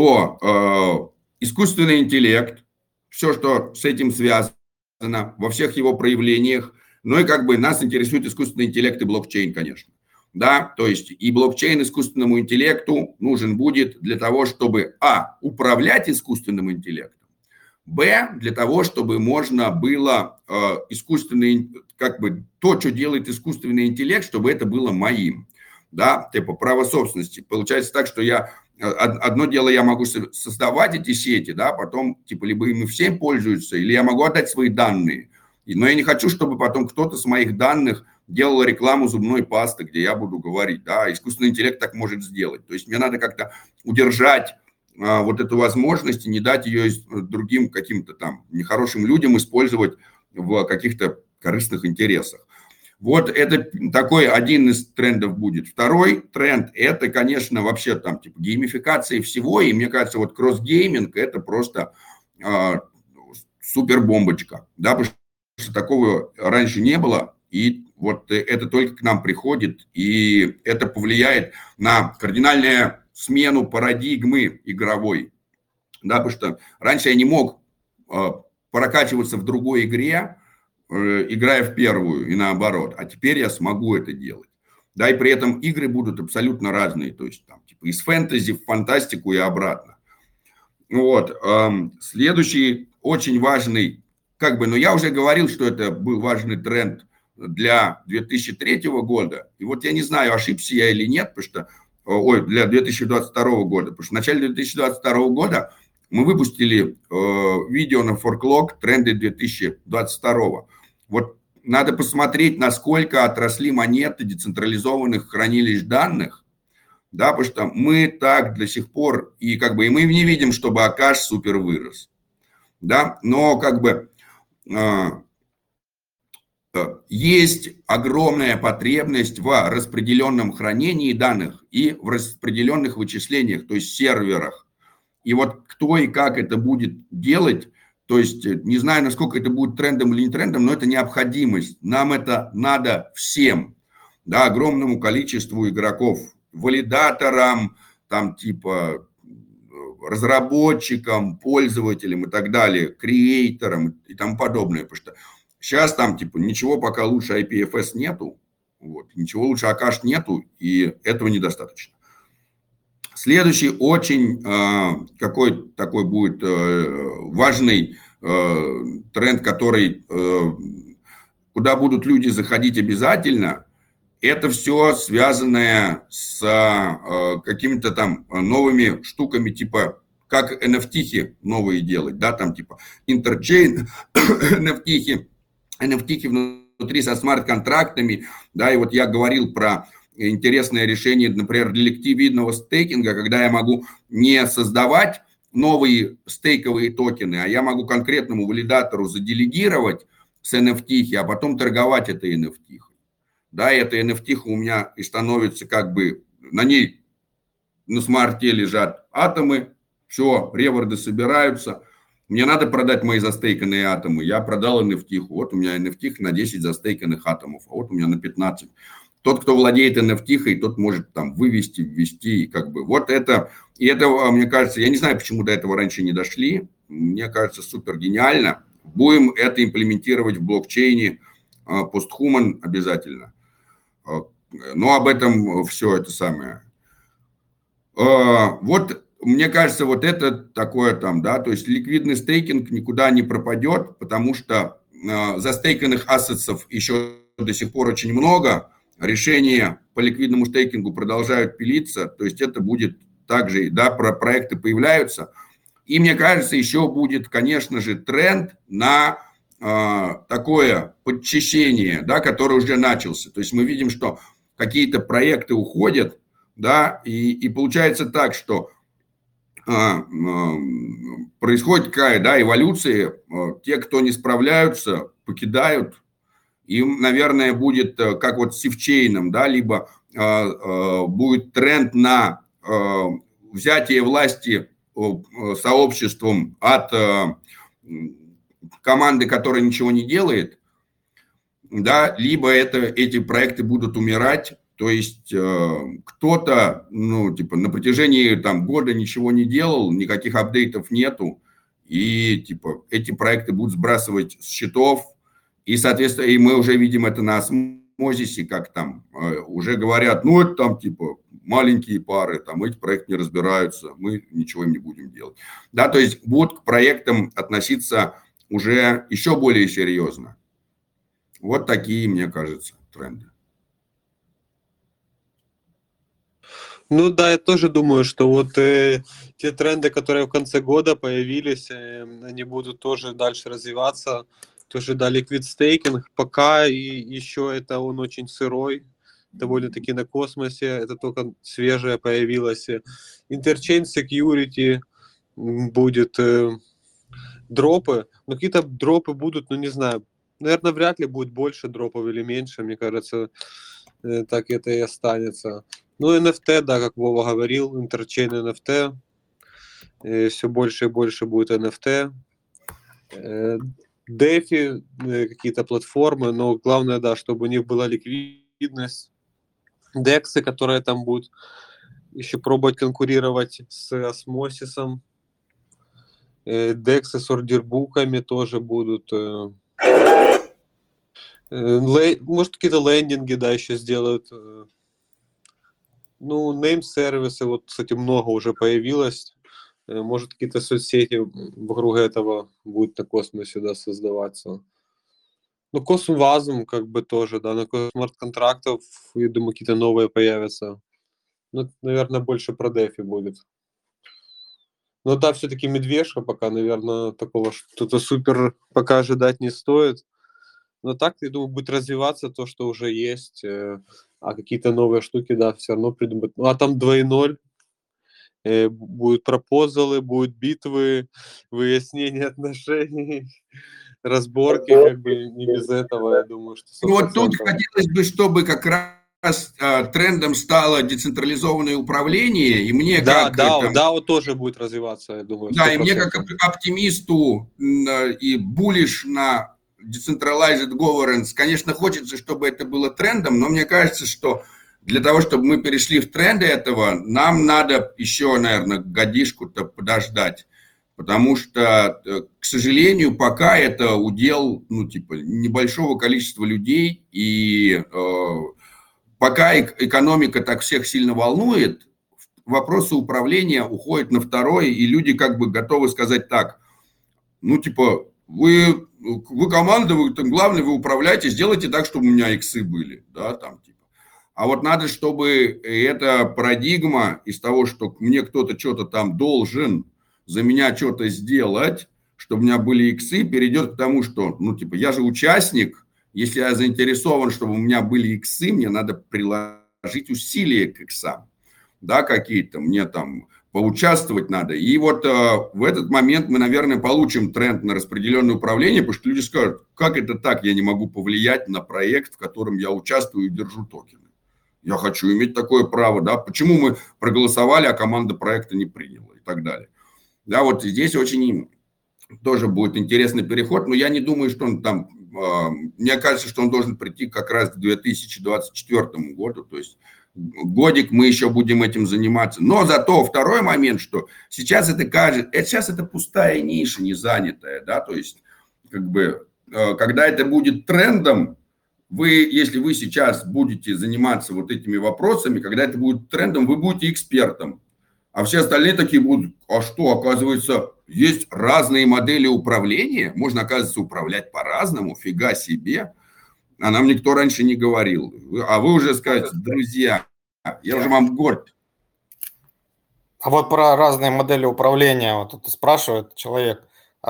то искусственный интеллект, все, что с этим связано, во всех его проявлениях, ну, и, как бы, нас интересует искусственный интеллект и блокчейн, конечно. Да, то есть и блокчейн искусственному интеллекту нужен будет для того, чтобы управлять искусственным интеллектом, для того, чтобы можно было искусственный, как бы то, что делает искусственный интеллект, чтобы это было моим, да, типа право собственности. Получается так, что одно дело я могу создавать эти сети, да, потом типа либо ими всем пользуются, или я могу отдать свои данные, но я не хочу, чтобы потом кто-то с моих данных делал рекламу зубной пасты, где я буду говорить, да, искусственный интеллект так может сделать. То есть мне надо как-то удержать вот эту возможность и не дать ее другим каким-то там нехорошим людям использовать в каких-то корыстных интересах. Вот это такой один из трендов будет. Второй тренд – это, конечно, вообще там типа геймификация всего, и мне кажется, вот кросс-гейминг – это просто супер бомбочка, да, потому что такого раньше не было, и вот это только к нам приходит, и это повлияет на кардинальную смену парадигмы игровой. Да, потому что раньше я не мог прокачиваться в другой игре, играя в первую и наоборот, а теперь я смогу это делать. Да, и при этом игры будут абсолютно разные, то есть там типа из фэнтези в фантастику и обратно. Вот. Следующий очень важный, как бы, но я уже говорил, что это был важный тренд для 2003 года, и вот я не знаю, ошибся я или нет, потому что, для 2022 года, потому что в начале 2022 года мы выпустили видео на ForkLog тренды 2022. Вот надо посмотреть, насколько отросли монеты децентрализованных хранилищ данных, да, потому что мы так до сих пор, и как бы и мы не видим, чтобы Акаш супер вырос, да, но как бы есть огромная потребность в распределенном хранении данных и в распределенных вычислениях, то есть серверах. И вот кто и как это будет делать, то есть не знаю, насколько это будет трендом или не трендом, но это необходимость. Нам это надо всем, да, огромному количеству игроков, валидаторам, там типа разработчикам, пользователям и так далее, креаторам и тому подобное, потому что сейчас там типа ничего пока лучше IPFS нету, вот, ничего лучше Акаш нету, и этого недостаточно. Следующий очень какой такой будет важный тренд, который, куда будут люди заходить обязательно, это все связанное с какими-то там новыми штуками, типа как NFT-хи новые делать, да, там типа интерчейн, NFT-хи внутри со смарт-контрактами, да, и вот я говорил про интересное решение, например, для ликвидного стейкинга, когда я могу не создавать новые стейковые токены, а я могу конкретному валидатору заделегировать с NFT, а потом торговать этой NFT. Да, эта NFT у меня и становится как бы, на ней на смарте лежат атомы, все, реворды собираются. Мне надо продать мои застейканные атомы. Я продал NFT. Вот у меня NFT на 10 застейканных атомов, а вот у меня на 15. Тот, кто владеет NFT, тот может там вывести, ввести. И как бы вот это, и это, мне кажется, я не знаю, почему до этого раньше не дошли. Мне кажется, супер гениально. Будем это имплементировать в блокчейне постхуман обязательно. Но об этом все это самое. Вот, мне кажется, вот это такое там, да, то есть ликвидный стейкинг никуда не пропадет, потому что застейканных ассетсов еще до сих пор очень много, решения по ликвидному стейкингу продолжают пилиться, то есть это будет также, да, проекты появляются. И мне кажется, еще будет, конечно же, тренд на такое подчищение, да, которое уже начался. То есть мы видим, что какие-то проекты уходят, да, и получается так, что происходит какая, да, эволюция, те, кто не справляются, покидают, им, наверное, будет, как вот с сивчейном, да, либо будет тренд на взятие власти сообществом от команды, которая ничего не делает, да, либо эти проекты будут умирать. То есть кто-то, ну, типа, на протяжении там года ничего не делал, никаких апдейтов нету, и, типа, эти проекты будут сбрасывать с счетов, и, соответственно, и мы уже видим это на осмозисе, как там уже говорят, ну, это там, типа, маленькие пары, там, эти проекты не разбираются, мы ничего им не будем делать. Да, то есть будут к проектам относиться уже еще более серьезно. Вот такие, мне кажется, тренды. Ну да, я тоже думаю, что вот те тренды, которые в конце года появились, они будут тоже дальше развиваться. Тоже, да, ликвид стейкинг, пока и еще это он очень сырой, довольно-таки на космосе, это только свежее появилось. Interchain Security будет дропы, но какие-то дропы будут, ну не знаю, наверное, вряд ли будет больше дропов или меньше, мне кажется, так это и останется. Ну, NFT, да, как Вова говорил, Interchain NFT, все больше и больше будет NFT. DeFi, какие-то платформы, но главное, да, чтобы у них была ликвидность. DEX, которые там будут еще пробовать конкурировать с осмосисом. DEX с ордербуками тоже будут. Может, какие-то лендинги, да, еще сделают. Ну, name-сервисы, вот, кстати, много уже появилось. Может, какие-то соцсети вокруг этого будут на космосе, да, создаваться. Ну, Космвазм, как бы, тоже, да, на смарт-контрактов, я думаю, какие-то новые появятся. Ну, наверное, больше про DeFi будет. Но да, все-таки медвежка пока, наверное, такого что-то супер пока ожидать не стоит. Но так, я думаю, будет развиваться то, что уже есть. А какие-то новые штуки, да, все равно придумать. Ну, а там 2.0. Будут пропозалы, будут битвы, выяснение отношений, разборки, как бы не без этого, я думаю, что 100%. Ну, вот тут хотелось бы, чтобы как раз трендом стало децентрализованное управление, и мне да, как... Да, вот тоже будет развиваться, я думаю. 100%. Да, и мне как оптимисту и буллиш на decentralized governance, конечно, хочется, чтобы это было трендом, но мне кажется, что для того, чтобы мы перешли в тренды этого, нам надо еще, наверное, годишку-то подождать. Потому что, к сожалению, пока это удел, ну, типа, небольшого количества людей, и пока экономика так всех сильно волнует, вопросы управления уходят на второй, и люди как бы готовы сказать так, ну, типа, вы команда, вы, там, главное, вы управляете, сделайте так, чтобы у меня иксы были, да, там, типа. А вот надо, чтобы эта парадигма из того, что мне кто-то что-то там должен за меня что-то сделать, чтобы у меня были иксы, перейдет к тому, что, ну, типа, я же участник, если я заинтересован, чтобы у меня были иксы, мне надо приложить приложить усилия как сам, да, какие-то, мне там поучаствовать надо. И вот в этот момент мы, наверное, получим тренд на распределенное управление, потому что люди скажут, как это так, я не могу повлиять на проект, в котором я участвую и держу токены. Я хочу иметь такое право, да, почему мы проголосовали, а команда проекта не приняла и так далее. Да, вот здесь очень тоже будет интересный переход, но я не думаю, что он там, мне кажется, что он должен прийти как раз к 2024 году, то есть годик мы еще будем этим заниматься. Но зато второй момент, что сейчас это кажется, сейчас это пустая ниша, не занятая, да, то есть как бы, когда это будет трендом, если вы сейчас будете заниматься вот этими вопросами, когда это будет трендом, вы будете экспертом. А все остальные такие будут, а что, оказывается, есть разные модели управления, можно, оказывается, управлять по-разному, фига себе. А нам никто раньше не говорил. А вы уже скажете, друзья, я уже вам горд. А вот про разные модели управления, вот это спрашивает человек.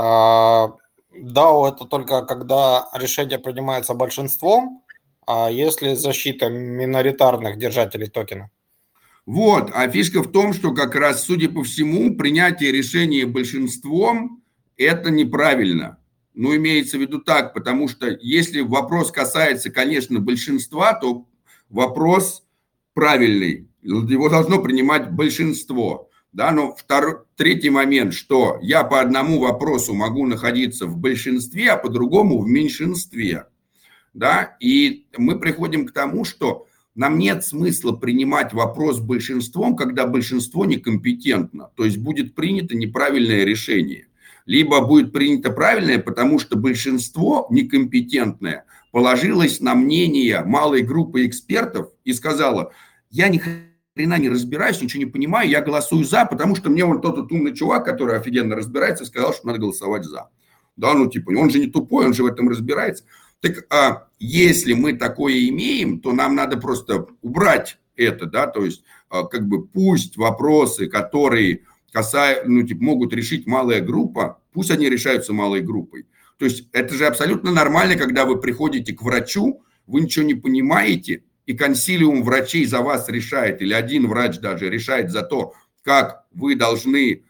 DAO это только когда решение принимается большинством, а если защита миноритарных держателей токена? Вот, а фишка в том, что как раз, судя по всему, принятие решения большинством – это неправильно. Ну, имеется в виду так, потому что если вопрос касается, конечно, большинства, то вопрос правильный. Его должно принимать большинство. Да, но третий момент, что я по одному вопросу могу находиться в большинстве, а по другому в меньшинстве. Да, и мы приходим к тому, что нам нет смысла принимать вопрос большинством, когда большинство некомпетентно. То есть будет принято неправильное решение. Либо будет принято правильное, потому что большинство некомпетентное положилось на мнение малой группы экспертов и сказало, я ни хрена не разбираюсь, ничего не понимаю, я голосую за, потому что мне вот тот умный чувак, который офигенно разбирается, сказал, что надо голосовать за. Да, ну типа, он же не тупой, он же в этом разбирается. Так если мы такое имеем, то нам надо просто убрать это, да, то есть как бы пусть вопросы, которые могут решить малая группа, пусть они решаются малой группой. То есть это же абсолютно нормально, когда вы приходите к врачу, вы ничего не понимаете, и консилиум врачей за вас решает, или один врач даже решает за то, как вы должны,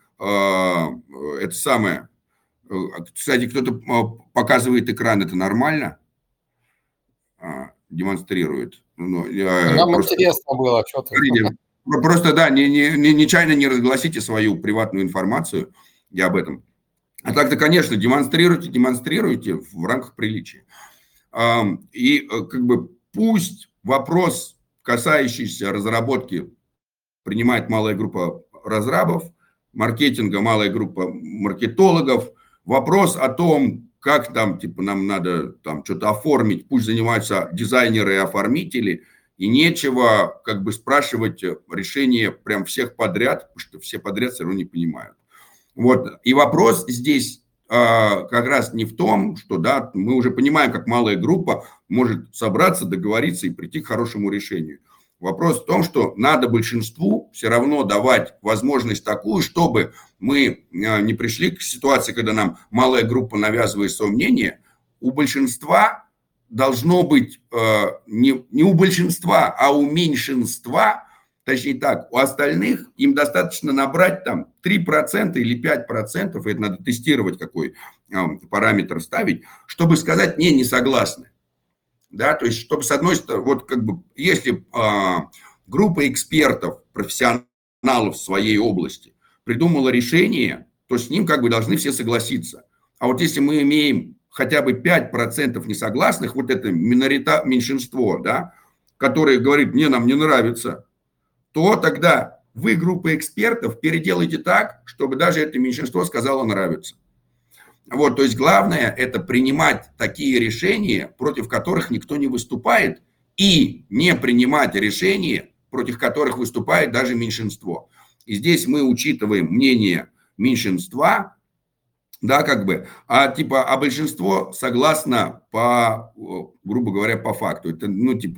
это самое, кстати, кто-то показывает экран, это нормально? Демонстрирует. Нам интересно было, что ты. Просто, да, нечаянно не разгласите свою приватную информацию, я об этом. А так-то, конечно, демонстрируйте в рамках приличия. И как бы пусть вопрос, касающийся разработки, принимает малая группа разрабов, маркетинга малая группа маркетологов. Вопрос о том, как там, типа, нам надо там что-то оформить, пусть занимаются дизайнеры и оформители, и нечего как бы спрашивать решение прям всех подряд, потому что все подряд все равно не понимают. Вот. И вопрос здесь как раз не в том, что, да, мы уже понимаем, как малая группа может собраться, договориться и прийти к хорошему решению. Вопрос в том, что надо большинству все равно давать возможность такую, чтобы мы не пришли к ситуации, когда нам малая группа навязывает свое мнение. У большинства должно быть не у большинства, а у меньшинства, точнее так, у остальных им достаточно набрать там 3% или 5%, и это надо тестировать, какой параметр ставить, чтобы сказать не согласны. Да, то есть, чтобы с одной стороны, вот как бы, если группа экспертов, профессионалов в своей области придумала решение, то с ним как бы должны все согласиться. А вот если мы имеем хотя бы 5% несогласных, вот это меньшинство, да, которое говорит, нам не нравится, то тогда вы, группа экспертов, переделайте так, чтобы даже это меньшинство сказало нравится. Вот, то есть главное – это принимать такие решения, против которых никто не выступает, и не принимать решения, против которых выступает даже меньшинство. И здесь мы учитываем мнение меньшинства, да, как бы, а большинство согласно по, грубо говоря, по факту. Это,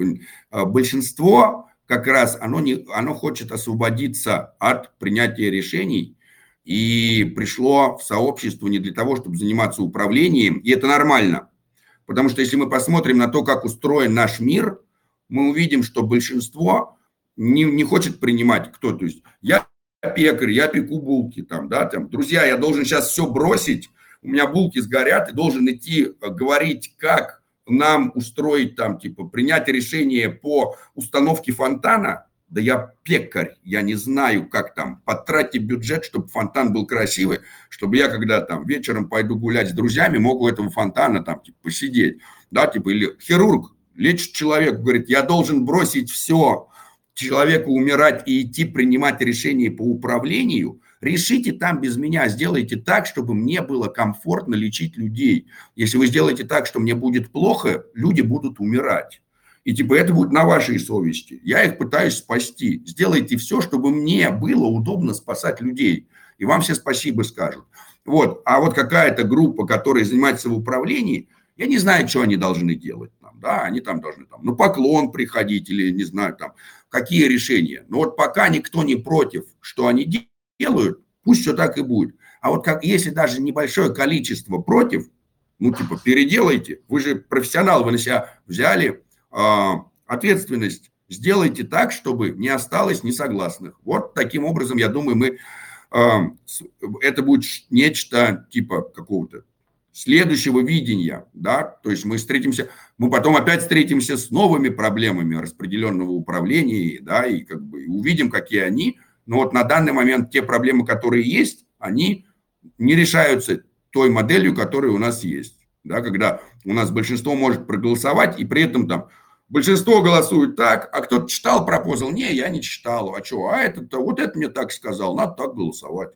большинство как раз, оно хочет освободиться от принятия решений, и пришло в сообщество не для того, чтобы заниматься управлением, и это нормально. Потому что если мы посмотрим на то, как устроен наш мир, мы увидим, что большинство не хочет принимать кто. То есть я пекарь, я пеку булки, там, да, там, друзья, я должен сейчас все бросить, у меня булки сгорят, и должен идти говорить, как нам устроить там, типа, принять решение по установке фонтана. Да я пекарь, я не знаю, как там, потратить бюджет, чтобы фонтан был красивый, чтобы я, когда там вечером пойду гулять с друзьями, мог у этого фонтана там, типа, посидеть, да, типа, или хирург лечит человека, говорит, я должен бросить все, человеку умирать и идти принимать решения по управлению, решите там без меня, сделайте так, чтобы мне было комфортно лечить людей. Если вы сделаете так, что мне будет плохо, люди будут умирать. И типа это будет на вашей совести. Я их пытаюсь спасти. Сделайте все, чтобы мне было удобно спасать людей. И вам все спасибо скажут. Вот. А вот какая-то группа, которая занимается в управлении, я не знаю, что они должны делать. Да, они там должны на поклон приходить или не знаю, там, какие решения. Но вот пока никто не против, что они делают, пусть все так и будет. А вот как, если даже небольшое количество против, ну типа переделайте, вы же профессионал, вы на себя взяли ответственность, сделайте так, чтобы не осталось несогласных. Вот таким образом, я думаю, это будет нечто типа какого-то следующего видения, да, то есть мы потом опять встретимся с новыми проблемами распределенного управления, да, и как бы увидим, какие они, но вот на данный момент те проблемы, которые есть, они не решаются той моделью, которая у нас есть, да, когда у нас большинство может проголосовать, и при этом там большинство голосует так, а кто-то читал пропозал, не, я не читал, а что, а этот, вот это мне так сказал, надо так голосовать.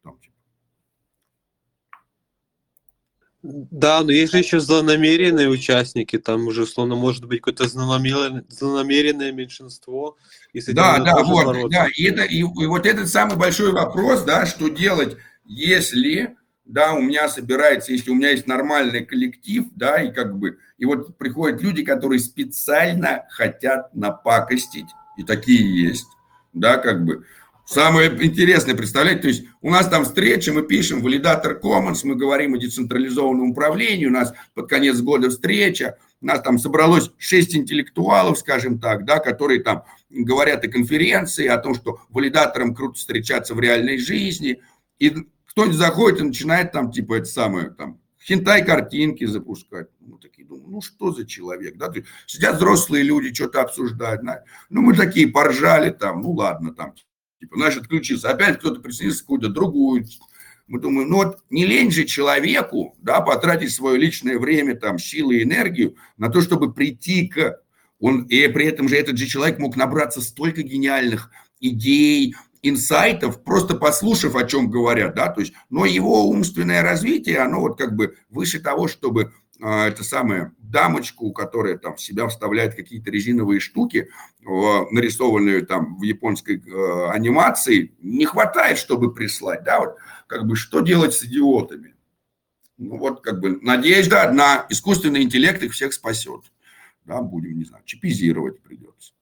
Да, но есть же еще злонамеренные участники, там уже, условно, может быть какое-то злонамеренное меньшинство. И с этим надо тоже вот, бороться. да, и вот этот самый большой вопрос, да, что делать, если, да, у меня собирается, если у меня есть нормальный коллектив, да, и как бы, и вот приходят люди, которые специально хотят напакостить, и такие есть, да, как бы. Самое интересное, представляете, то есть у нас там встреча, мы пишем валидатор Commons, мы говорим о децентрализованном управлении, у нас под конец года встреча, у нас там собралось 6 интеллектуалов, скажем так, да, которые там говорят о конференции, о том, что валидаторам круто встречаться в реальной жизни, и кто-нибудь заходит и начинает там типа это самое, там, хентай-картинки запускать. Мы такие думаем, ну что за человек, да, сидят взрослые люди, что-то обсуждают, ну мы такие поржали там, ну ладно, там, типа, наш отключился, опять кто-то присоединился к какую-то другую. Мы думаем, ну вот не лень же человеку, да, потратить свое личное время, там, силы и энергию на то, чтобы прийти и при этом же этот же человек мог набраться столько гениальных идей, инсайтов, просто послушав, о чем говорят, да, то есть, но его умственное развитие, оно вот как бы выше того, чтобы это самое дамочку, которая там в себя вставляет какие-то резиновые штуки, нарисованные там в японской анимации, не хватает, чтобы прислать, да, вот как бы что делать с идиотами? Ну вот как бы надежда одна, искусственный интеллект их всех спасет, да, будем, не знаю, чипизировать придется.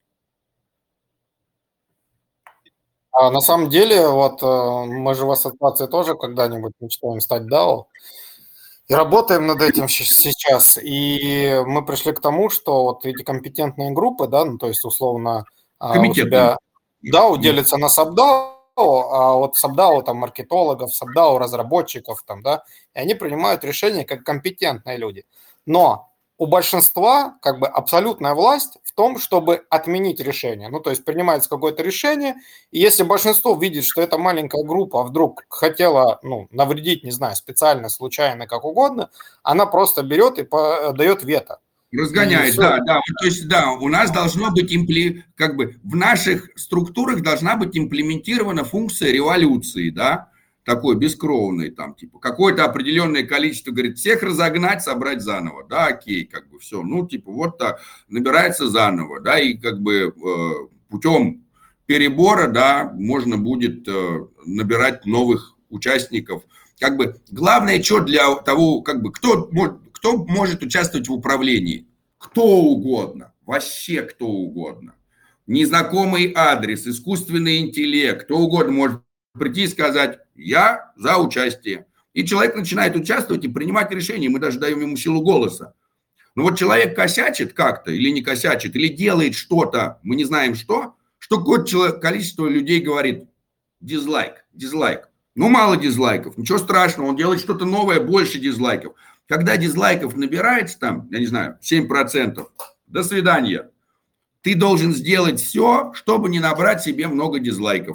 А на самом деле, вот мы же в ассоциации тоже когда-нибудь мечтаем стать DAO. И работаем над этим сейчас. И мы пришли к тому, что вот эти компетентные группы, да, ну, то есть, условно, у тебя DAO делится на саб-DAO, а вот саб-DAO там маркетологов, саб-DAO разработчиков там, да, и они принимают решения как компетентные люди. Но у большинства как бы абсолютная власть в том, чтобы отменить решение. Ну, то есть принимается какое-то решение, и если большинство видит, что эта маленькая группа вдруг хотела, ну, навредить, не знаю, специально, случайно, как угодно, она просто берет и дает вето. Разгоняет, да. То есть, да, у нас должно быть, как бы в наших структурах должна быть имплементирована функция революции, да, такой бескровный, там, типа, какое-то определенное количество, говорит, всех разогнать, собрать заново, да, окей, как бы все, ну, типа, вот так, набирается заново, да, и как бы путем перебора, да, можно будет набирать новых участников, как бы, главное, что для того, как бы, кто может участвовать в управлении? Кто угодно, вообще кто угодно, незнакомый адрес, искусственный интеллект, кто угодно может прийти и сказать, я за участие. И человек начинает участвовать и принимать решения. Мы даже даем ему силу голоса. Но вот человек косячит как-то или не косячит, или делает что-то, мы не знаем что что количество людей говорит дизлайк, дизлайк. Ну, мало дизлайков, ничего страшного, он делает что-то новое, больше дизлайков. Когда дизлайков набирается там, я не знаю, 7%, до свидания. Ты должен сделать все, чтобы не набрать себе много дизлайков.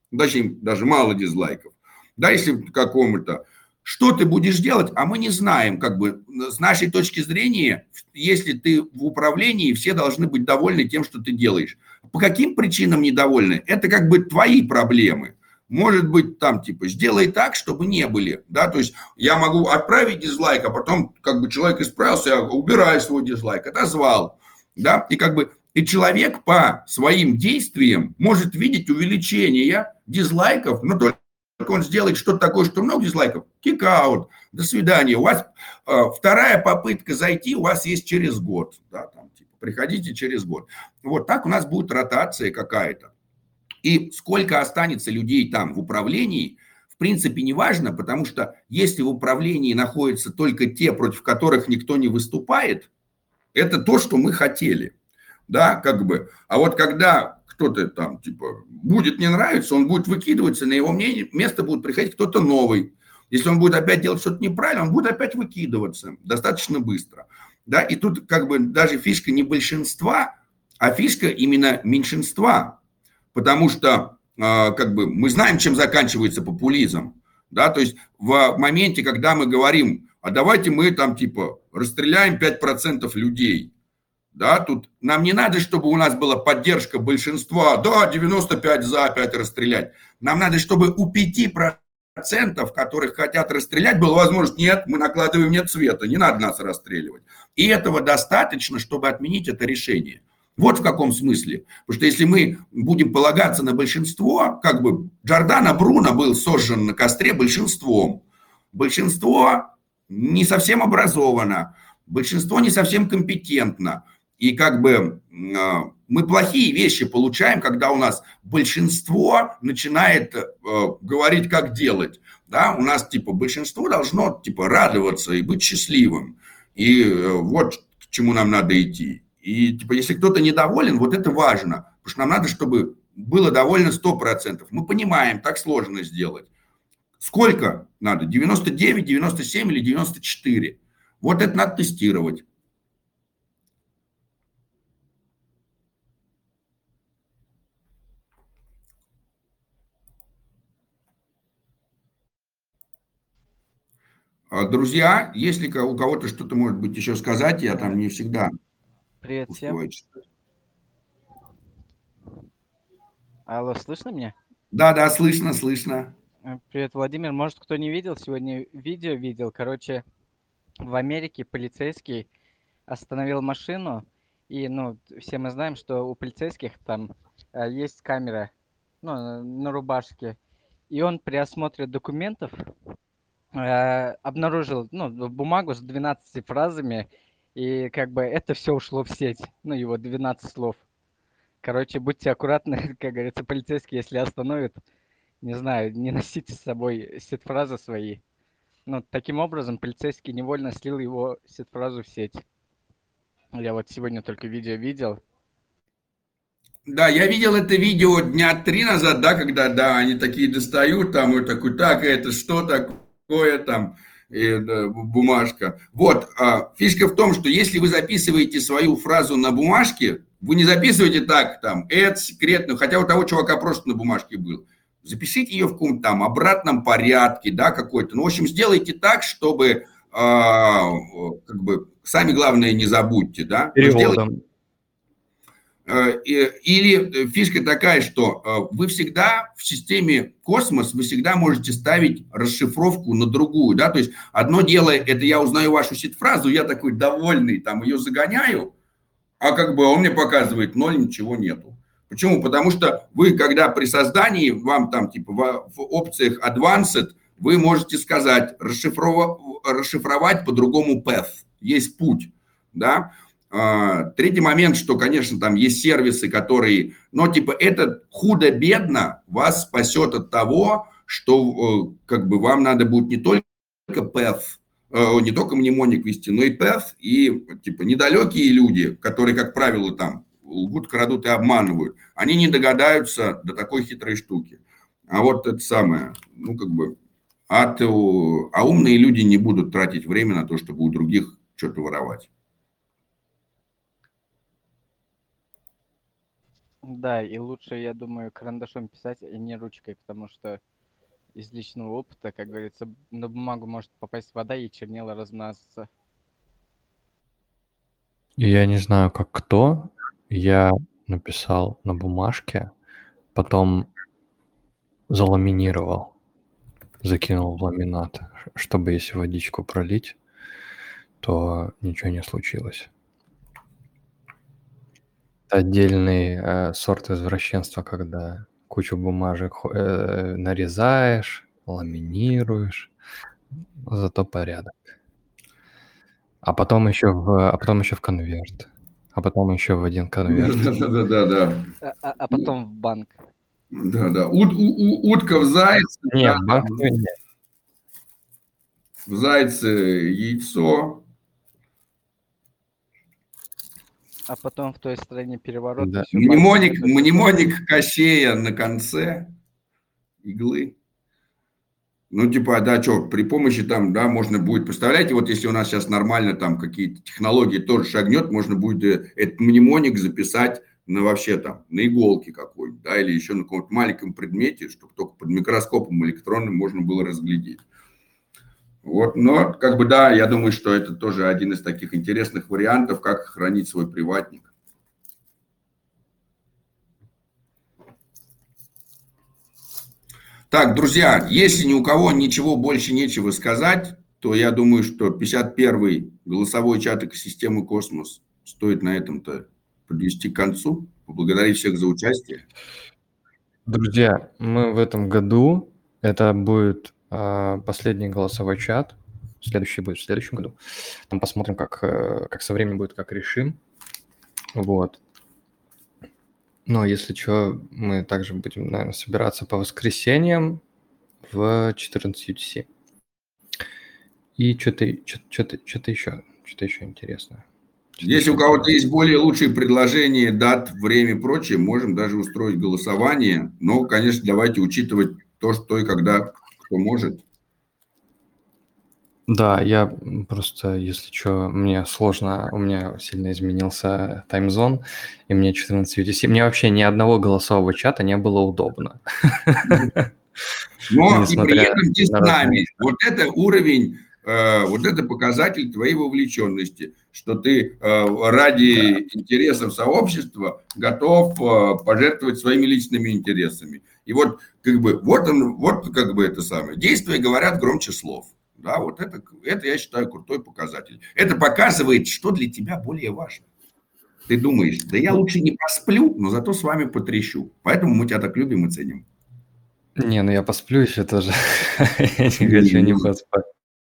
Даже мало дизлайков. Да, если какому-то. Что ты будешь делать, а мы не знаем, как бы, с нашей точки зрения, если ты в управлении, все должны быть довольны тем, что ты делаешь. По каким причинам недовольны? Это как бы твои проблемы. Может быть, там, типа, сделай так, чтобы не были, да, то есть я могу отправить дизлайк, а потом, как бы, человек исправился, я убираю свой дизлайк, отозвал, да, и как бы, и человек по своим действиям может видеть увеличение дизлайков, но только он сделает что-то такое, что много дизлайков, кик-аут, до свидания. У вас вторая попытка зайти у вас есть через год. Да, там, типа, приходите через год. Вот так у нас будет ротация какая-то. И сколько останется людей там в управлении, в принципе, не важно, потому что если в управлении находятся только те, против которых никто не выступает, это то, что мы хотели. Да, как бы. А вот когда кто-то там, типа, будет не нравиться, он будет выкидываться, на его место будет приходить кто-то новый. Если он будет опять делать что-то неправильно, он будет опять выкидываться достаточно быстро. Да, и тут как бы даже фишка не большинства, а фишка именно меньшинства. Потому что как бы мы знаем, чем заканчивается популизм. Да, то есть в моменте, когда мы говорим, а давайте мы там типа расстреляем 5% людей. Да, тут нам не надо, чтобы у нас была поддержка большинства. Да, 95 за, 5 расстрелять. Нам надо, чтобы у 5%, которых хотят расстрелять, была возможность, нет, мы накладываем нет цвета, не надо нас расстреливать. И этого достаточно, чтобы отменить это решение. Вот в каком смысле. Потому что если мы будем полагаться на большинство, как бы Джордано Бруно был сожжен на костре большинством. Большинство не совсем образовано, большинство не совсем компетентно. И как бы мы плохие вещи получаем, когда у нас большинство начинает говорить, как делать. Да? У нас типа большинство должно типа радоваться и быть счастливым. И вот к чему нам надо идти. И типа если кто-то недоволен, вот это важно. Потому что нам надо, чтобы было довольно 100%. Мы понимаем, так сложно сделать. Сколько надо? 99, 97 или 94? Вот это надо тестировать. Друзья, если у кого-то что-то может быть еще сказать, я там не всегда Привет всем. Алло, слышно меня? Да, слышно, слышно. Привет, Владимир. Может, кто не видел, сегодня видео видел. Короче, в Америке полицейский остановил машину, и, ну, все мы знаем, что у полицейских там есть камера, ну, на рубашке, и он при осмотре документов обнаружил, ну, бумагу с 12 фразами, и как бы это все ушло в сеть, ну, его 12 слов. Короче, будьте аккуратны, как говорится, полицейские, если остановят, не знаю, не носите с собой сет-фразы свои. Ну, таким образом, полицейский невольно слил его сет-фразу в сеть. Я вот сегодня только видео видел. Да, я видел это видео дня 3 назад, да, когда, да, они такие достают, там, и такой, так, это что такое, там, и, да, бумажка. Вот, фишка в том, что если вы записываете свою фразу на бумажке, вы не записываете так, там, это секретно, хотя у того чувака просто на бумажке был. Запишите ее в каком-то там обратном порядке, да, какой-то. Ну, в общем, сделайте так, чтобы, как бы, сами главное не забудьте, да. Переводом. Или фишка такая, что вы всегда в системе Космос, вы всегда можете ставить расшифровку на другую, да, то есть одно дело, это я узнаю вашу сет-фразу, я такой довольный, там, ее загоняю, а как бы он мне показывает, ноль, ничего нету. Почему? Потому что вы, когда при создании, вам там, типа, в опциях Advanced, вы можете сказать, расшифровать по-другому path, есть путь, да. Третий момент, что, конечно, там есть сервисы, которые, но типа это худо-бедно вас спасет от того, что как бы вам надо будет не только path, не только мнемоник вести, но и path, и типа недалекие люди, которые, как правило, там лгут, крадут и обманывают, они не догадаются до такой хитрой штуки. А вот это самое, ну, как бы, а умные люди не будут тратить время на то, чтобы у других что-то воровать. Да, и лучше, я думаю, карандашом писать, а не ручкой, потому что из личного опыта, как говорится, на бумагу может попасть вода и чернила размазаться. Я не знаю, как кто. Я написал на бумажке, потом заламинировал, закинул в ламинат, чтобы если водичку пролить, то ничего не случилось. Это отдельный сорт извращенства, когда кучу бумажек нарезаешь, ламинируешь, зато порядок. А потом еще в конверт, а потом еще в один конверт. Да. А потом в банк. Да. Утка в зайце. Нет, да, банк нет. В зайце яйцо. А потом в той стране переворот. Да. Мнемоник Кощея на конце иглы. Ну, типа, да, что, при помощи там, да, можно будет, представляете, вот если у нас сейчас нормально там какие-то технологии тоже шагнет, можно будет этот мнемоник записать на вообще там, на иголке какой-нибудь, да, или еще на каком-то маленьком предмете, чтобы только под микроскопом электронным можно было разглядеть. Вот, но, как бы, да, я думаю, что это тоже один из таких интересных вариантов, как хранить свой приватник. Так, друзья, если ни у кого ничего больше нечего сказать, то я думаю, что 51-й голосовой чат экосистемы «Космос» стоит на этом-то подвести к концу. Поблагодарить всех за участие. Друзья, мы в этом году, это будет последний голосовой чат, следующий будет в следующем году. Там посмотрим, как со временем будет, как решим. Вот. Но если что, мы также будем, наверное, собираться по воскресеньям в 14 UTC. И что-то еще интересное. Если у кого-то есть более лучшие предложения, дат, время и прочее, можем даже устроить голосование. Но, конечно, давайте учитывать то, что и когда кто может. Да, я просто, если что, мне сложно, у меня сильно изменился таймзон, и мне 14 UTC. Мне вообще ни одного голосового чата не было удобно. Но и при этом ты с нами. Вот это уровень, вот это показатель твоей вовлеченности, что ты ради интересов сообщества готов пожертвовать своими личными интересами. И вот как бы вот как бы это самое. Действия говорят громче слов. Да, вот это я считаю крутой показатель. Это показывает, что для тебя более важно. Ты думаешь, да я лучше не посплю, но зато с вами потрещу. Поэтому мы тебя так любим и ценим. Не, ну я посплю еще тоже. Я не хочу не поспать.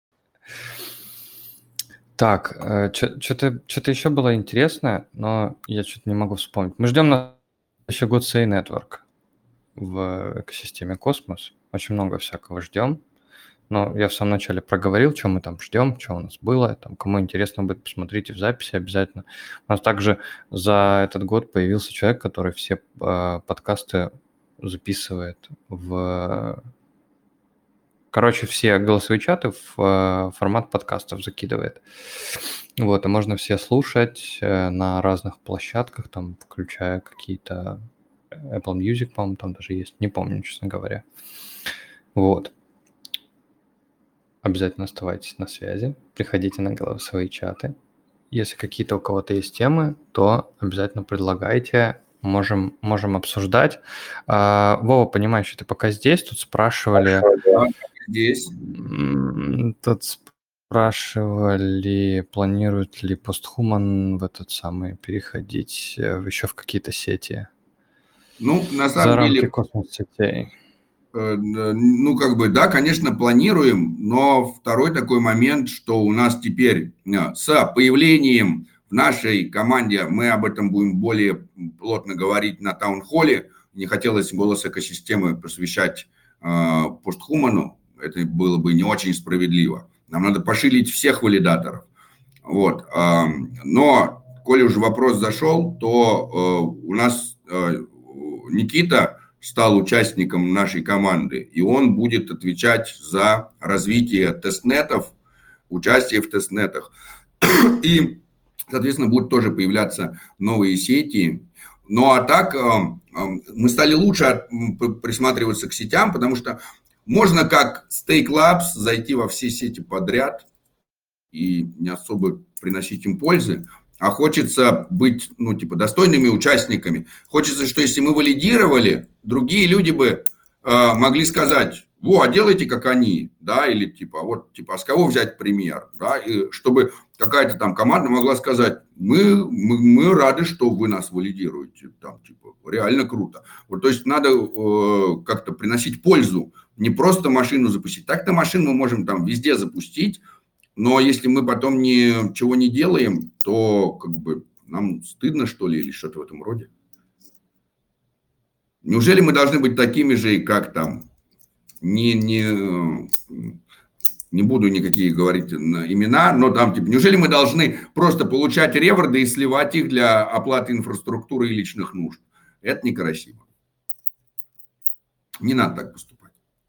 Так, что-то еще было интересное, но я что-то не могу вспомнить. Мы ждем на еще God Say Network в экосистеме Космос. Очень много всякого ждем. Но я в самом начале проговорил, что мы там ждем, что у нас было. Там, кому интересно будет, посмотрите в записи обязательно. У нас также за этот год появился человек, который все подкасты записывает Короче, все голосовые чаты в формат подкастов закидывает. Вот, и можно все слушать на разных площадках, там, включая какие-то Apple Music, по-моему, там даже есть. Не помню, честно говоря. Вот. Обязательно оставайтесь на связи, приходите на голосовые чаты. Если какие-то у кого-то есть темы, то обязательно предлагайте, можем обсуждать. Вова, понимаешь, ты пока здесь, тут спрашивали... Здесь. Тут спрашивали, планирует ли Постхуман в этот самый переходить еще в какие-то сети. Ну, на самом за рамки деле... космос-сетей. Ну, как бы, да, конечно, планируем, но второй такой момент, что у нас теперь с появлением в нашей команде, мы об этом будем более плотно говорить на таунхолле, не хотелось голос экосистемы посвящать Постхуману, это было бы не очень справедливо. Нам надо пошилить всех валидаторов. Вот. Но коли уже вопрос зашел, то у нас Никита стал участником нашей команды, и он будет отвечать за развитие тестнетов, участие в тестнетах. И, соответственно, будут тоже появляться новые сети. Ну а так мы стали лучше присматриваться к сетям, потому что можно как Stake Labs зайти во все сети подряд и не особо приносить им пользы, а хочется быть, ну, типа, достойными участниками. Хочется, что если мы валидировали, другие люди бы могли сказать: во, делайте как они, да, или типа, вот, типа, а с кого взять пример, да, и чтобы какая-то там команда могла сказать: мы рады, что вы нас валидируете, там, типа, реально круто. Вот, то есть надо как-то приносить пользу, не просто машину запустить. Так-то машину мы можем там везде запустить, но если мы потом ничего не делаем, то как бы нам стыдно, что ли, или что-то в этом роде. Неужели мы должны быть такими же, как там, не буду никакие говорить имена, но там, типа, неужели мы должны просто получать реворды и сливать их для оплаты инфраструктуры и личных нужд? Это некрасиво. Не надо так поступать.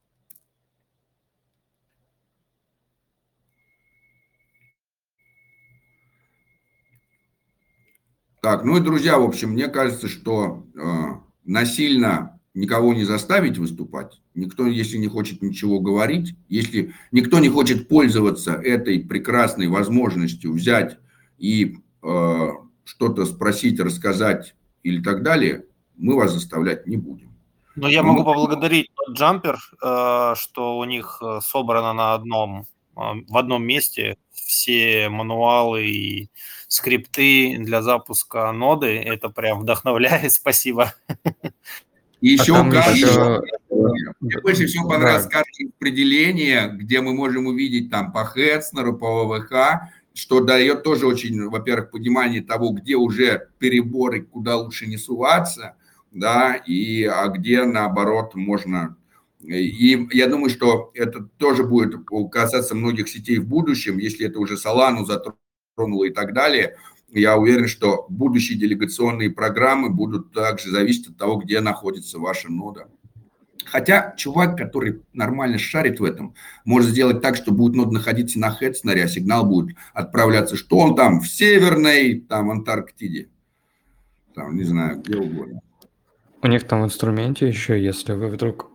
Так, ну и, друзья, в общем, мне кажется, что насильно никого не заставить выступать. Никто, если не хочет ничего говорить, если никто не хочет пользоваться этой прекрасной возможностью взять и что-то спросить, рассказать или так далее, мы вас заставлять не будем. Но я могу поблагодарить Jumper, что у них собрано в одном месте все мануалы и скрипты для запуска ноды. Это прям вдохновляет. Спасибо. И еще еще... Мне больше всего понравилось карта распределения, где мы можем увидеть там по Хетцнеру, по ВВХ, что дает тоже очень, во-первых, понимание того, где уже переборы, куда лучше не суваться, да, а где, наоборот, можно... И я думаю, что это тоже будет касаться многих сетей в будущем, если это уже Solana затронуло и так далее. Я уверен, что будущие делегационные программы будут также зависеть от того, где находится ваша нода. Хотя чувак, который нормально шарит в этом, может сделать так, что будет нода находиться на Хетцнере, а сигнал будет отправляться, что он там в Северной, там, Антарктиде, там, не знаю, где угодно. У них там в инструменте еще, если вы вдруг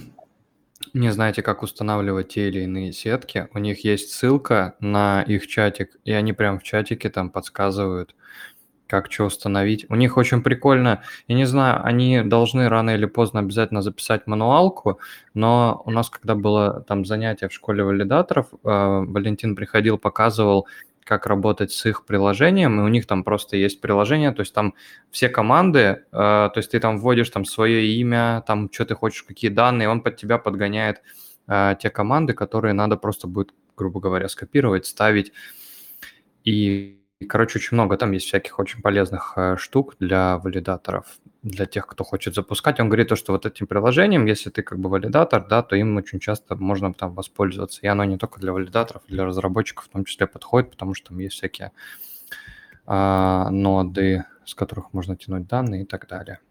не знаете, как устанавливать те или иные сетки, у них есть ссылка на их чатик, и они прям в чатике там подсказывают, как что установить. У них очень прикольно, я не знаю, они должны рано или поздно обязательно записать мануалку, но у нас, когда было там занятие в школе валидаторов, Валентин приходил, показывал, как работать с их приложением, и у них там просто есть приложение, то есть там все команды, то есть ты там вводишь там свое имя, там что ты хочешь, какие данные, он под тебя подгоняет те команды, которые надо просто будет, грубо говоря, скопировать, ставить. И, короче, очень много там есть всяких очень полезных штук для валидаторов, для тех, кто хочет запускать. Он говорит, что вот этим приложением, если ты как бы валидатор, да, то им очень часто можно там воспользоваться. И оно не только для валидаторов, для разработчиков в том числе подходит, потому что там есть всякие ноды, с которых можно тянуть данные и так далее.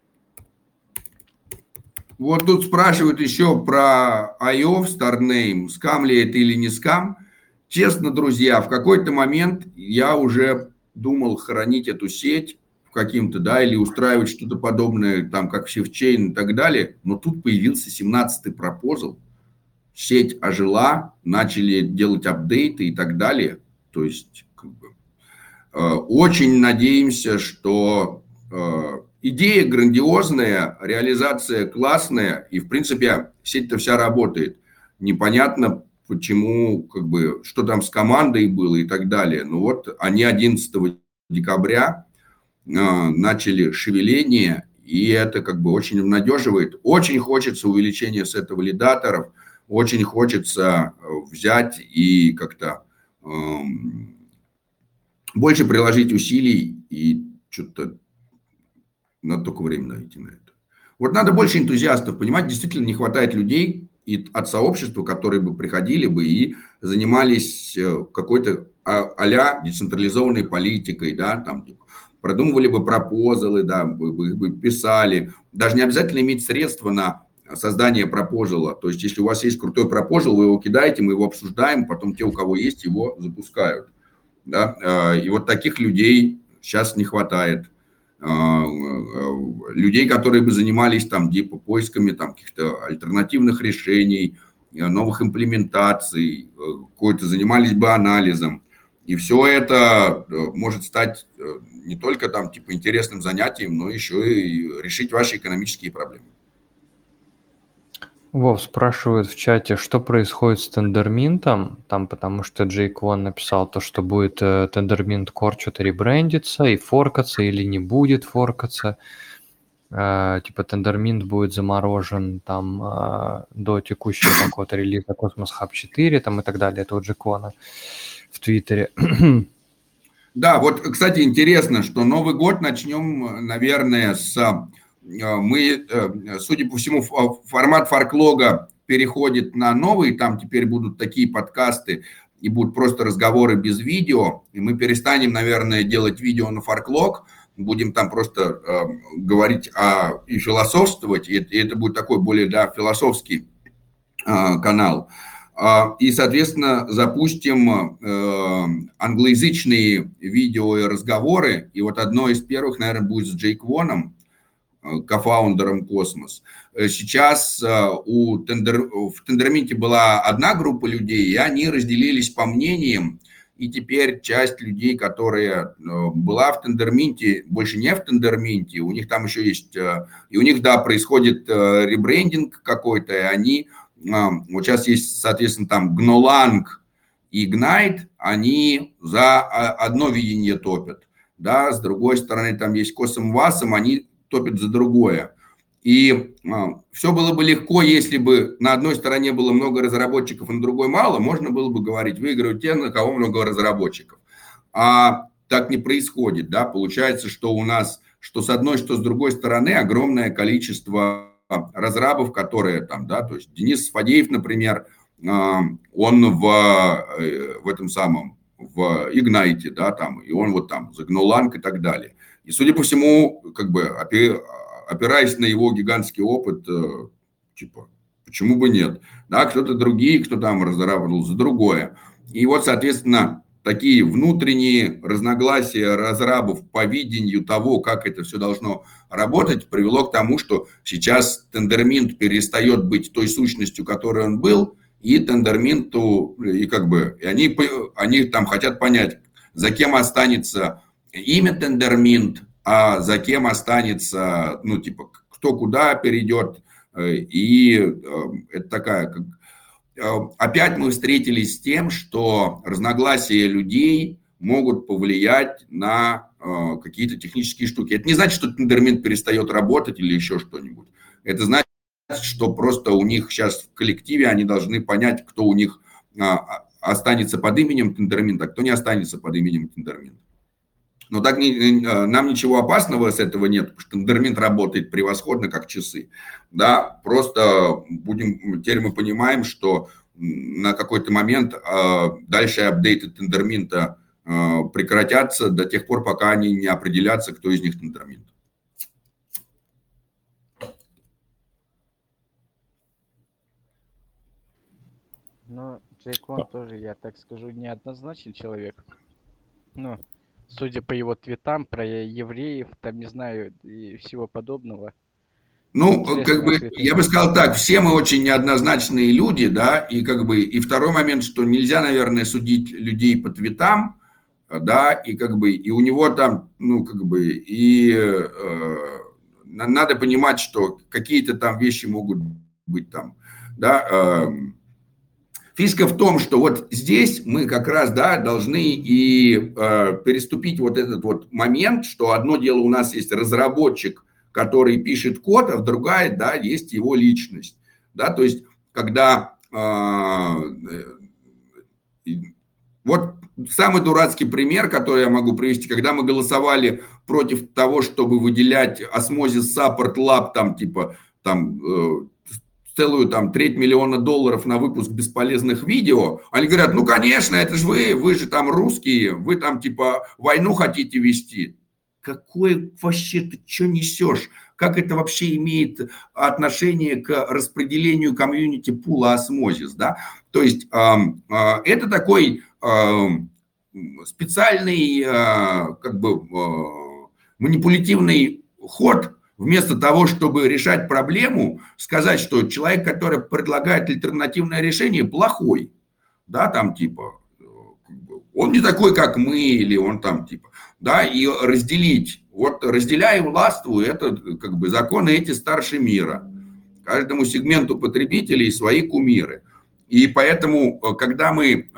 Вот тут спрашивают еще про IO в StarName, скам ли это или не скам. Честно, друзья, в какой-то момент я уже думал хранить эту сеть каким-то, да, или устраивать что-то подобное, там, как ShiftChain и так далее, но тут появился 17-й пропозал, сеть ожила, начали делать апдейты и так далее, то есть, как бы, очень надеемся, что идея грандиозная, реализация классная, и, в принципе, сеть-то вся работает, непонятно, почему, как бы, что там с командой было и так далее, но вот они 11 декабря начали шевеление, и это как бы очень обнадеживает. Очень хочется увеличения сета валидаторов, очень хочется взять и как-то больше приложить усилий, и что-то надо только время найти на это. Вот надо больше энтузиастов, понимаете, действительно не хватает людей, и от сообщества, которые бы приходили бы и занимались какой-то а-ля децентрализованной политикой, да, там, продумывали бы пропозалы, да, бы писали. Даже не обязательно иметь средства на создание пропозала. То есть, если у вас есть крутой пропозал, вы его кидаете, мы его обсуждаем, потом те, у кого есть, его запускают. Да? И вот таких людей сейчас не хватает. Людей, которые бы занимались там типа поисками там каких-то альтернативных решений, новых имплементаций, какой-то занимались бы анализом. И все это может стать не только там типа интересным занятием, но еще и решить ваши экономические проблемы. Вов спрашивает в чате, что происходит с тендерминтом, там, потому что Джейк Вон написал то, что будет тендерминт Core что-то ребрендиться и форкаться или не будет форкаться. Типа тендерминт будет заморожен там до текущего какого-то релиза Cosmos Hub 4 там, и так далее. Это у Джейк Вона в Твиттере. Да, вот, кстати, интересно, что Новый год начнем, наверное, мы, судя по всему, формат фарклога переходит на новый, там теперь будут такие подкасты и будут просто разговоры без видео, и мы перестанем, наверное, делать видео на фарклог, будем там просто говорить и философствовать, и это будет такой более, да, философский канал. И, соответственно, запустим англоязычные видео и разговоры, и вот одно из первых, наверное, будет с Джейк Воном, кофаундером Cosmos. Сейчас в тендерминте была одна группа людей, и они разделились по мнениям, и теперь часть людей, которая была в тендерминте, больше не в тендерминте, у них там еще есть, и у них, да, происходит ребрендинг какой-то, и они, вот сейчас есть, соответственно, там Gnolang и Ignite, они за одно видение топят, да, с другой стороны, там есть Косом Васом, они топит за другое. И все было бы легко, если бы на одной стороне было много разработчиков, а на другой мало, можно было бы говорить, выигрывают те, на кого много разработчиков. А так не происходит, да, получается, что у нас, что с одной, что с другой стороны, огромное количество разрабов, которые там, да, то есть Денис Фадеев, например, он в этом самом, в Ignite, да, там, и он вот там за Gnolang и так далее. И, судя по всему, как бы опираясь на его гигантский опыт, типа, почему бы нет? Да, кто-то другие, кто там разработал за другое. И вот, соответственно, такие внутренние разногласия разрабов по видению того, как это все должно работать, привело к тому, что сейчас тендерминт перестает быть той сущностью, которой он был, и тендерминту, и как бы, и они там хотят понять, за кем останется имя тендерминт, а за кем останется, ну, типа, кто куда перейдет. И это такая... Опять мы встретились с тем, что разногласия людей могут повлиять на какие-то технические штуки. Это не значит, что тендерминт перестает работать или еще что-нибудь. Это значит, что просто у них сейчас в коллективе они должны понять, кто у них останется под именем тендерминт, а кто не останется под именем тендерминт. Но так нам ничего опасного с этого нет, потому что тендерминт работает превосходно, как часы. Да, просто теперь мы понимаем, что на какой-то момент дальше апдейты тендерминта прекратятся до тех пор, пока они не определятся, кто из них тендерминт. Ну, Джейк Вон тоже, я так скажу, неоднозначный человек. Ну, судя по его твитам про евреев, там, не знаю, и всего подобного. Ну, как бы, я бы сказал так, все мы очень неоднозначные люди, да, и как бы, и второй момент, что нельзя, наверное, судить людей по твитам, да, и как бы, и у него там, ну, как бы, и надо понимать, что какие-то там вещи могут быть там, да. Фишка в том, что вот здесь мы как раз, да, должны и переступить вот этот вот момент, что одно дело у нас есть разработчик, который пишет код, а другая, да, есть его личность, да, то есть когда вот самый дурацкий пример, который я могу привести, когда мы голосовали против того, чтобы выделять Osmosis Support Lab, там типа там целую там $300 000 на выпуск бесполезных видео, они говорят, ну, конечно, это же вы же там русские, вы там типа войну хотите вести. Какое вообще ты что несешь? Как это вообще имеет отношение к распределению комьюнити пула осмозис, да? То есть это такой специальный как бы манипулятивный ход. Вместо того, чтобы решать проблему, сказать, что человек, который предлагает альтернативное решение, плохой. Да, там типа, он не такой, как мы, или он там типа, да, и разделить. Вот разделяй и властвуй, это как бы законы эти старше мира. Каждому сегменту потребителей свои кумиры. И поэтому, когда мы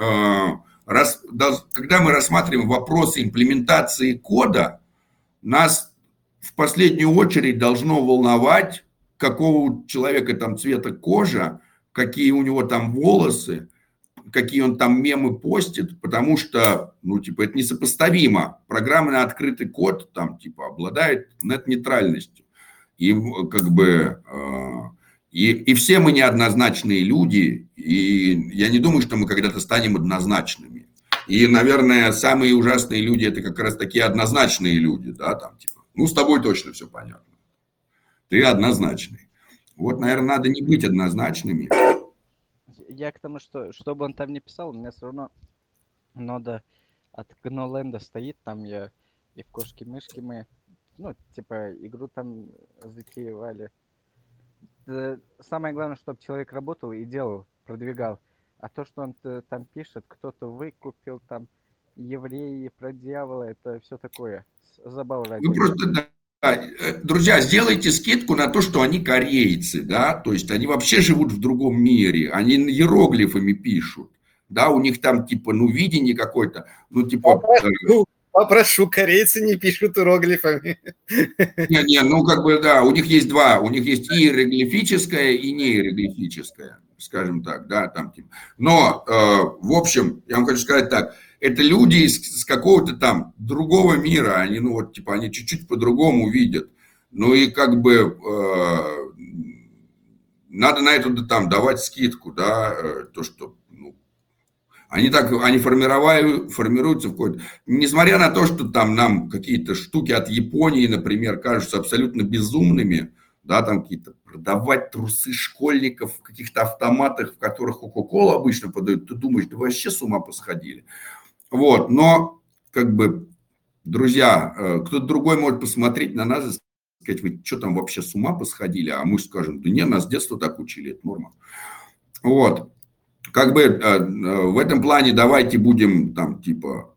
рассматриваем вопросы имплементации кода, нас в последнюю очередь должно волновать, какого у человека там цвета кожа, какие у него там волосы, какие он там мемы постит, потому что, ну, типа, это несопоставимо. Программа на открытый код там, типа, обладает нет-нейтральностью. И как бы... И все мы неоднозначные люди, и я не думаю, что мы когда-то станем однозначными. И, наверное, самые ужасные люди – это как раз такие однозначные люди, да, там, типа, ну, с тобой точно все понятно. Ты однозначный. Вот, наверное, надо не быть однозначными. Я к тому, что бы он там не писал, у меня все равно нода от GNOLand стоит, там я и в кошки-мышки мы, ну, типа, игру там затеевали. Самое главное, чтобы человек работал и делал, продвигал. А то, что он там пишет, кто-то выкупил, там, евреи про дьявола, это все такое. Забава ради. Вы просто, да, друзья, сделайте скидку на то, что они корейцы, да, то есть они вообще живут в другом мире, они иероглифами пишут, да, у них там типа, ну, видение какое-то, ну, типа... Попрошу, корейцы не пишут иероглифами. Не, ну, как бы, да, у них есть два, у них есть и иероглифическое, и неиероглифическое, скажем так, да, там, типа. Но, в общем, я вам хочу сказать так, это люди с какого-то там другого мира, они, ну, вот, типа, они чуть-чуть по-другому видят. Ну, и как бы надо на это там давать скидку, да, то, что, ну, они формируются в какой-то... Несмотря на то, что там нам какие-то штуки от Японии, например, кажутся абсолютно безумными, да, там какие-то продавать трусы школьников в каких-то автоматах, в которых Кока-Колу обычно подают, ты думаешь, да вообще с ума посходили. Вот, но, как бы, друзья, кто-то другой может посмотреть на нас и сказать, вы что там вообще с ума посходили, а мы скажем, да не, нас с детства так учили, это норма. Вот, как бы в этом плане давайте будем там, типа,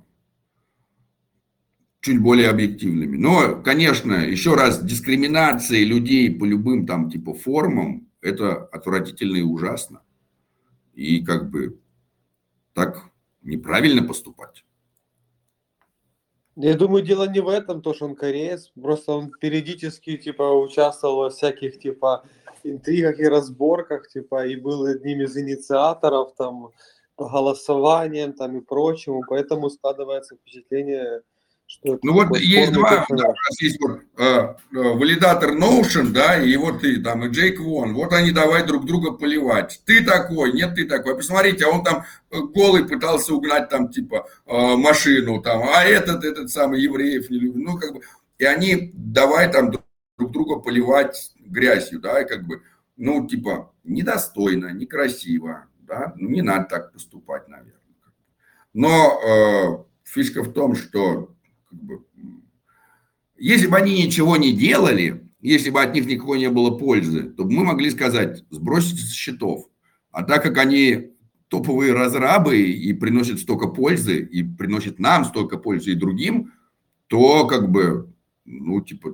чуть более объективными. Но, конечно, еще раз, дискриминация людей по любым там, типа, формам, это отвратительно и ужасно. И, как бы, так неправильно поступать. Я думаю, дело не в этом, то, что он кореец, просто он периодически, типа, участвовал во всяких, типа, интригах и разборках, типа, и был одним из инициаторов, там, по голосованиям, там, и прочему, поэтому складывается впечатление, что... Ну, вот есть два, да, у нас есть вот, валидатор Notion, да, и вот ты там, и Джейк Вон, вот они давай друг друга поливать. Ты такой, нет, ты такой. Посмотрите, а он там голый пытался угнать там, типа, машину, там, а этот самый евреев не любит. Ну, как бы, и они давай там друг друга поливать грязью, да, и как бы, ну, типа, недостойно, некрасиво, да, ну, не надо так поступать, наверное. Но фишка в том, что как бы, если бы они ничего не делали, если бы от них никакой не было пользы, то мы могли сказать, сбросите со счетов. А так как они топовые разрабы и приносят столько пользы, и приносят нам столько пользы и другим, то как бы, ну, типа...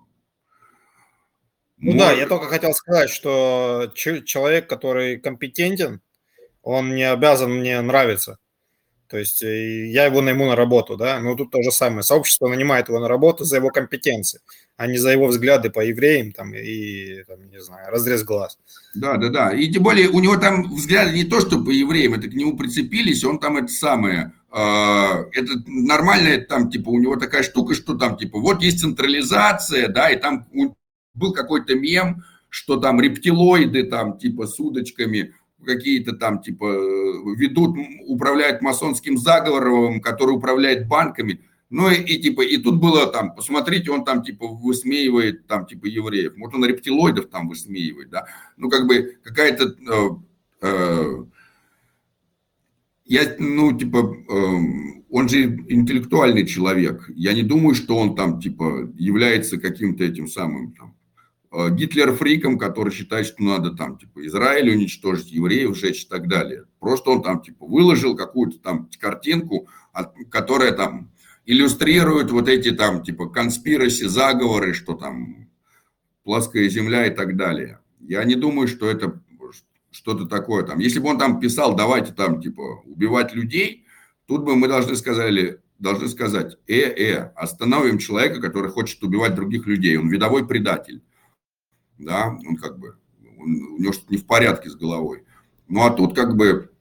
Ну да, я только хотел сказать, что человек, который компетентен, он не обязан мне нравиться. То есть я его найму на работу, да, но тут то же самое. Сообщество нанимает его на работу за его компетенции, а не за его взгляды по евреям там, и, там, не знаю, разрез глаз. Да. И тем более у него там взгляды не то, что по евреям, это к нему прицепились, он там это самое, это нормально, там, типа, у него такая штука, что там, типа, вот есть централизация, да, и там был какой-то мем, что там рептилоиды там типа с удочками какие-то там типа ведут, управляют масонским заговором, который управляет банками. Ну и типа, и тут было там, посмотрите, он там типа высмеивает там типа евреев. Вот он рептилоидов там высмеивает, да. Ну как бы какая-то... он же интеллектуальный человек. Я не думаю, что он там, типа, является каким-то этим самым, там, Гитлер-фриком, который считает, что надо там, типа, Израиль уничтожить, евреев сжечь и так далее. Просто он там, типа, выложил какую-то там картинку, которая там иллюстрирует вот эти там, типа, конспираси, заговоры, что там плоская земля и так далее. Я не думаю, что это что-то такое там. Если бы он там писал, давайте там, типа, убивать людей, тут бы мы должны сказать, остановим человека, который хочет убивать других людей. Он видовой предатель. Да, он как бы, у него что-то не в порядке с головой. Ну, а тут как бы...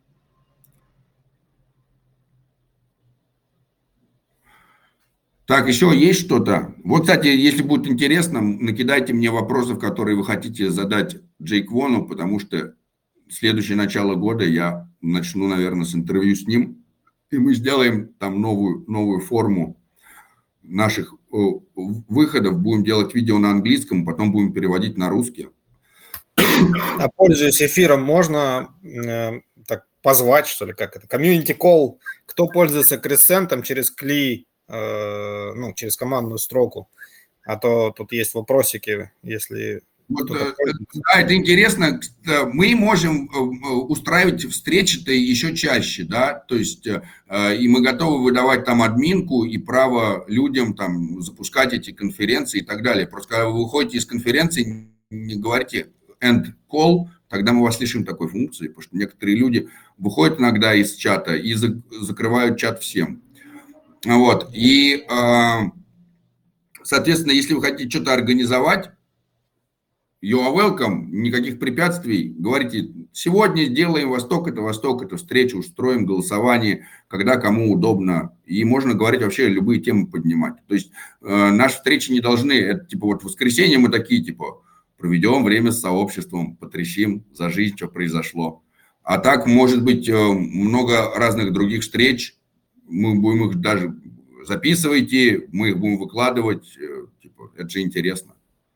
Так, еще есть что-то? Вот, кстати, если будет интересно, накидайте мне вопросов, которые вы хотите задать Джейк Вону, потому что следующее начало года я начну, наверное, с интервью с ним, и мы сделаем там новую форму наших выходов, будем делать видео на английском, потом будем переводить на русский. А пользуясь эфиром, можно так позвать, что ли, как это, community call, кто пользуется Crescent через CLI, ну, через командную строку, а то тут есть вопросики, если... Вот, да, это интересно. Мы можем устраивать встречи-то еще чаще, да, то есть и мы готовы выдавать там админку и право людям там запускать эти конференции и так далее. Просто когда вы выходите из конференции, не говорите end call, тогда мы вас лишим такой функции, потому что некоторые люди выходят иногда из чата и закрывают чат всем. Вот, и, соответственно, если вы хотите что-то организовать, you are welcome, никаких препятствий. Говорите, сегодня делаем восток это, встречу, устроим голосование, когда кому удобно. И можно говорить вообще любые темы поднимать. То есть наши встречи не должны, это типа вот в воскресенье мы такие типа проведем время с сообществом, потрещим за жизнь, что произошло. А так может быть много разных других встреч, мы будем их даже записывайте, мы их будем выкладывать, типа, это же интересно.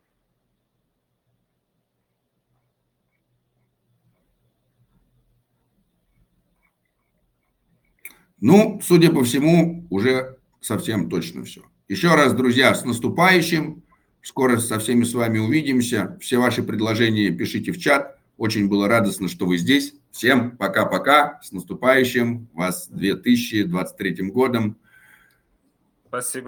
Ну, судя по всему, уже совсем точно все. Еще раз, друзья, с наступающим. Скоро со всеми с вами увидимся. Все ваши предложения пишите в чат. Очень было радостно, что вы здесь. Всем пока-пока. С наступающим вас 2023 годом. Спасибо.